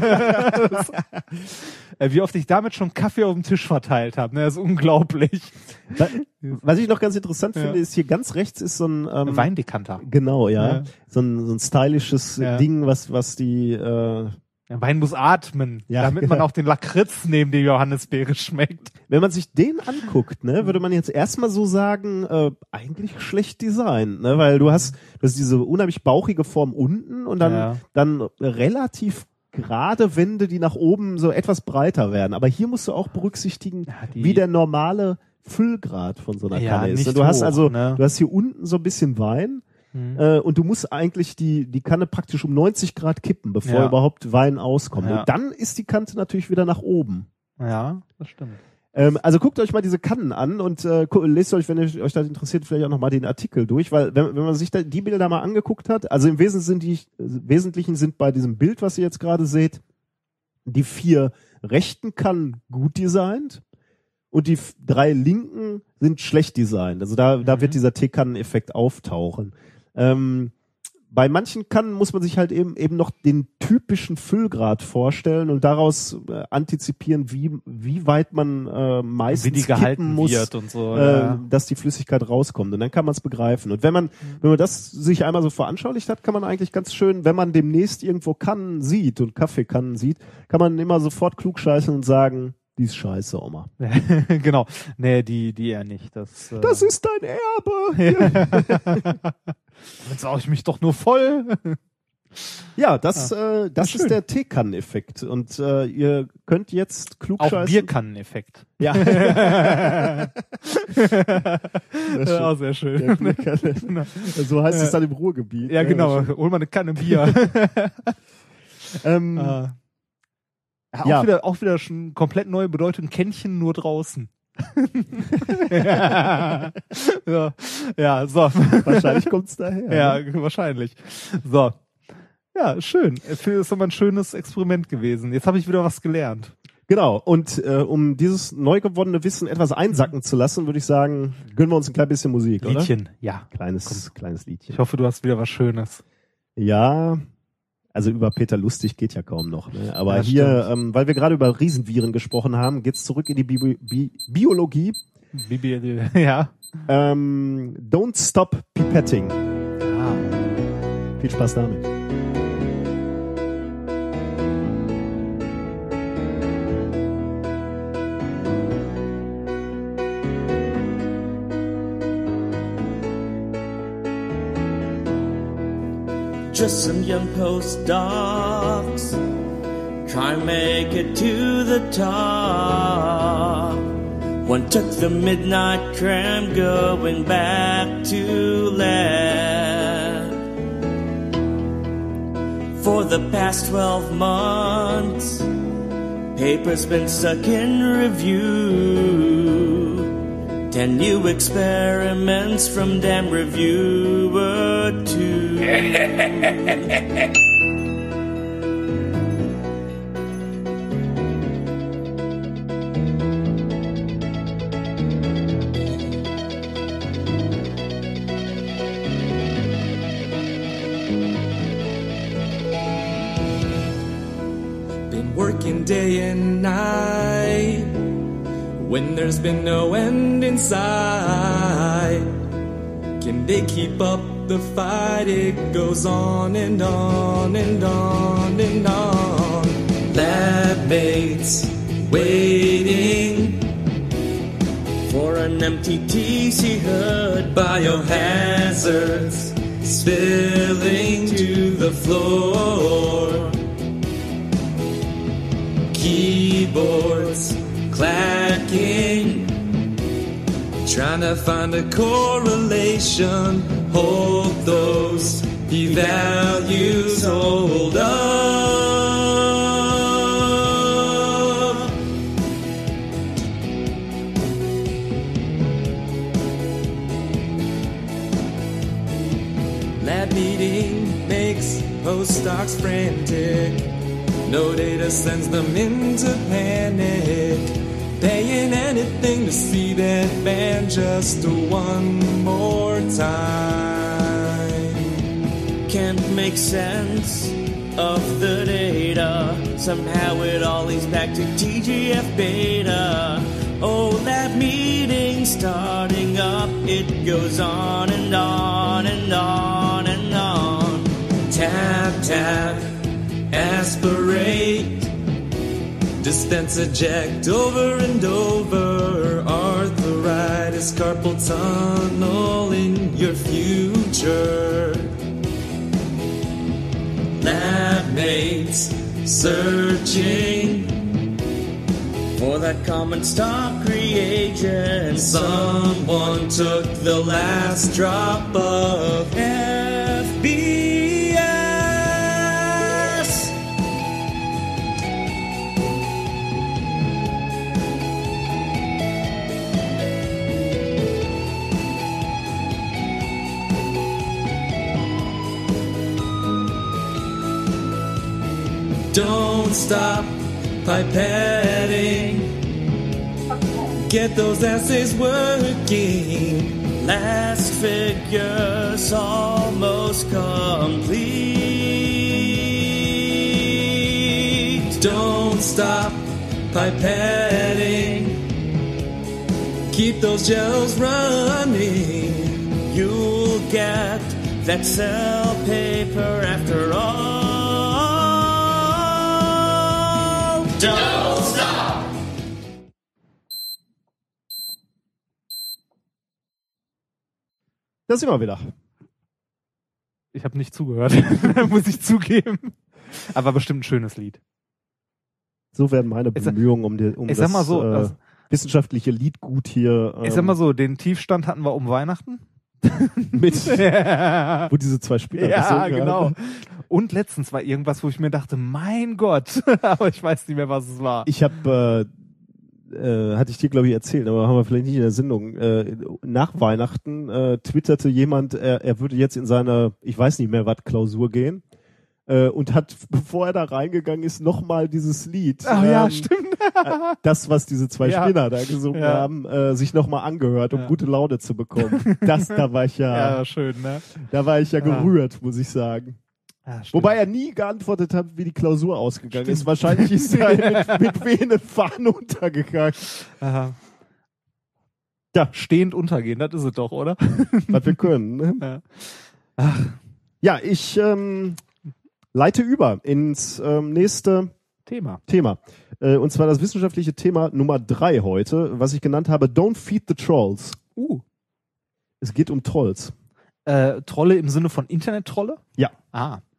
Wie oft ich damit schon Kaffee auf dem Tisch verteilt habe, ne, das ist unglaublich. Was ich noch ganz interessant finde, ist hier ganz rechts ist so ein Weindekanter. Genau, so ein stylisches Ding, was die Wein muss atmen, damit man auch den Lakritz neben der Johannisbeere schmeckt. Wenn man sich den anguckt, ne, würde man jetzt erstmal so sagen, eigentlich schlecht designt, ne, weil du hast diese unheimlich bauchige Form unten und dann relativ gerade Wände, die nach oben so etwas breiter werden. Aber hier musst du auch berücksichtigen, wie der normale Füllgrad von so einer Kanne ist. Du hast du hast hier unten so ein bisschen Wein. Und du musst eigentlich die Kanne praktisch um 90 Grad kippen, bevor überhaupt Wein auskommt. Und dann ist die Kante natürlich wieder nach oben. Ja, das stimmt. Also guckt euch mal diese Kannen an und lest euch, wenn euch das interessiert, vielleicht auch nochmal den Artikel durch, weil wenn man sich die Bilder mal angeguckt hat, also im Wesentlichen sind bei diesem Bild, was ihr jetzt gerade seht, die 4 rechten Kannen gut designt und die 3 linken sind schlecht designt. Also da wird dieser Teekannen-Effekt auftauchen. Bei manchen Kannen muss man sich halt eben noch den typischen Füllgrad vorstellen und daraus antizipieren, wie weit man meistens wie die gehalten muss, wird und so, dass die Flüssigkeit rauskommt. Und dann kann man es begreifen. Und wenn man das sich einmal so veranschaulicht hat, kann man eigentlich ganz schön, wenn man demnächst irgendwo Kannen sieht und Kaffeekannen sieht, kann man immer sofort klugscheißen und sagen, die ist scheiße, Oma. Genau. Nee, die eher nicht. Das ist dein Erbe. Jetzt sauge ich mich doch nur voll. Ja, das ist der Teekannen-Effekt. Und ihr könnt jetzt klugscheißen. Auch Bierkannen-Effekt. Ja. Ja, sehr schön. So heißt es dann im Ruhrgebiet. Ja, genau. Hol mal eine Kanne Bier. Auch wieder schon komplett neue Bedeutung. Kännchen nur draußen. Ja, so. Wahrscheinlich kommt's daher. Ja, wahrscheinlich. So. Ja, schön. Ich finde, das ist aber ein schönes Experiment gewesen. Jetzt habe ich wieder was gelernt. Genau. Und um dieses neu gewonnene Wissen etwas einsacken zu lassen, würde ich sagen, gönnen wir uns ein klein bisschen Musik, Liedchen, oder? ja. Kleines Liedchen. Ich hoffe, du hast wieder was Schönes. Ja. Also über Peter Lustig geht ja kaum noch. Ne? Aber ja, hier, weil wir gerade über Riesenviren gesprochen haben, geht's zurück in die Biologie. Ja. Don't stop pipetting. Viel Spaß damit. just some young postdocs try and make it to the top. One took the midnight tram going back to lab. For the past 12 months, paper's been stuck in review. 10 new experiments from damn reviewer 2. Been working day and night when there's been no end in sight. Can they keep up the fight? It goes on and on and on and on. Lab mates waiting for an empty TC hood. Biohazards spilling to the floor. Keyboards clacking, trying to find a correlation. Hope those p-values hold up. Lab meeting makes postdocs frantic. No data sends them into panic. Paying anything to see that band just one more time. Can't make sense of the data. Somehow it all leads back to TGF beta. Oh, that meeting starting up. It goes on and on and on and on. Tap, tap, aspirate, dispense, eject over and over. Arthritis, carpal tunnel in your future. Lab mates searching For that common stock reagent. Someone took the last drop of FBS. Don't stop pipetting. Get those assays working. Last figure's almost complete. Don't stop pipetting. Keep those gels running. You'll get that cell paper after all. Don't stop! Da sind wir wieder. Ich habe nicht zugehört, muss ich zugeben. Aber bestimmt ein schönes Lied. So werden meine Bemühungen um ich sag mal so, wissenschaftliche Liedgut hier. Ich sag mal so, den Tiefstand hatten wir um Weihnachten. Mit, wo diese zwei Spieler ja, genau. haben. Und letztens war irgendwas, wo ich mir dachte, mein Gott, aber ich weiß nicht mehr, was es war. Ich habe, hatte ich dir glaube ich erzählt, aber haben wir vielleicht nicht in der Sendung. Nach Weihnachten twitterte jemand, er würde jetzt in seine, ich weiß nicht mehr was, Klausur gehen. Und hat, bevor er da reingegangen ist, nochmal dieses Lied. Ach ja, stimmt. Das, was diese zwei Spinner da gesungen haben, sich nochmal angehört, um gute Laune zu bekommen. Da war ich ja schön, ne? Da war ich ja gerührt, muss ich sagen. Ja, wobei er nie geantwortet hat, wie die Klausur ausgegangen ist. Wahrscheinlich ist er mit wehenden Fahnen untergegangen. Aha. Ja, stehend untergehen, das ist es doch, oder? Was wir können, ne? Ja. Ach. Ja, ich leite über ins nächste Thema. Und zwar das wissenschaftliche Thema Nummer 3 heute, was ich genannt habe, Don't Feed the Trolls. Es geht um Trolls. Trolle im Sinne von Internet-Trolle? Ja. Ah.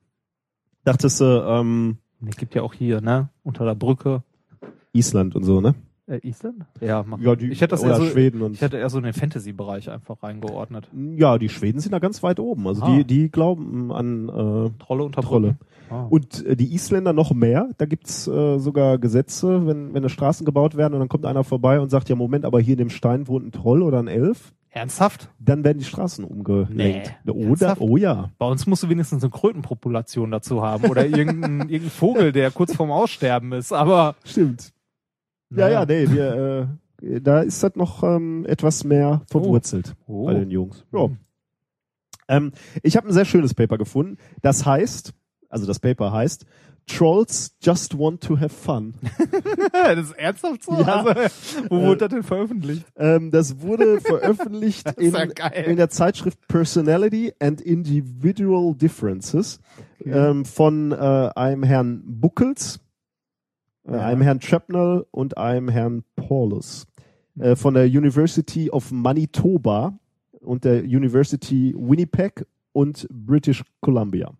Dachtest du, Es gibt ja auch hier, ne? Unter der Brücke. Island und so, ne? Island? Ja, Ja, ich hätte das oder eher so, Schweden und ich hätte eher so in den Fantasy-Bereich einfach reingeordnet. ja, die Schweden sind da ganz weit oben. Also die glauben an Trolle unter Trolle. Brücken. Ah. Und die Isländer noch mehr. Da gibt's sogar Gesetze, wenn Straßen gebaut werden und dann kommt einer vorbei und sagt, ja Moment, aber hier in dem Stein wohnt ein Troll oder ein Elf. Ernsthaft? Dann werden die Straßen umgelenkt. Ernsthaft? Oh ja. Bei uns musst du wenigstens eine Krötenpopulation dazu haben oder irgendein Vogel, der kurz vorm Aussterben ist, aber Stimmt. Ja, nee, da ist das noch etwas mehr verwurzelt bei den Jungs. Ja. Ich habe ein sehr schönes Paper gefunden. Das Paper heißt Trolls Just Want to Have Fun. Das ist ernsthaft so? Ja. Also, wo wurde das denn veröffentlicht? Das wurde veröffentlicht ist ja geil. in der Zeitschrift Personality and Individual Differences von einem Herrn Buckels, einem Herrn Chapnell und einem Herrn Paulus von der University of Manitoba und der University Winnipeg und British Columbia.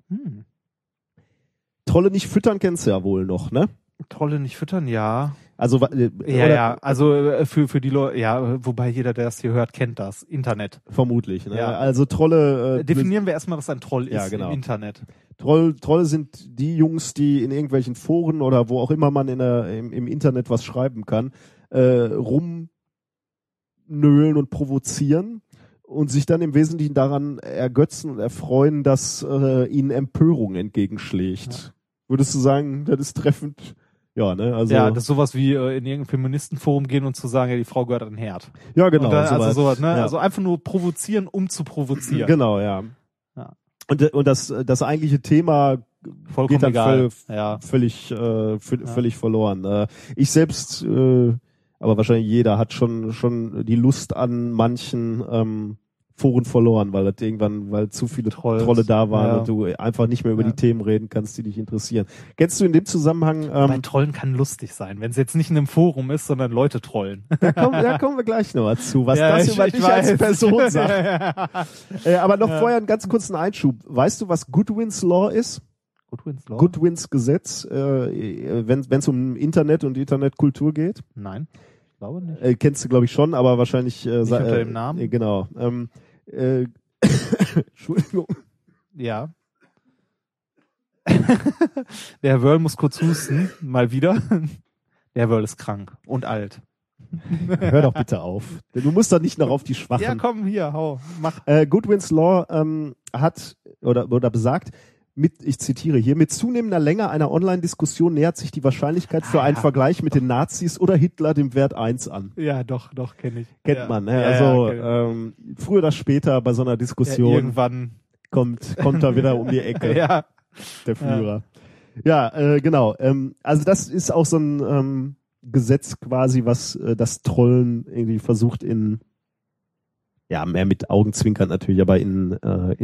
Trolle nicht füttern kennst du ja wohl noch, ne? Trolle nicht füttern, ja. Also also für die Leute, ja, wobei jeder, der das hier hört, kennt das. Internet. Vermutlich, ne? Ja. Also Trolle definieren wir erstmal, was ein Troll ist Ja, genau. im Internet. Trolle sind die Jungs, die in irgendwelchen Foren oder wo auch immer man im Internet was schreiben kann, rumnöhlen und provozieren und sich dann im Wesentlichen daran ergötzen und erfreuen, dass ihnen Empörung entgegenschlägt. Ja. Würdest du sagen, das ist treffend? Ja, ne? Also ja, das ist sowas wie in irgendein Feministenforum gehen und zu sagen, ja, die Frau gehört an den Herd. Ja, genau. Dann, also sowas, ne? Ja. Also einfach nur provozieren, um zu provozieren. Genau, ja. Und das eigentliche Thema vollkommen geht dann egal. völlig verloren. Ich selbst, aber wahrscheinlich jeder hat schon die Lust an manchen Foren verloren, weil zu viele Trolle da waren und du einfach nicht mehr über die Themen reden kannst, die dich interessieren. Kennst du in dem Zusammenhang... Bei Trollen kann lustig sein, wenn es jetzt nicht in einem Forum ist, sondern Leute trollen. Da kommen wir gleich noch zu, was das über dich als Person sagt. Aber noch vorher einen ganz kurzen Einschub. Weißt du, was Goodwins Law ist? Goodwins Law? Goodwins Gesetz, wenn es um Internet und Internetkultur geht? Nein, ich glaube nicht. Kennst du, glaube ich, schon, aber wahrscheinlich... nicht unter dem Namen? Genau. Entschuldigung. Ja. Der Herr Wörl muss kurz husten, mal wieder. Der Herr Wörl ist krank und alt. Hör doch bitte auf. Du musst doch nicht noch auf die Schwachen. Ja, komm, hier, hau, mach. Goodwins Law hat oder besagt, ich zitiere hier, mit zunehmender Länge einer Online-Diskussion nähert sich die Wahrscheinlichkeit für einen Vergleich mit den Nazis oder Hitler dem Wert 1 an. Ja, doch, kenne ich. Kennt man, ne? Also früher oder später bei so einer Diskussion irgendwann kommt er wieder um die Ecke, der Führer. Ja, genau. Also das ist auch so ein Gesetz quasi, was das Trollen irgendwie versucht mehr mit Augenzwinkern natürlich, aber in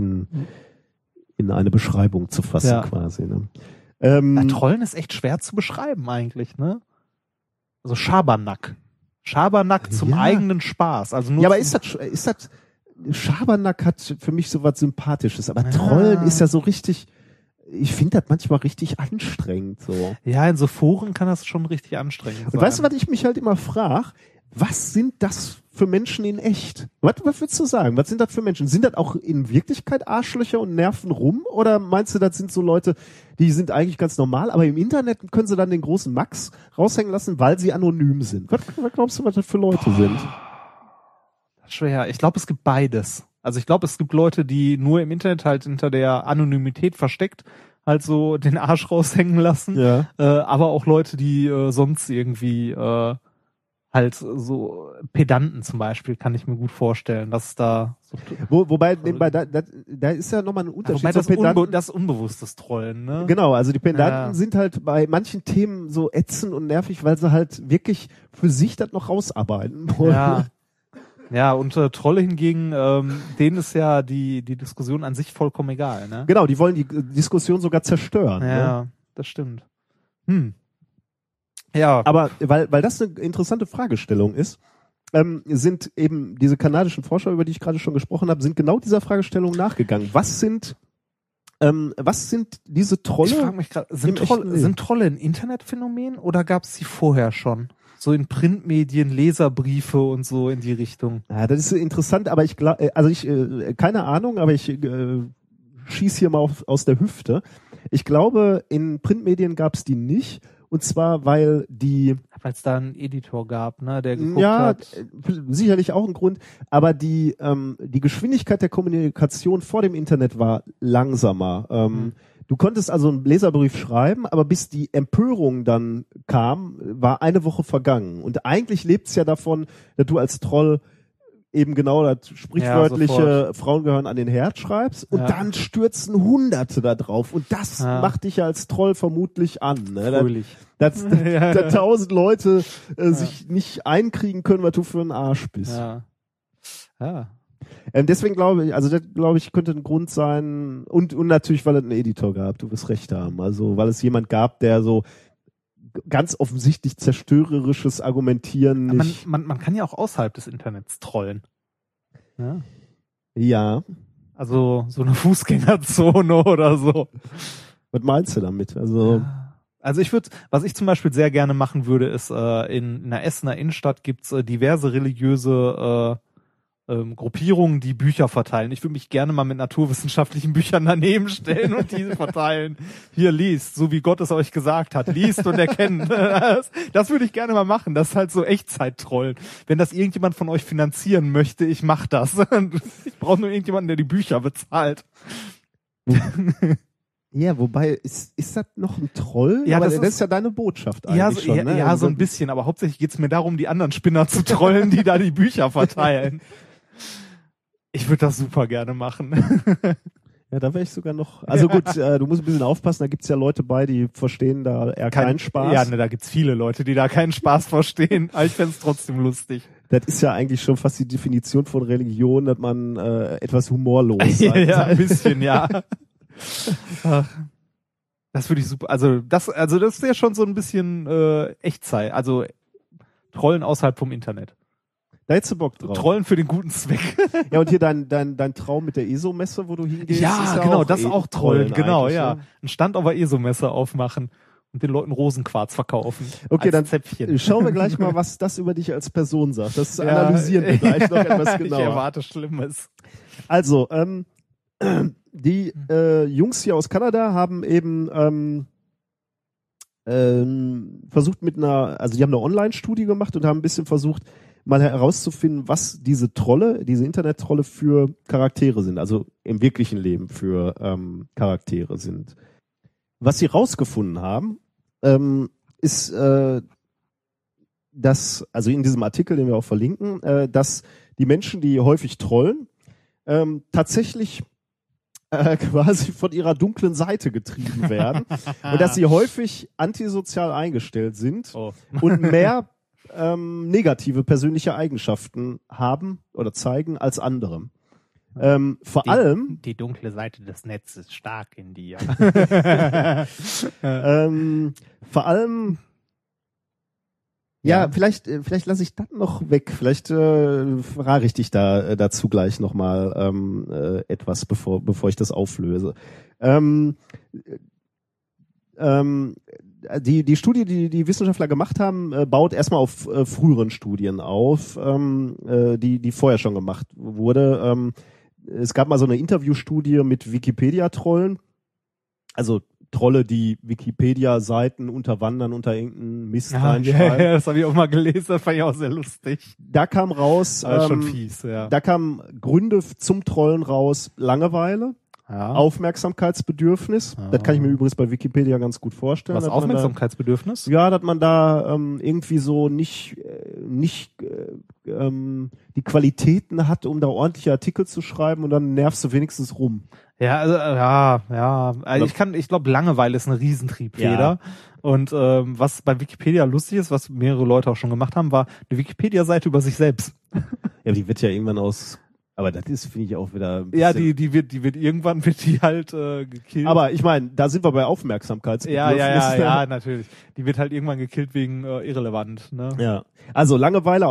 eine Beschreibung zu fassen quasi. Ne? Trollen ist echt schwer zu beschreiben eigentlich, ne? Also Schabernack. Schabernack zum eigenen Spaß. Also nur aber ist das Schabernack hat für mich so was Sympathisches, aber Trollen ist ja so richtig, ich finde das manchmal richtig anstrengend so. Ja, in so Foren kann das schon richtig anstrengend sein. Und weißt du, was ich mich halt immer frage? Was sind das für Menschen in echt? Was würdest du sagen? Was sind das für Menschen? Sind das auch in Wirklichkeit Arschlöcher und nerven rum? Oder meinst du, das sind so Leute, die sind eigentlich ganz normal, aber im Internet können sie dann den großen Max raushängen lassen, weil sie anonym sind? Was glaubst du, was das für Leute sind? Schwer. Ich glaube, es gibt beides. Also ich glaube, es gibt Leute, die nur im Internet halt hinter der Anonymität versteckt halt so den Arsch raushängen lassen. Ja. Aber auch Leute, die sonst irgendwie halt so Pedanten zum Beispiel, kann ich mir gut vorstellen, dass da so wobei nebenbei, da ist ja nochmal ein Unterschied. Wobei das unbewusstes Trollen, ne? Genau, also die Pedanten sind halt bei manchen Themen so ätzend und nervig, weil sie halt wirklich für sich das noch rausarbeiten wollen. Ja, und Trolle hingegen, denen ist ja die Diskussion an sich vollkommen egal, ne? Genau, die wollen die Diskussion sogar zerstören. Ja, ne? Das stimmt. Ja. Aber weil das eine interessante Fragestellung ist, sind eben diese kanadischen Forscher, über die ich gerade schon gesprochen habe, sind genau dieser Fragestellung nachgegangen. Was sind Was sind diese Trolle? Ich frage mich gerade, sind im echten Leben? Trolle ein Internetphänomen oder gab es sie vorher schon? So in Printmedien, Leserbriefe und so in die Richtung. Ja, das ist interessant, aber ich glaube, keine Ahnung, aber ich schieß hier mal aus der Hüfte. Ich glaube, in Printmedien gab es die nicht. Und zwar, weil es da einen Editor gab, ne, der geguckt ja, hat. Sicherlich auch ein Grund, aber die Geschwindigkeit der Kommunikation vor dem Internet war langsamer. Du konntest also einen Leserbrief schreiben, aber bis die Empörung dann kam, war eine Woche vergangen. Und eigentlich lebt's ja davon, dass du als Troll eben genau das sprichwörtliche Frauen gehören an den Herd schreibst und dann stürzen Hunderte da drauf. Und das macht dich ja als Troll vermutlich an. Ne? Fröhlich. Dass 1000 Leute sich nicht einkriegen können, was du für ein Arsch bist. Ja. Deswegen glaube ich, das könnte ein Grund sein und natürlich, weil es einen Editor gab, du wirst recht haben. Also weil es jemand gab, der so ganz offensichtlich zerstörerisches Argumentieren nicht... Man kann ja auch außerhalb des Internets trollen. Ja. Also so eine Fußgängerzone oder so. Was meinst du damit? Also was ich zum Beispiel sehr gerne machen würde, ist in einer Essener Innenstadt gibt's diverse religiöse Gruppierungen, die Bücher verteilen. Ich würde mich gerne mal mit naturwissenschaftlichen Büchern daneben stellen und diese verteilen. Hier, liest, so wie Gott es euch gesagt hat. Liest und erkennt. Das würde ich gerne mal machen. Das ist halt so Echtzeit-Trollen. Wenn das irgendjemand von euch finanzieren möchte, ich mach das. Ich brauche nur irgendjemanden, der die Bücher bezahlt. Ja, wobei, ist das noch ein Troll? Ja, aber das ist ja deine Botschaft eigentlich schon, ne? Ja, so ein bisschen, aber hauptsächlich geht's mir darum, die anderen Spinner zu trollen, die da die Bücher verteilen. Ich würde das super gerne machen. Ja, da wäre ich sogar noch. Also gut, du musst ein bisschen aufpassen, da gibt's ja Leute bei, die verstehen da eher keinen Spaß. Ja, ne, da gibt's viele Leute, die da keinen Spaß verstehen. Aber ich fänd's trotzdem lustig. Das ist ja eigentlich schon fast die Definition von Religion, dass man etwas humorlos sein Ja, ein bisschen, ja. Ach, das würde ich super. Also das ist ja schon so ein bisschen Echtzeit. Also Trollen außerhalb vom Internet. Da hättest du Bock drauf. Trollen für den guten Zweck. Ja, und hier dein Traum mit der ESO-Messe, wo du hingehst. Ja, ist ja genau, auch das ist auch Trollen, genau, ja. Ne? Einen Stand auf der ESO-Messe aufmachen und den Leuten Rosenquarz verkaufen. Okay, dann Zäpfchen. Schauen wir gleich mal, was das über dich als Person sagt. Das analysieren wir gleich noch etwas genauer. Ich erwarte Schlimmes. Also, die Jungs hier aus Kanada haben eben versucht die haben eine Online-Studie gemacht und haben ein bisschen versucht, mal herauszufinden, was diese Internet-Trolle für Charaktere sind, also im wirklichen Leben für Charaktere sind. Was sie rausgefunden haben, ist, dass, also in diesem Artikel, den wir auch verlinken, dass die Menschen, die häufig trollen, tatsächlich quasi von ihrer dunklen Seite getrieben werden und dass sie häufig antisozial eingestellt sind und mehr negative persönliche Eigenschaften haben oder zeigen als andere. Vor allem die dunkle Seite des Netzes stark in dir. Vor allem ja, vielleicht lasse ich das noch weg. Vielleicht frage ich dich dazu gleich nochmal etwas, bevor ich das auflöse. Die Studie, die Wissenschaftler gemacht haben, baut erstmal auf früheren Studien auf, die vorher schon gemacht wurde. Es gab mal so eine Interviewstudie mit Wikipedia-Trollen, also Trolle, die Wikipedia-Seiten unterwandern, unter irgendeinen Mist reinschreiben. Ja, das habe ich auch mal gelesen, das fand ich auch sehr lustig. Da kam raus, schon fies, ja. Da kamen Gründe zum Trollen raus, Langeweile, Aufmerksamkeitsbedürfnis. Das kann ich mir übrigens bei Wikipedia ganz gut vorstellen. Was, Aufmerksamkeitsbedürfnis? Ja, dass man da irgendwie so nicht die Qualitäten hat, um da ordentliche Artikel zu schreiben und dann nervst du wenigstens rum. Ja, also, Also ich glaube, Langeweile ist eine Riesentriebfeder. Ja. Und was bei Wikipedia lustig ist, was mehrere Leute auch schon gemacht haben, war eine Wikipedia-Seite über sich selbst. Ja, die wird ja irgendwann aber das ist, finde ich, auch wieder. Ja, die wird irgendwann halt gekillt. Aber ich meine, da sind wir bei Aufmerksamkeitsbedürfnis. Ja, natürlich. Die wird halt irgendwann gekillt wegen irrelevant, ne? Ja. Also Langeweile,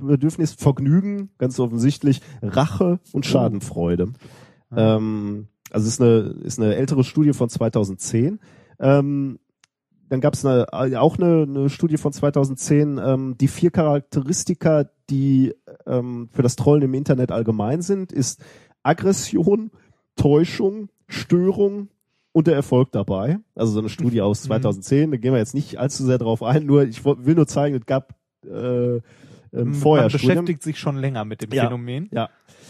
Aufmerksamkeitsbedürfnis, Vergnügen, ganz offensichtlich, Rache und Schadenfreude. Also ist eine ältere Studie von 2010. Dann gab es auch eine Studie von 2010. Die 4 Charakteristika, die für das Trollen im Internet allgemein sind, ist Aggression, Täuschung, Störung und der Erfolg dabei. Also so eine Studie aus 2010. Da gehen wir jetzt nicht allzu sehr drauf ein. Ich will nur zeigen, es gab vorher Man Studien. beschäftigt sich schon länger mit dem Phänomen. Ja.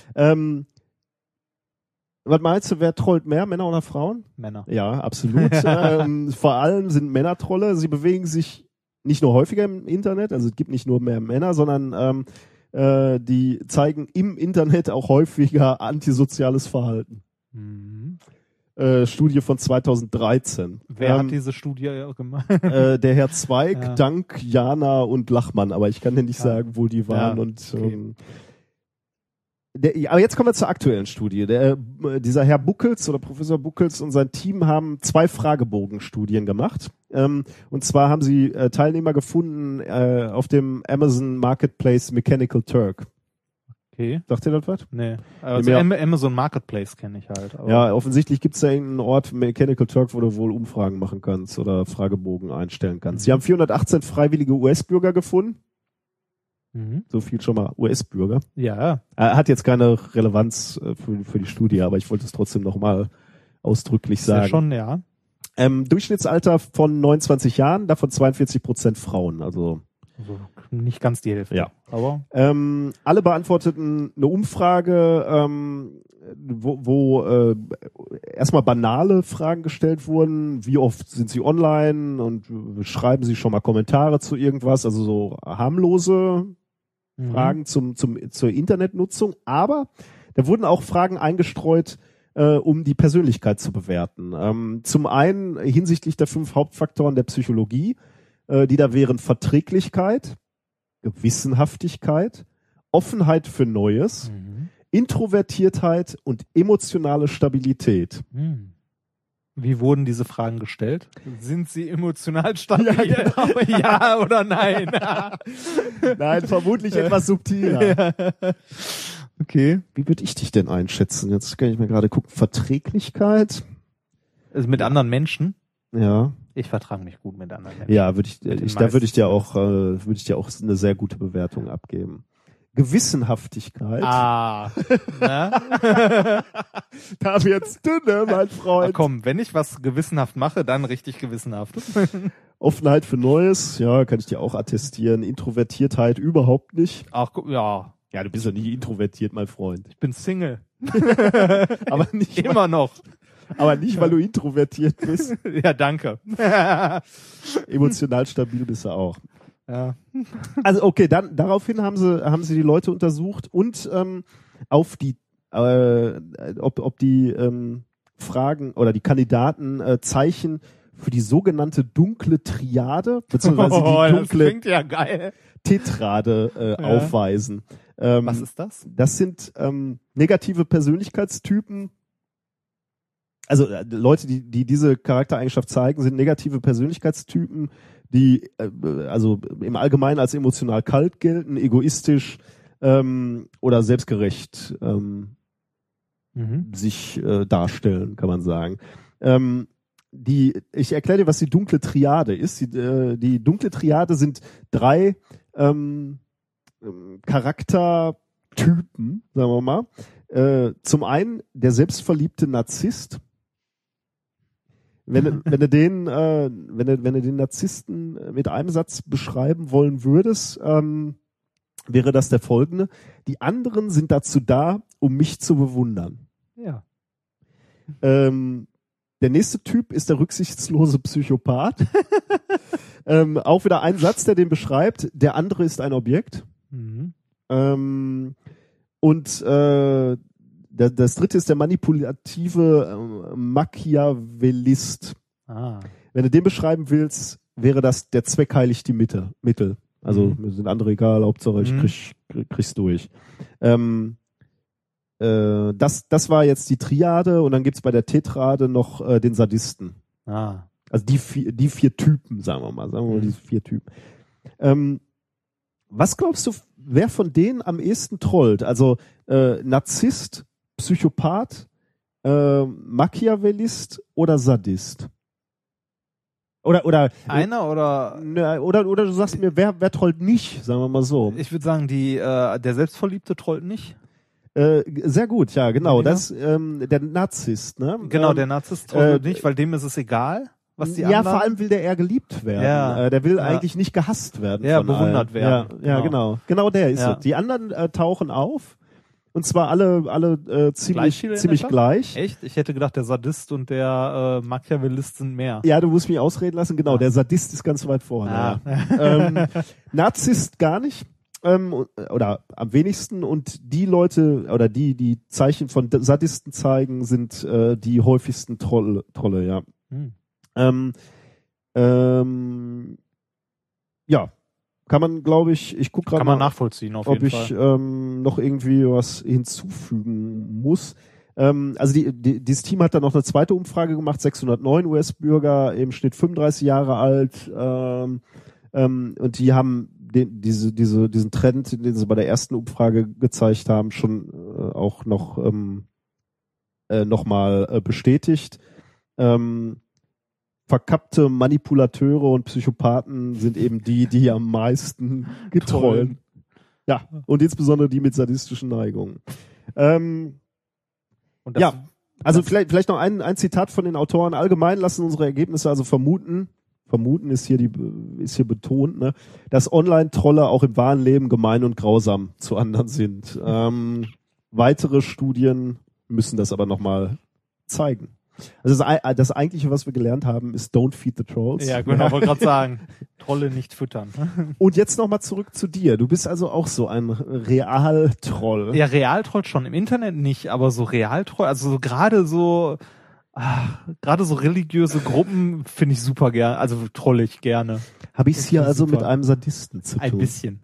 Was meinst du, wer trollt mehr, Männer oder Frauen? Männer. Ja, absolut. Vor allem sind Männer Trolle. Sie bewegen sich nicht nur häufiger im Internet, also es gibt nicht nur mehr Männer, sondern die zeigen im Internet auch häufiger antisoziales Verhalten. Mhm. Studie von 2013. Wer hat diese Studie gemacht? Der Herr Zweig, Ja. Dank, Jana und Lachmann, aber ich kann dir nicht sagen, wo die waren. Ja, Und okay. aber jetzt kommen wir zur aktuellen Studie. Dieser Herr Buckels oder Professor Buckels und sein Team haben 2 Fragebogenstudien gemacht. Und zwar haben sie Teilnehmer gefunden auf dem Amazon Marketplace Mechanical Turk. Okay. Sagt ihr das was? Nee. Also Ja. Amazon Marketplace kenne ich halt. Aber Ja, offensichtlich gibt es da irgendeinen Ort, Mechanical Turk, wo du wohl Umfragen machen kannst oder Fragebogen einstellen kannst. Sie haben 418 freiwillige US-Bürger gefunden. Mhm. So viel schon mal US-Bürger. Ja. Hat jetzt keine Relevanz für die Studie, aber ich wollte es trotzdem nochmal ausdrücklich Ist ja sagen. schon, ja. Durchschnittsalter von 29 Jahren, davon 42% Frauen. Also Also nicht ganz die Hälfte. Ja. Aber alle beantworteten eine Umfrage, wo erstmal banale Fragen gestellt wurden. Wie oft sind sie online und schreiben sie schon mal Kommentare zu irgendwas? Also so harmlose Fragen zur Internetnutzung. Aber da wurden auch Fragen eingestreut, um die Persönlichkeit zu bewerten. Zum einen hinsichtlich der 5 Hauptfaktoren der Psychologie, die da wären Verträglichkeit, Gewissenhaftigkeit, Offenheit für Neues, Introvertiertheit und emotionale Stabilität. Wie wurden diese Fragen gestellt? Sind sie emotional stabil? Ja, genau. Ja oder nein? Nein, vermutlich etwas subtiler. Okay. Wie würde ich dich denn einschätzen? Jetzt kann ich mir gerade gucken. Verträglichkeit? Also mit anderen Menschen? Ja. Ich vertrage mich gut mit anderen Menschen. Ja, da würde ich dir auch eine sehr gute Bewertung abgeben. Gewissenhaftigkeit. Ah. Ne? Da wird's dünne, mein Ach Freund. komm, wenn ich was gewissenhaft mache, dann richtig gewissenhaft. Offenheit für Neues, ja, kann ich dir auch attestieren. Introvertiertheit überhaupt nicht. Ach, ja. Ja, du bist ja nie introvertiert, mein Freund. Ich bin Single. Aber nicht, Immer noch. weil du introvertiert bist. Ja, danke. Emotional stabil bist du auch. Ja. Also okay, dann daraufhin haben sie die Leute untersucht und auf die ob die Fragen oder die Kandidaten Zeichen für die sogenannte dunkle Triade beziehungsweise die Das dunkle klingt ja geil. Tetrade aufweisen. Was ist das? Das sind negative Persönlichkeitstypen. Also Leute, die diese Charaktereigenschaft zeigen, sind negative Persönlichkeitstypen, die also im Allgemeinen als emotional kalt gelten, egoistisch oder selbstgerecht sich darstellen, kann man sagen. Ich erkläre dir, was die dunkle Triade ist. Die dunkle Triade sind 3 Charaktertypen, sagen wir mal. Zum einen der selbstverliebte Narzisst. Wenn du den Narzissten mit einem Satz beschreiben wollen würdest, wäre das der folgende: Die anderen sind dazu da, um mich zu bewundern. Ja. Der nächste Typ ist der rücksichtslose Psychopath. Auch wieder ein Satz, der den beschreibt. Der andere ist ein Objekt. Und das dritte ist der manipulative Machiavellist. Ah. Wenn du den beschreiben willst, wäre das der Zweck heiligt die Mittel. Also mir sind andere egal, Hauptsache ich krieg's durch. Das war jetzt die Triade und dann gibt's bei der Tetrade noch den Sadisten. Ah. Also die 4 Typen, sagen wir mal diese 4 Typen. Was glaubst du, wer von denen am ehesten trollt? Also Narzisst, Psychopath, Machiavellist oder Sadist? Oder Einer oder? Oder du sagst mir, wer trollt nicht, sagen wir mal so. Ich würde sagen, der Selbstverliebte trollt nicht. Sehr gut, ja, genau. Ja. Das der Narzisst, ne? Genau, der Narzisst trollt nicht, weil dem ist es egal, was die anderen... Ja, vor allem will der eher geliebt werden. Ja. Der will eigentlich nicht gehasst werden. Ja, von bewundert allen. werden. Ja, genau. Genau der ist es. Die anderen tauchen auf. Und zwar alle ziemlich gleich. Echt? Ich hätte gedacht, der Sadist und der Machiavellist sind mehr. Ja, du musst mich ausreden lassen. Genau, der Sadist ist ganz weit vorne. Ah. Ja. Narzisst gar nicht. Oder am wenigsten. Und die Leute oder die Zeichen von Sadisten zeigen, sind die häufigsten Trolle, ja. Ja. Kann man, glaube ich gucke gerade mal. Kann man nachvollziehen, auf jeden Fall. Ob ich noch irgendwie was hinzufügen muss. Also dieses Team hat dann noch eine zweite Umfrage gemacht, 609 US-Bürger, im Schnitt 35 Jahre alt. Und die haben diesen Trend, den sie bei der ersten Umfrage gezeigt haben, schon auch noch mal bestätigt. Verkappte Manipulateure und Psychopathen sind eben die am meisten getrollen. Ja, und insbesondere die mit sadistischen Neigungen. Ja, also vielleicht noch ein Zitat von den Autoren. Allgemein lassen unsere Ergebnisse also vermuten ist hier betont, ne, dass Online-Trolle auch im wahren Leben gemein und grausam zu anderen sind. Weitere Studien müssen das aber nochmal zeigen. Also das Eigentliche, was wir gelernt haben, ist Don't feed the trolls. Ja, genau, wollte gerade sagen. Trolle nicht füttern. Und jetzt nochmal zurück zu dir. Du bist also auch so ein Realtroll. Ja, Realtroll schon. Im Internet nicht, aber so Realtroll, also so gerade so religiöse Gruppen finde ich super gerne, also trolle ich gerne. Habe ich es hier also super mit einem Sadisten zu tun? Ein bisschen.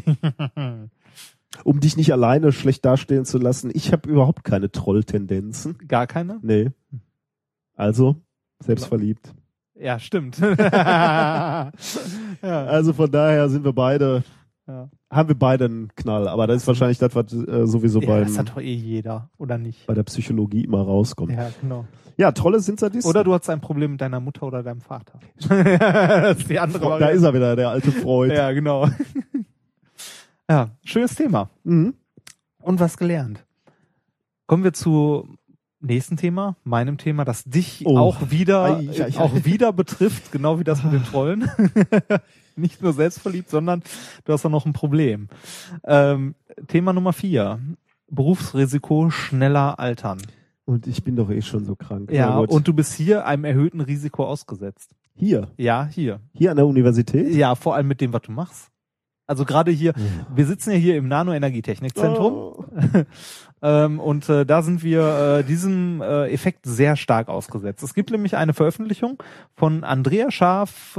Um dich nicht alleine schlecht dastehen zu lassen, ich habe überhaupt keine Trolltendenzen. Gar keine? Nee. Also, selbstverliebt. Ja, stimmt. Ja. Also von daher sind wir beide, haben wir beide einen Knall. Aber das ist wahrscheinlich das, was sowieso das hat doch eh jeder, oder nicht? Bei der Psychologie immer rauskommt. Ja, genau. Ja, Trolle sind Sadisten. Oder du hast ein Problem mit deiner Mutter oder deinem Vater. Das ist die andere Variante. Da ist er wieder, der alte Freud. Ja, genau. Ja, schönes Thema. Mhm. Und was gelernt. Kommen wir zu nächsten Thema, meinem Thema, das dich auch wieder betrifft, genau wie das mit den Trollen. Nicht nur selbstverliebt, sondern du hast auch noch ein Problem. Thema Nummer 4. Berufsrisiko, schneller altern. Und ich bin doch eh schon so krank. Ja, und du bist hier einem erhöhten Risiko ausgesetzt. Hier? Ja, hier. Hier an der Universität? Ja, vor allem mit dem, was du machst. Also gerade hier, wir sitzen ja hier im Nano-Energietechnikzentrum und da sind wir diesem Effekt sehr stark ausgesetzt. Es gibt nämlich eine Veröffentlichung von Andrea Scharf,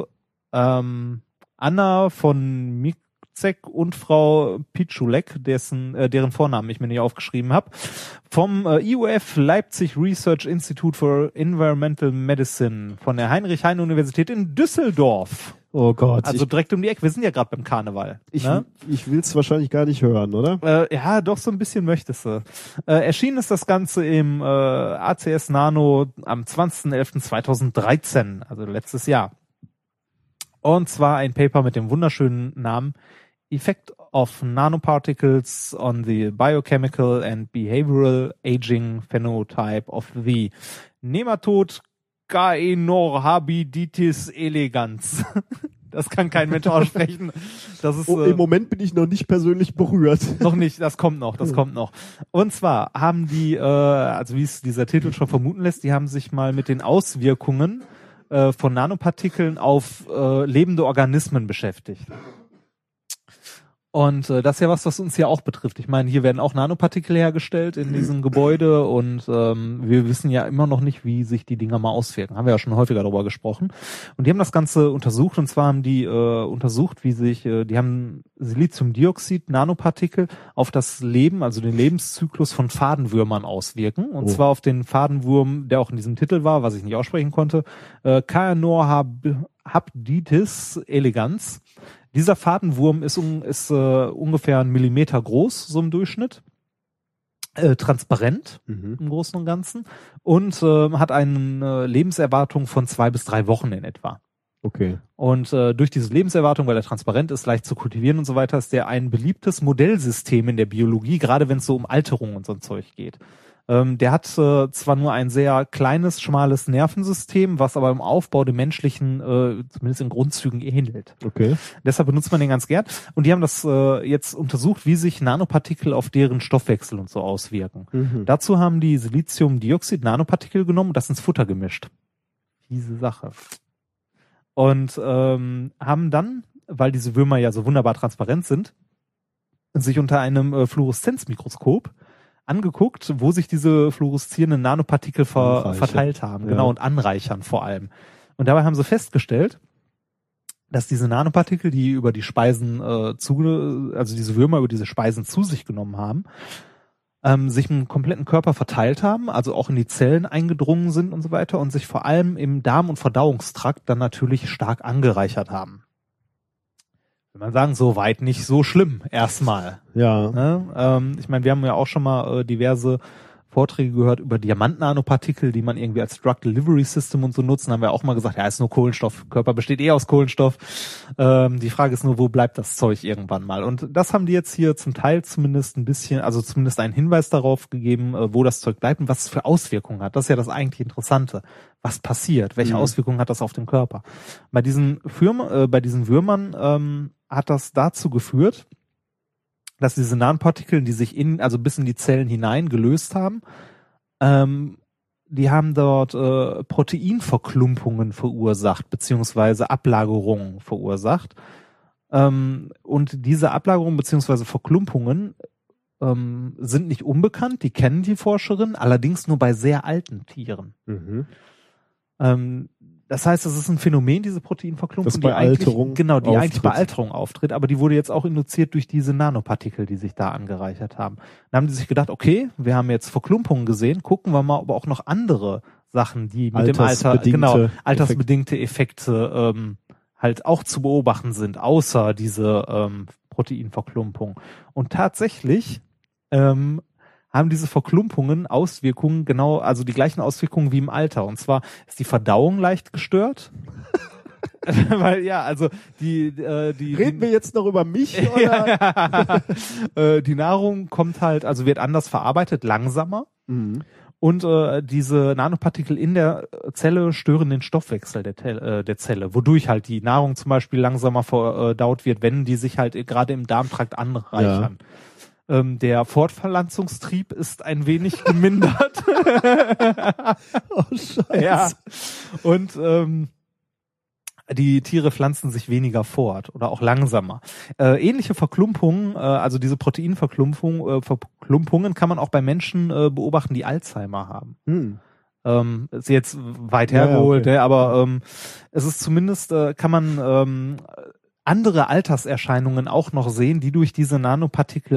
Anna von Micek und Frau Pitschulek, deren Vornamen ich mir nicht aufgeschrieben habe, vom IUF Leipzig Research Institute for Environmental Medicine von der Heinrich-Heine-Universität in Düsseldorf. Oh Gott. Also direkt um die Ecke. Wir sind ja gerade beim Karneval. Ich will es wahrscheinlich gar nicht hören, oder? Ja, doch, so ein bisschen möchtest du. Erschienen ist das Ganze im ACS Nano am 20.11.2013, also letztes Jahr. Und zwar ein Paper mit dem wunderschönen Namen Effect of Nanoparticles on the Biochemical and Behavioral Aging Phenotype of the Nematode Caenorhabditis elegans. Das kann kein Mensch aussprechen. Das ist, im Moment bin ich noch nicht persönlich berührt. Noch nicht, das kommt noch. Und zwar haben die, also wie es dieser Titel schon vermuten lässt, die haben sich mal mit den Auswirkungen von Nanopartikeln auf lebende Organismen beschäftigt. Und das ist ja was uns hier auch betrifft. Ich meine, hier werden auch Nanopartikel hergestellt in diesem Gebäude und wir wissen ja immer noch nicht, wie sich die Dinger mal auswirken. Haben wir ja schon häufiger darüber gesprochen. Und die haben das Ganze untersucht und zwar haben die untersucht, wie sich, die haben Siliziumdioxid, Nanopartikel auf das Leben, also den Lebenszyklus von Fadenwürmern auswirken. Und zwar auf den Fadenwurm, der auch in diesem Titel war, was ich nicht aussprechen konnte, Caenorhabditis elegans. Dieser Fadenwurm ist ungefähr 1 Millimeter groß, so im Durchschnitt. transparent im Großen und Ganzen und hat eine Lebenserwartung von 2 bis 3 Wochen in etwa. Okay. Und durch diese Lebenserwartung, weil er transparent ist, leicht zu kultivieren und so weiter, ist der ein beliebtes Modellsystem in der Biologie, gerade wenn es so um Alterung und so ein Zeug geht. Der hat zwar nur ein sehr kleines, schmales Nervensystem, was aber im Aufbau dem menschlichen zumindest in Grundzügen ähnelt. Okay. Deshalb benutzt man den ganz gern. Und die haben das jetzt untersucht, wie sich Nanopartikel auf deren Stoffwechsel und so auswirken. Dazu haben die Siliziumdioxid-Nanopartikel genommen und das ins Futter gemischt. Diese Sache. Und haben dann, weil diese Würmer ja so wunderbar transparent sind, sich unter einem Fluoreszenzmikroskop angeguckt, wo sich diese fluoreszierenden Nanopartikel verteilt haben. Genau, und anreichern vor allem. Und dabei haben sie festgestellt, dass diese Nanopartikel, die über die Speisen also diese Würmer über diese Speisen zu sich genommen haben, sich im kompletten Körper verteilt haben, also auch in die Zellen eingedrungen sind und so weiter und sich vor allem im Darm- und Verdauungstrakt dann natürlich stark angereichert haben. Will man sagen, so weit nicht so schlimm, erstmal. Ja. Ne? Ich meine, wir haben ja auch schon mal diverse Vorträge gehört über Diamant-Nanopartikel, die man irgendwie als Drug Delivery System und so nutzen. Haben wir auch mal gesagt, ja, ist nur Kohlenstoff. Körper besteht aus Kohlenstoff. Die Frage ist nur, wo bleibt das Zeug irgendwann mal? Und das haben die jetzt hier zum Teil zumindest ein bisschen, also zumindest einen Hinweis darauf gegeben, wo das Zeug bleibt und was es für Auswirkungen hat. Das ist ja das eigentlich Interessante. Was passiert? Welche Auswirkungen hat das auf den Körper? Bei diesen Würmern hat das dazu geführt, dass diese Nanopartikel, die sich also bis in die Zellen hinein gelöst haben, die haben dort Proteinverklumpungen verursacht, beziehungsweise Ablagerungen verursacht. Und diese Ablagerungen beziehungsweise Verklumpungen sind nicht unbekannt, die kennen die Forscherin, allerdings nur bei sehr alten Tieren. Das heißt, es ist ein Phänomen, diese Proteinverklumpung, die eigentlich bei Alterung auftritt, aber die wurde jetzt auch induziert durch diese Nanopartikel, die sich da angereichert haben. Dann haben die sich gedacht, okay, wir haben jetzt Verklumpungen gesehen, gucken wir mal, ob auch noch andere Sachen, die mit dem Alter, altersbedingte Effekte halt auch zu beobachten sind, außer diese Proteinverklumpung. Und tatsächlich haben diese Verklumpungen Auswirkungen, also die gleichen Auswirkungen wie im Alter. Und zwar ist die Verdauung leicht gestört. Weil, Reden wir jetzt noch über mich, oder? Die Nahrung kommt halt, also wird anders verarbeitet, langsamer. Und diese Nanopartikel in der Zelle stören den Stoffwechsel der Zelle, wodurch halt die Nahrung zum Beispiel langsamer verdaut wird, wenn die sich halt gerade im Darmtrakt anreichern. Ja. Der Fortpflanzungstrieb ist ein wenig gemindert. Oh, Scheiße. Ja. Und die Tiere pflanzen sich weniger fort oder auch langsamer. Ähnliche Verklumpungen, also diese Proteinverklumpungen kann man auch bei Menschen beobachten, die Alzheimer haben. Ist jetzt weit hergeholt, aber es ist zumindest, kann man andere Alterserscheinungen auch noch sehen, die durch diese Nanopartikel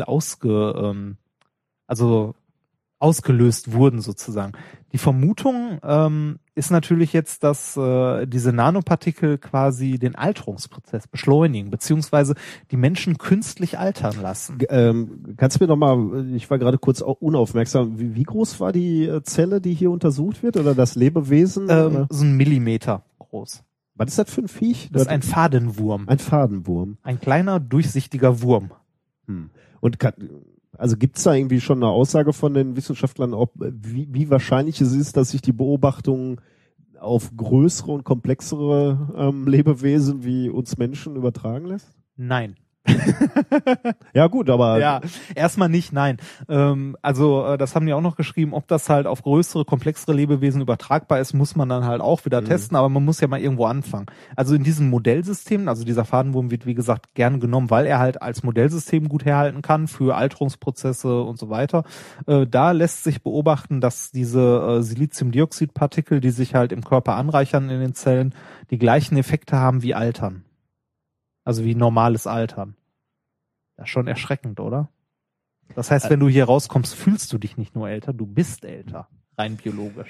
ausgelöst wurden sozusagen. Die Vermutung ist natürlich jetzt, dass diese Nanopartikel quasi den Alterungsprozess beschleunigen, beziehungsweise die Menschen künstlich altern lassen. Kannst du mir nochmal, ich war gerade kurz unaufmerksam, wie groß war die Zelle, die hier untersucht wird, oder das Lebewesen? So ein Millimeter groß. Was ist das für ein Viech? Das ist ein Fadenwurm. Ein Fadenwurm. Ein kleiner, durchsichtiger Wurm. Und also gibt's da irgendwie schon eine Aussage von den Wissenschaftlern, wie wahrscheinlich es ist, dass sich die Beobachtungen auf größere und komplexere Lebewesen wie uns Menschen übertragen lässt? Nein. Ja gut, aber... Ja, erstmal nicht, nein. Das haben die auch noch geschrieben, ob das halt auf größere, komplexere Lebewesen übertragbar ist, muss man dann halt auch wieder testen, aber man muss ja mal irgendwo anfangen. Also in diesen Modellsystemen, also dieser Fadenwurm wird wie gesagt gern genommen, weil er halt als Modellsystem gut herhalten kann für Alterungsprozesse und so weiter. Da lässt sich beobachten, dass diese Siliziumdioxidpartikel, die sich halt im Körper anreichern in den Zellen, die gleichen Effekte haben wie Altern. Also wie normales Altern. Das ist schon erschreckend, oder? Das heißt, wenn du hier rauskommst, fühlst du dich nicht nur älter, du bist älter. Rein biologisch.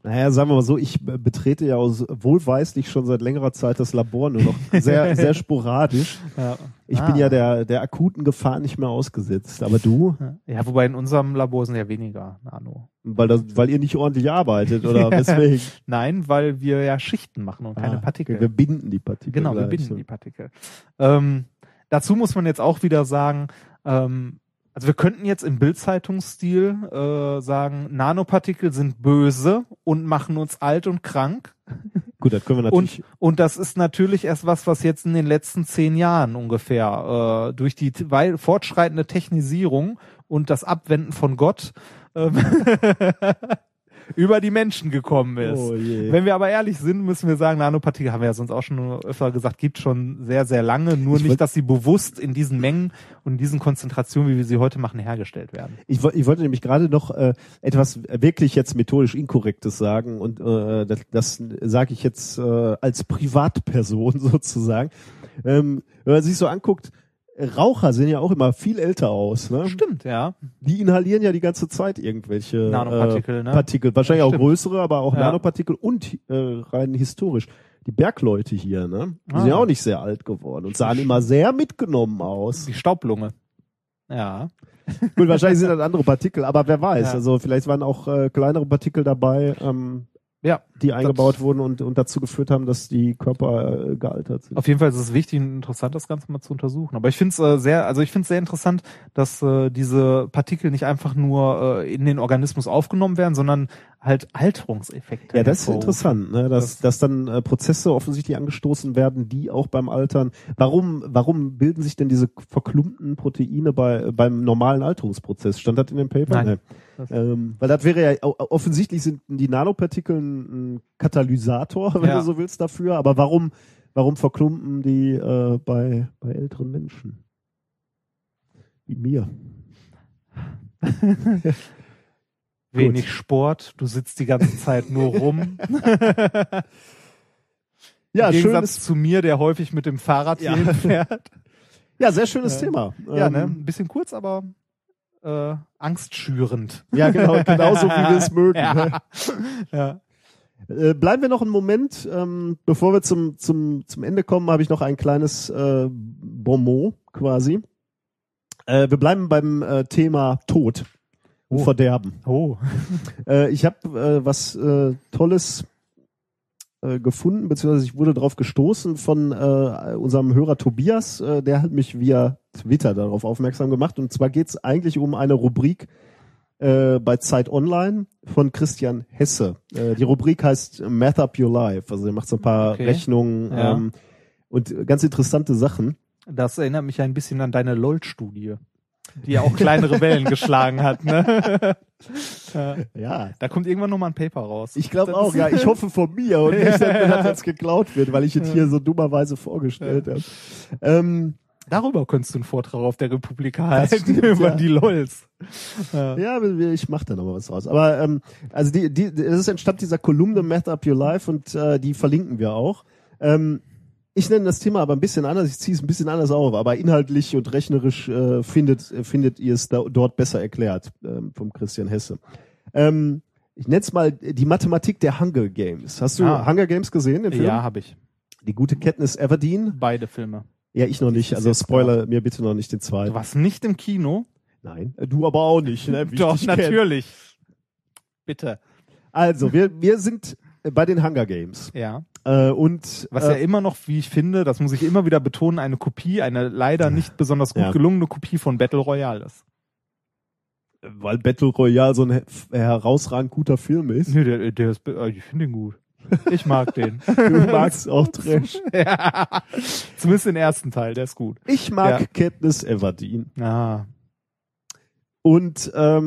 Naja, sagen wir mal so, ich betrete ja wohlweislich schon seit längerer Zeit das Labor nur noch sehr, sehr sporadisch. Ja. Ich bin ja der akuten Gefahr nicht mehr ausgesetzt. Aber du? Ja, wobei in unserem Labor sind ja weniger Nano. Weil ihr nicht ordentlich arbeitet, oder weswegen? Nein, weil wir ja Schichten machen und keine Partikel. Wir binden die Partikel. Genau, wir binden die Partikel. Dazu muss man jetzt auch wieder sagen, also wir könnten jetzt im Bild-Zeitungsstil sagen, Nanopartikel sind böse und machen uns alt und krank. Gut, das können wir natürlich. Und das ist natürlich erst was jetzt in den letzten 10 Jahren ungefähr durch die fortschreitende Technisierung und das Abwenden von Gott über die Menschen gekommen ist. Oh je. Wenn wir aber ehrlich sind, müssen wir sagen, Nanopartikel, haben wir ja sonst auch schon öfter gesagt, gibt schon sehr, sehr lange, nur nicht, dass sie bewusst in diesen Mengen und in diesen Konzentrationen, wie wir sie heute machen, hergestellt werden. Ich wollte nämlich gerade noch etwas wirklich jetzt methodisch Inkorrektes sagen und das sage ich jetzt als Privatperson sozusagen. Wenn man sich so anguckt, Raucher sehen ja auch immer viel älter aus, ne? Stimmt, ja. Die inhalieren ja die ganze Zeit irgendwelche Nanopartikel, ne? Partikel. Wahrscheinlich auch Stimmt. größere, aber auch Ja. Nanopartikel und rein historisch. Die Bergleute hier, ne? Die sind ja auch nicht sehr alt geworden und sahen immer sehr mitgenommen aus. Die Staublunge. Ja. Gut, wahrscheinlich sind das andere Partikel, aber wer weiß. Ja. Also vielleicht waren auch kleinere Partikel dabei, Ja. die eingebaut wurden und dazu geführt haben, dass die Körper gealtert sind. Auf jeden Fall ist es wichtig und interessant, das Ganze mal zu untersuchen. Aber ich finde es sehr interessant, dass diese Partikel nicht einfach nur in den Organismus aufgenommen werden, sondern halt Alterungseffekte. Ja, das ist hervorrufen. interessant, ne? Dass dann Prozesse offensichtlich angestoßen werden, die auch beim Altern. Warum bilden sich denn diese verklumpten Proteine beim normalen Alterungsprozess? Stand das in dem Paper? Nein. Weil das wäre ja offensichtlich sind die Nanopartikel ein Katalysator, wenn Ja. du so willst, dafür. Aber warum verklumpen die bei älteren Menschen? Wie mir. Wenig Sport, du sitzt die ganze Zeit nur rum. Ja, Im Gegensatz schönes, zu mir, der häufig mit dem Fahrrad hierhin fährt. ja, sehr schönes Thema. Ja, ne? Ein bisschen kurz, aber angstschürend. Ja, genauso wie wir es mögen. Ja. Ne? Ja. Bleiben wir noch einen Moment, bevor wir zum Ende kommen, habe ich noch ein kleines Bonmot quasi. Wir bleiben beim Thema Tod und Verderben. Oh. Ich habe was Tolles gefunden, beziehungsweise ich wurde darauf gestoßen von unserem Hörer Tobias, der hat mich via Twitter darauf aufmerksam gemacht, und zwar geht es eigentlich um eine Rubrik bei Zeit Online von Christian Hesse. Die Rubrik heißt Math Up Your Life, also er macht so ein paar Rechnungen Ja. und ganz interessante Sachen. Das erinnert mich ein bisschen an deine LOL-Studie, die ja auch kleinere Wellen geschlagen hat, ne? Ja. Da kommt irgendwann nochmal ein Paper raus. Ich glaube auch, ja. Ich hoffe von mir und nicht, dass mir das jetzt geklaut wird, weil ich es hier so dummerweise vorgestellt habe. Darüber könntest du einen Vortrag auf der Republika halten, stimmt, über ja. die LOLs. Ja, ich mache da noch mal was raus. Aber also es entstammt dieser Kolumne Math Up Your Life und die verlinken wir auch. Ich nenne das Thema aber ein bisschen anders, ich ziehe es ein bisschen anders auf, aber inhaltlich und rechnerisch findet ihr es dort besser erklärt vom Christian Hesse. Ich nenne es mal die Mathematik der Hunger Games. Hast du Hunger Games gesehen, den Film? Ja, habe ich. Die gute Katniss Everdeen? Beide Filme. Ja, ich noch nicht, also Spoiler mir bitte noch nicht den Du zweiten. warst nicht im Kino? Nein, du aber auch nicht. Ne? Wie ich Doch, dich kenn. natürlich. Bitte. Also, wir sind bei den Hunger Games. Ja. Und Was ja immer noch, wie ich finde, das muss ich immer wieder betonen, eine Kopie, eine leider nicht besonders gut gelungene Kopie von Battle Royale ist. weil Battle Royale so ein herausragend guter Film ist. Nö, der ist, ich finde ihn gut. Ich mag den. Du magst auch Trash. Ja. Zumindest den ersten Teil, der ist gut. Ich mag Katniss Everdeen. Ah. Und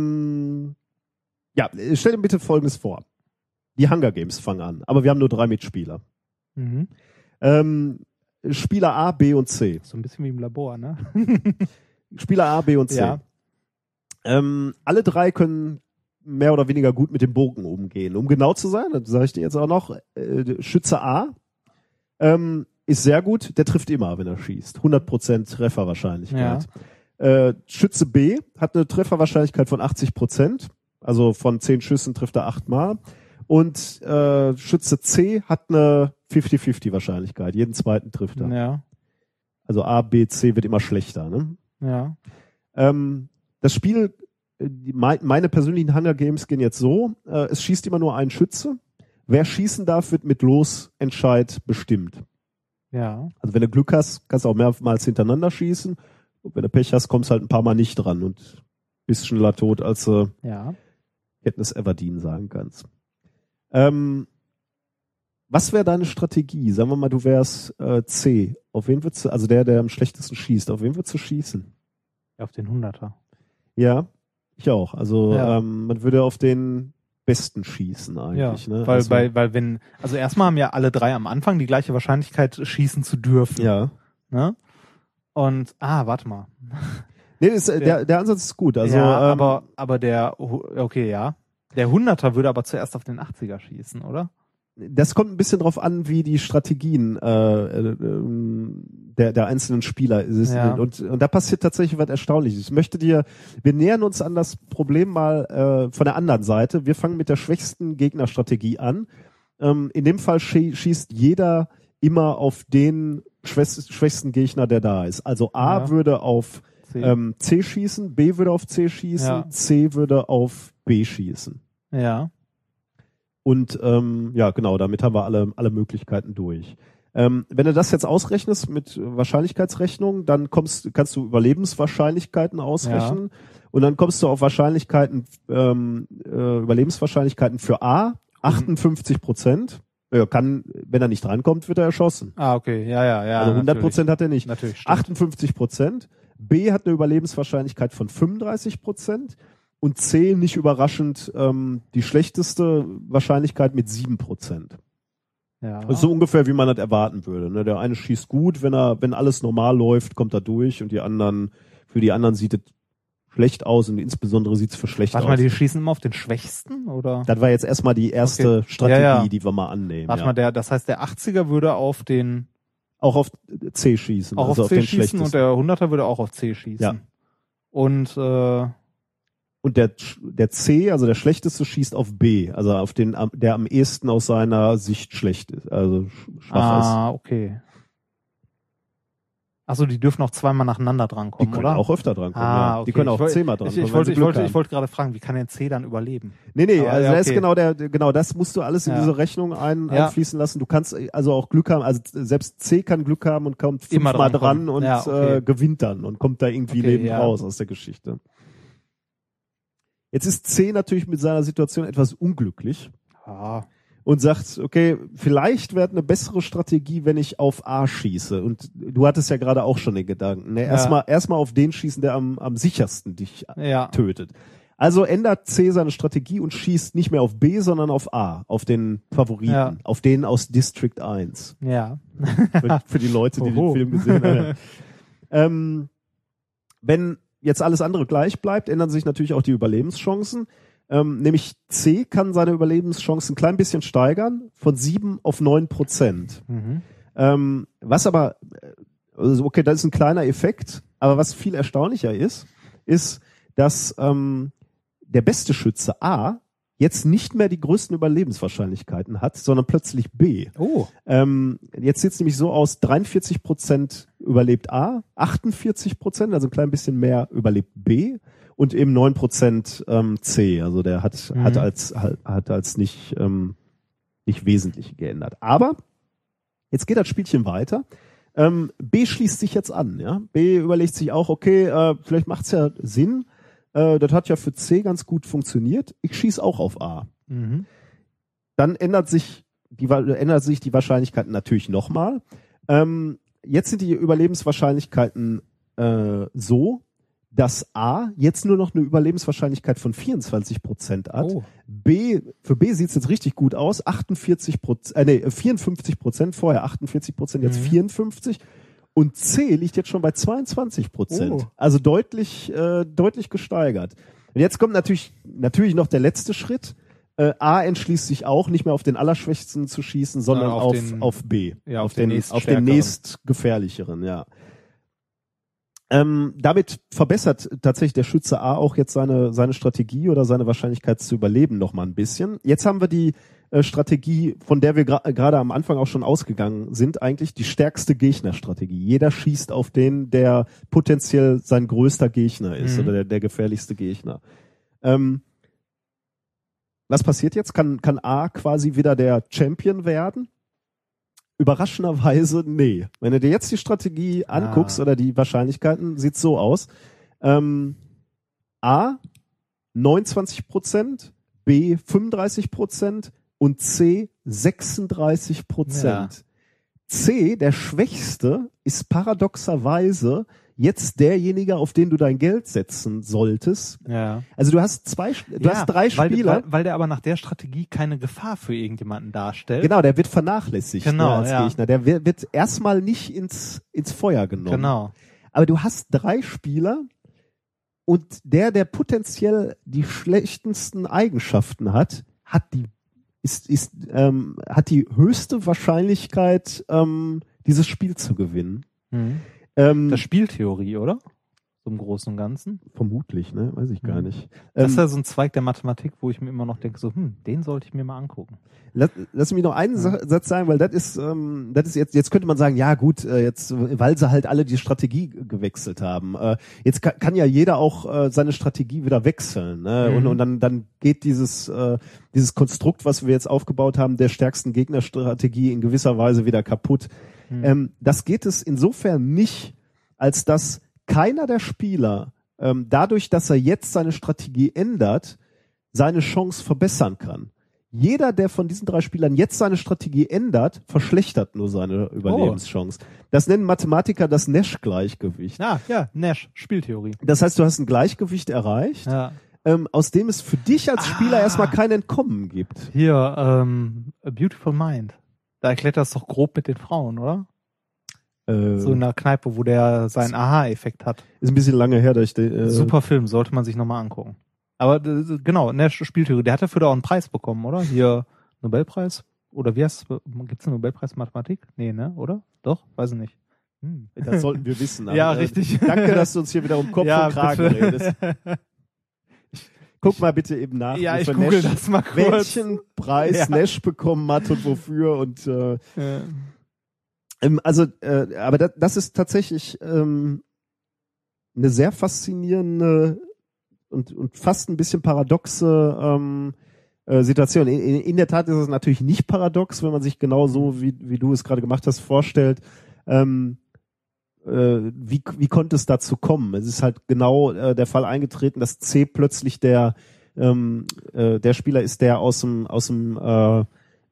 ja, stell dir bitte Folgendes vor. Die Hunger Games fangen an, aber wir haben nur 3 Mitspieler. Mhm. Spieler A, B und C. So ein bisschen wie im Labor, ne? Spieler A, B und C. Ja. Alle 3 können mehr oder weniger gut mit dem Bogen umgehen. Um genau zu sein, das sage ich dir jetzt auch noch, Schütze A ist sehr gut, der trifft immer, wenn er schießt. 100% Trefferwahrscheinlichkeit. Schütze B hat eine Trefferwahrscheinlichkeit von 80%, also von 10 Schüssen trifft er 8 Mal. Und Schütze C hat eine 50-50 Wahrscheinlichkeit. Jeden zweiten trifft er. Ja. Also A, B, C wird immer schlechter. Ne? Ja. Das Spiel, meine persönlichen Hunger Games gehen jetzt so, es schießt immer nur ein Schütze. Wer schießen darf, wird mit Losentscheid bestimmt. Ja. Also wenn du Glück hast, kannst du auch mehrmals hintereinander schießen. Und wenn du Pech hast, kommst du halt ein paar Mal nicht dran und bist schneller tot, als du Katniss Everdeen sagen kannst. Was wäre deine Strategie? Sagen wir mal, du wärst C. Auf wen würdest du, also der am schlechtesten schießt, auf wen würdest du schießen? Auf den 100er. Ja, ich auch. Also man würde auf den Besten schießen eigentlich. Ja, ne? weil wenn, also erstmal haben ja alle drei am Anfang die gleiche Wahrscheinlichkeit, schießen zu dürfen. Ja. Ne? Und, warte mal. Nee, der Ansatz ist gut. Also, ja, aber der 100er würde aber zuerst auf den 80er schießen, oder? Das kommt ein bisschen drauf an, wie die Strategien der einzelnen Spieler sind. Ja. Und da passiert tatsächlich was Erstaunliches. Wir nähern uns an das Problem mal von der anderen Seite. Wir fangen mit der schwächsten Gegnerstrategie an. In dem Fall schießt jeder immer auf den schwächsten Gegner, der da ist. Also A würde auf C schießen, B würde auf C schießen, C würde auf B schießen. Ja. Und genau, damit haben wir alle Möglichkeiten durch. Wenn du das jetzt ausrechnest mit Wahrscheinlichkeitsrechnung, dann kannst du Überlebenswahrscheinlichkeiten ausrechnen und dann kommst du auf Überlebenswahrscheinlichkeiten für A, 58%. Wenn er nicht drankommt, wird er erschossen. Okay, ja. Also 100% hat er nicht. Natürlich, 58%. B hat eine Überlebenswahrscheinlichkeit von 35%. Und C, nicht überraschend, die schlechteste Wahrscheinlichkeit mit 7%. Ja. Das ist so ungefähr, wie man das erwarten würde. Ne? Der eine schießt gut, wenn alles normal läuft, kommt er durch und für die anderen sieht es schlecht aus und insbesondere sieht es für schlecht aus. Warte mal, die schießen immer auf den Schwächsten, oder? Das war jetzt erstmal die erste Strategie, die wir mal annehmen. Warte mal, das heißt, der 80er würde auf den... Auch auf C schießen. Auch also auf C schießen und der 100er würde auch auf C schießen. Ja. Und der C, also der schlechteste, schießt auf B, also auf den, der am ehesten aus seiner Sicht schlecht ist, also schwach ist. Okay. Achso, die dürfen auch zweimal nacheinander drankommen, oder? Die oder? können auch öfter drankommen, ja. Die können auch 10-mal drankommen. Ich wollte gerade fragen, wie kann denn C dann überleben? Nee, also das ist genau das musst du alles in diese Rechnung einfließen lassen. Du kannst also auch Glück haben, also selbst C kann Glück haben und kommt 5-mal dran und gewinnt dann und kommt da irgendwie lebend raus aus der Geschichte. Jetzt ist C natürlich mit seiner Situation etwas unglücklich und sagt, okay, vielleicht wäre eine bessere Strategie, wenn ich auf A schieße. Und du hattest ja gerade auch schon den Gedanken. Ne? Erstmal auf den schießen, der am sichersten dich tötet. Also ändert C seine Strategie und schießt nicht mehr auf B, sondern auf A, auf den Favoriten, auf den aus District 1. Ja. Für die Leute, die den Film gesehen haben. Wenn jetzt alles andere gleich bleibt, ändern sich natürlich auch die Überlebenschancen. Nämlich C kann seine Überlebenschancen ein klein bisschen steigern, von 7 auf 9%. Was aber, also okay, das ist ein kleiner Effekt, aber was viel erstaunlicher ist, dass der beste Schütze A jetzt nicht mehr die größten Überlebenswahrscheinlichkeiten hat, sondern plötzlich B. Jetzt sieht es nämlich so aus, 43% überlebt A, 48%, also ein klein bisschen mehr überlebt B und eben 9% C. Also der hat als nicht wesentlich geändert. Aber jetzt geht das Spielchen weiter. B schließt sich jetzt an. Ja? B überlegt sich auch, okay, vielleicht macht's ja Sinn, das hat ja für C ganz gut funktioniert. Ich schieße auch auf A. Dann ändert sich die Wahrscheinlichkeiten natürlich nochmal. Jetzt sind die Überlebenswahrscheinlichkeiten so, dass A jetzt nur noch eine Überlebenswahrscheinlichkeit von 24% hat. Für B sieht es jetzt richtig gut aus. 54%, vorher 48%, jetzt 54%. Und C liegt jetzt schon bei 22%. Also deutlich gesteigert. Und jetzt kommt natürlich noch der letzte Schritt. A entschließt sich auch, nicht mehr auf den Allerschwächsten zu schießen, sondern auf B. Ja, auf den nächstgefährlicheren, ja. Damit verbessert tatsächlich der Schütze A auch jetzt seine Strategie oder seine Wahrscheinlichkeit zu überleben noch mal ein bisschen. Jetzt haben wir die Strategie, von der wir gerade am Anfang auch schon ausgegangen sind, eigentlich die stärkste Gegnerstrategie. Jeder schießt auf den, der potenziell sein größter Gegner ist oder der gefährlichste Gegner. Was passiert jetzt? Kann A quasi wieder der Champion werden? Überraschenderweise, nee. Wenn du dir jetzt die Strategie anguckst oder die Wahrscheinlichkeiten, sieht's so aus. A 29%, B 35% und C 36%. Ja. C, der Schwächste, ist paradoxerweise jetzt derjenige, auf den du dein Geld setzen solltest. Ja. Also du hast drei Spieler. Weil der aber nach der Strategie keine Gefahr für irgendjemanden darstellt. Genau, der wird vernachlässigt als ja. Gegner. Der wird erstmal nicht ins Feuer genommen. Genau. Aber du hast 3 Spieler und der potenziell die schlechtesten Eigenschaften hat die höchste Wahrscheinlichkeit, dieses Spiel zu gewinnen. Das Spieltheorie, oder? So im Großen und Ganzen. Vermutlich, ne? Weiß ich gar nicht. Das ist ja so ein Zweig der Mathematik, wo ich mir immer noch denke, so, den sollte ich mir mal angucken. Lass mich noch einen Satz sagen, weil das ist jetzt könnte man sagen, ja gut, jetzt, weil sie halt alle die Strategie gewechselt haben. Jetzt kann ja jeder auch seine Strategie wieder wechseln, ne? Und dann geht dieses Konstrukt, was wir jetzt aufgebaut haben, der stärksten Gegnerstrategie in gewisser Weise wieder kaputt. Das geht es insofern nicht, als dass keiner der Spieler dadurch, dass er jetzt seine Strategie ändert, seine Chance verbessern kann. Jeder, der von diesen 3 Spielern jetzt seine Strategie ändert, verschlechtert nur seine Überlebenschance. Das nennen Mathematiker das Nash-Gleichgewicht. Ja, Nash, Spieltheorie. Das heißt, du hast ein Gleichgewicht erreicht, aus dem es für dich als Spieler erstmal kein Entkommen gibt. Hier, A Beautiful Mind. Da erklärt das doch grob mit den Frauen, oder? So in einer Kneipe, wo der seinen Aha-Effekt hat. Ist ein bisschen lange her, dass ich Super Film, sollte man sich nochmal angucken. Aber genau, Nash Spieltheorie, der hat dafür da auch einen Preis bekommen, oder? Hier, Nobelpreis? Oder wie heißt es? Gibt's einen Nobelpreis Mathematik? Nee, ne? Oder? Doch? Weiß ich nicht. Das sollten wir wissen. Ja, richtig. Danke, dass du uns hier wieder um Kopf und Kragen redest. Guck mal bitte eben nach. Ja, ich google das mal kurz. Welchen Preis Nash bekommen hat und wofür und aber das ist tatsächlich eine sehr faszinierende und fast ein bisschen paradoxe Situation. In der Tat ist es natürlich nicht paradox, wenn man sich genau so, wie du es gerade gemacht hast, vorstellt, wie konnte es dazu kommen? Es ist halt genau der Fall eingetreten, dass C plötzlich der Spieler ist, der aus dem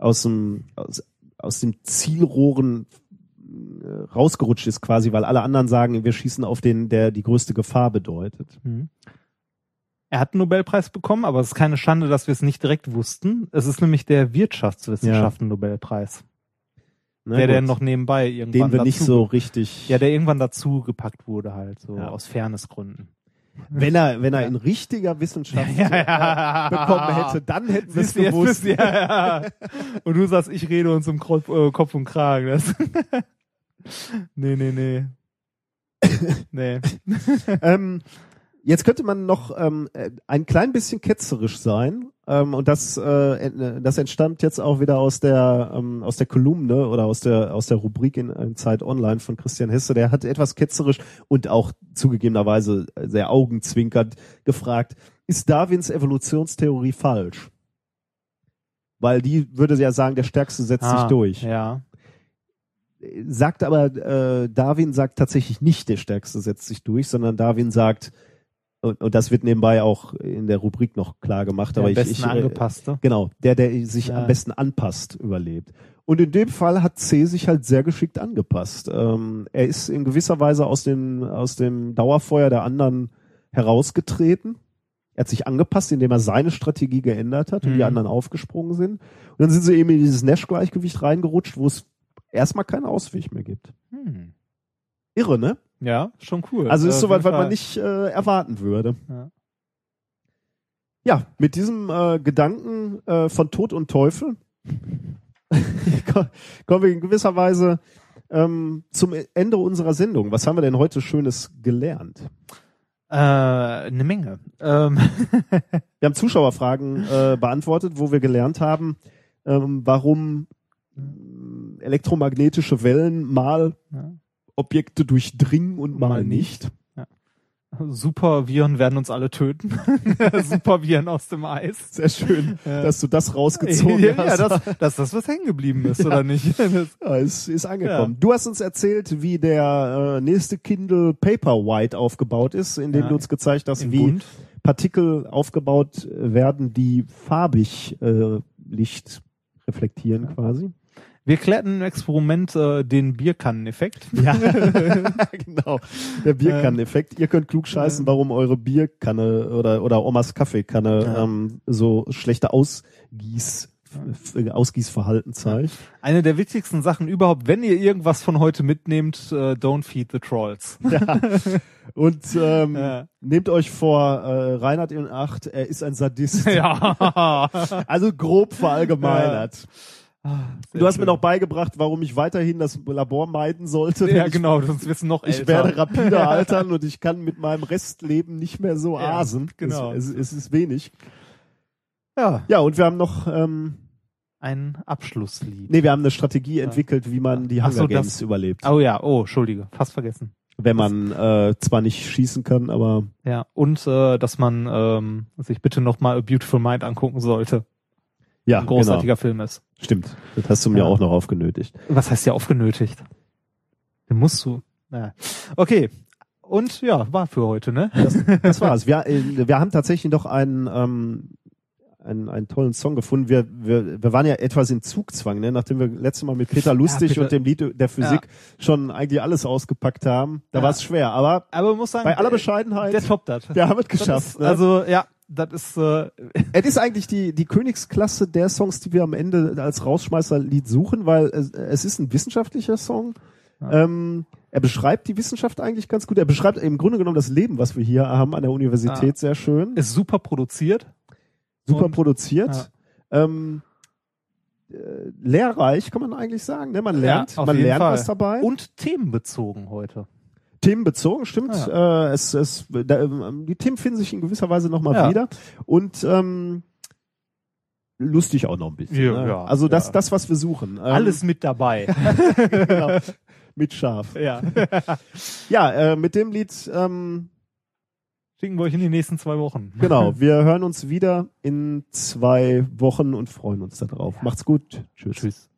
Zielrohren rausgerutscht ist quasi, weil alle anderen sagen, wir schießen auf den, der die größte Gefahr bedeutet. Er hat einen Nobelpreis bekommen, aber es ist keine Schande, dass wir es nicht direkt wussten. Es ist nämlich der Wirtschaftswissenschaften-Nobelpreis. Der noch nebenbei irgendwann den wir nicht so richtig... Ja, der irgendwann dazu gepackt wurde halt, so aus Fairnessgründen. Wenn er in richtiger Wissenschaft bekommen hätte, dann hätten wir es gewusst. Und du sagst, ich rede uns um Kopf und Kragen. Das Nee. Jetzt könnte man noch ein klein bisschen ketzerisch sein. Und das entstand jetzt auch wieder aus der Kolumne oder aus der Rubrik in Zeit Online von Christian Hesse. Der hat etwas ketzerisch und auch zugegebenerweise sehr augenzwinkernd gefragt, ist Darwins Evolutionstheorie falsch? Weil die würde ja sagen, der Stärkste setzt sich durch. Ja. Sagt aber, Darwin sagt tatsächlich nicht, der Stärkste setzt sich durch, sondern Darwin sagt, und das wird nebenbei auch in der Rubrik noch klar gemacht, aber am besten angepasste. Genau, der sich am besten anpasst, überlebt. Und in dem Fall hat C sich halt sehr geschickt angepasst. Er ist in gewisser Weise aus dem Dauerfeuer der anderen herausgetreten. Er hat sich angepasst, indem er seine Strategie geändert hat und die anderen aufgesprungen sind. Und dann sind sie eben in dieses Nash-Gleichgewicht reingerutscht, wo es erstmal keinen Ausweg mehr gibt. Irre, ne? Ja, schon cool. Also ist soweit, was man nicht erwarten würde. Ja, mit diesem Gedanken von Tod und Teufel kommen wir in gewisser Weise Zum Ende unserer Sendung. Was haben wir denn heute Schönes gelernt? Eine Menge. Wir haben Zuschauerfragen beantwortet, wo wir gelernt haben, warum elektromagnetische Wellen mal Objekte durchdringen und mal nicht. Superviren werden uns alle töten. Superviren aus dem Eis. Sehr schön, dass du das rausgezogen hast. Ja, das was hängen geblieben ist, oder nicht? Ja, es ist angekommen. Du hast uns erzählt, wie der nächste Kindle Paperwhite aufgebaut ist, indem du uns gezeigt hast, wie bunt. Partikel aufgebaut werden, die farbig Licht reflektieren quasi. Wir klärten im Experiment den Bierkanneneffekt. Ja, genau. Der Bierkanneneffekt. Ihr könnt klug scheißen, warum eure Bierkanne oder Omas Kaffeekanne so schlechte Ausgießverhalten zeigt. Eine der wichtigsten Sachen überhaupt, wenn ihr irgendwas von heute mitnehmt, don't feed the trolls. Ja. Und nehmt euch vor, Reinhard in Acht, er ist ein Sadist. Ja. Also grob verallgemeinert. Du hast mir noch beigebracht, warum ich weiterhin das Labor meiden sollte. Ja, genau, sonst wirst du noch älter. Ich werde rapide altern und ich kann mit meinem Restleben nicht mehr so asen. Genau. Es ist wenig. Ja. Ja, und wir haben noch ein Abschlusslied. wir haben eine Strategie entwickelt, wie man die Hunger Games überlebt. Oh ja, Entschuldige, fast vergessen. Wenn man zwar nicht schießen kann, aber ja, und dass man sich bitte nochmal A Beautiful Mind angucken sollte. Ja, ein großartiger Film ist. Stimmt. Das hast du mir auch noch aufgenötigt. Was heißt ja aufgenötigt? Den musst du. Ja. Okay. Und ja, war für heute, ne? Das war's. Wir haben tatsächlich noch einen tollen Song gefunden. Wir waren ja etwas in Zugzwang, ne? Nachdem wir letztes Mal mit Peter Lustig und dem Lied der Physik schon eigentlich alles ausgepackt haben. Da war es schwer. Aber man muss sagen, bei aller Bescheidenheit, der toppt das. Wir haben es geschafft. Ne? Also ja, das ist es ist eigentlich die Königsklasse der Songs, die wir am Ende als Rausschmeißerlied suchen, weil es ist ein wissenschaftlicher Song. Ja. Er beschreibt die Wissenschaft eigentlich ganz gut. Er beschreibt im Grunde genommen das Leben, was wir hier haben an der Universität, sehr schön. Ist super produziert. Lehrreich, kann man eigentlich sagen. Ne? Man lernt was dabei. Und themenbezogen heute. Themenbezogen, stimmt. Ja. Die Themen finden sich in gewisser Weise nochmal wieder. Und lustig auch noch ein bisschen. Ja, ne? ja, also das, was wir suchen. Alles mit dabei. Genau. Mit Schaf. Ja. Ja, mit dem Lied schicken wir euch in die nächsten 2 Wochen. Genau, wir hören uns wieder in 2 Wochen und freuen uns darauf. Macht's gut. Tschüss.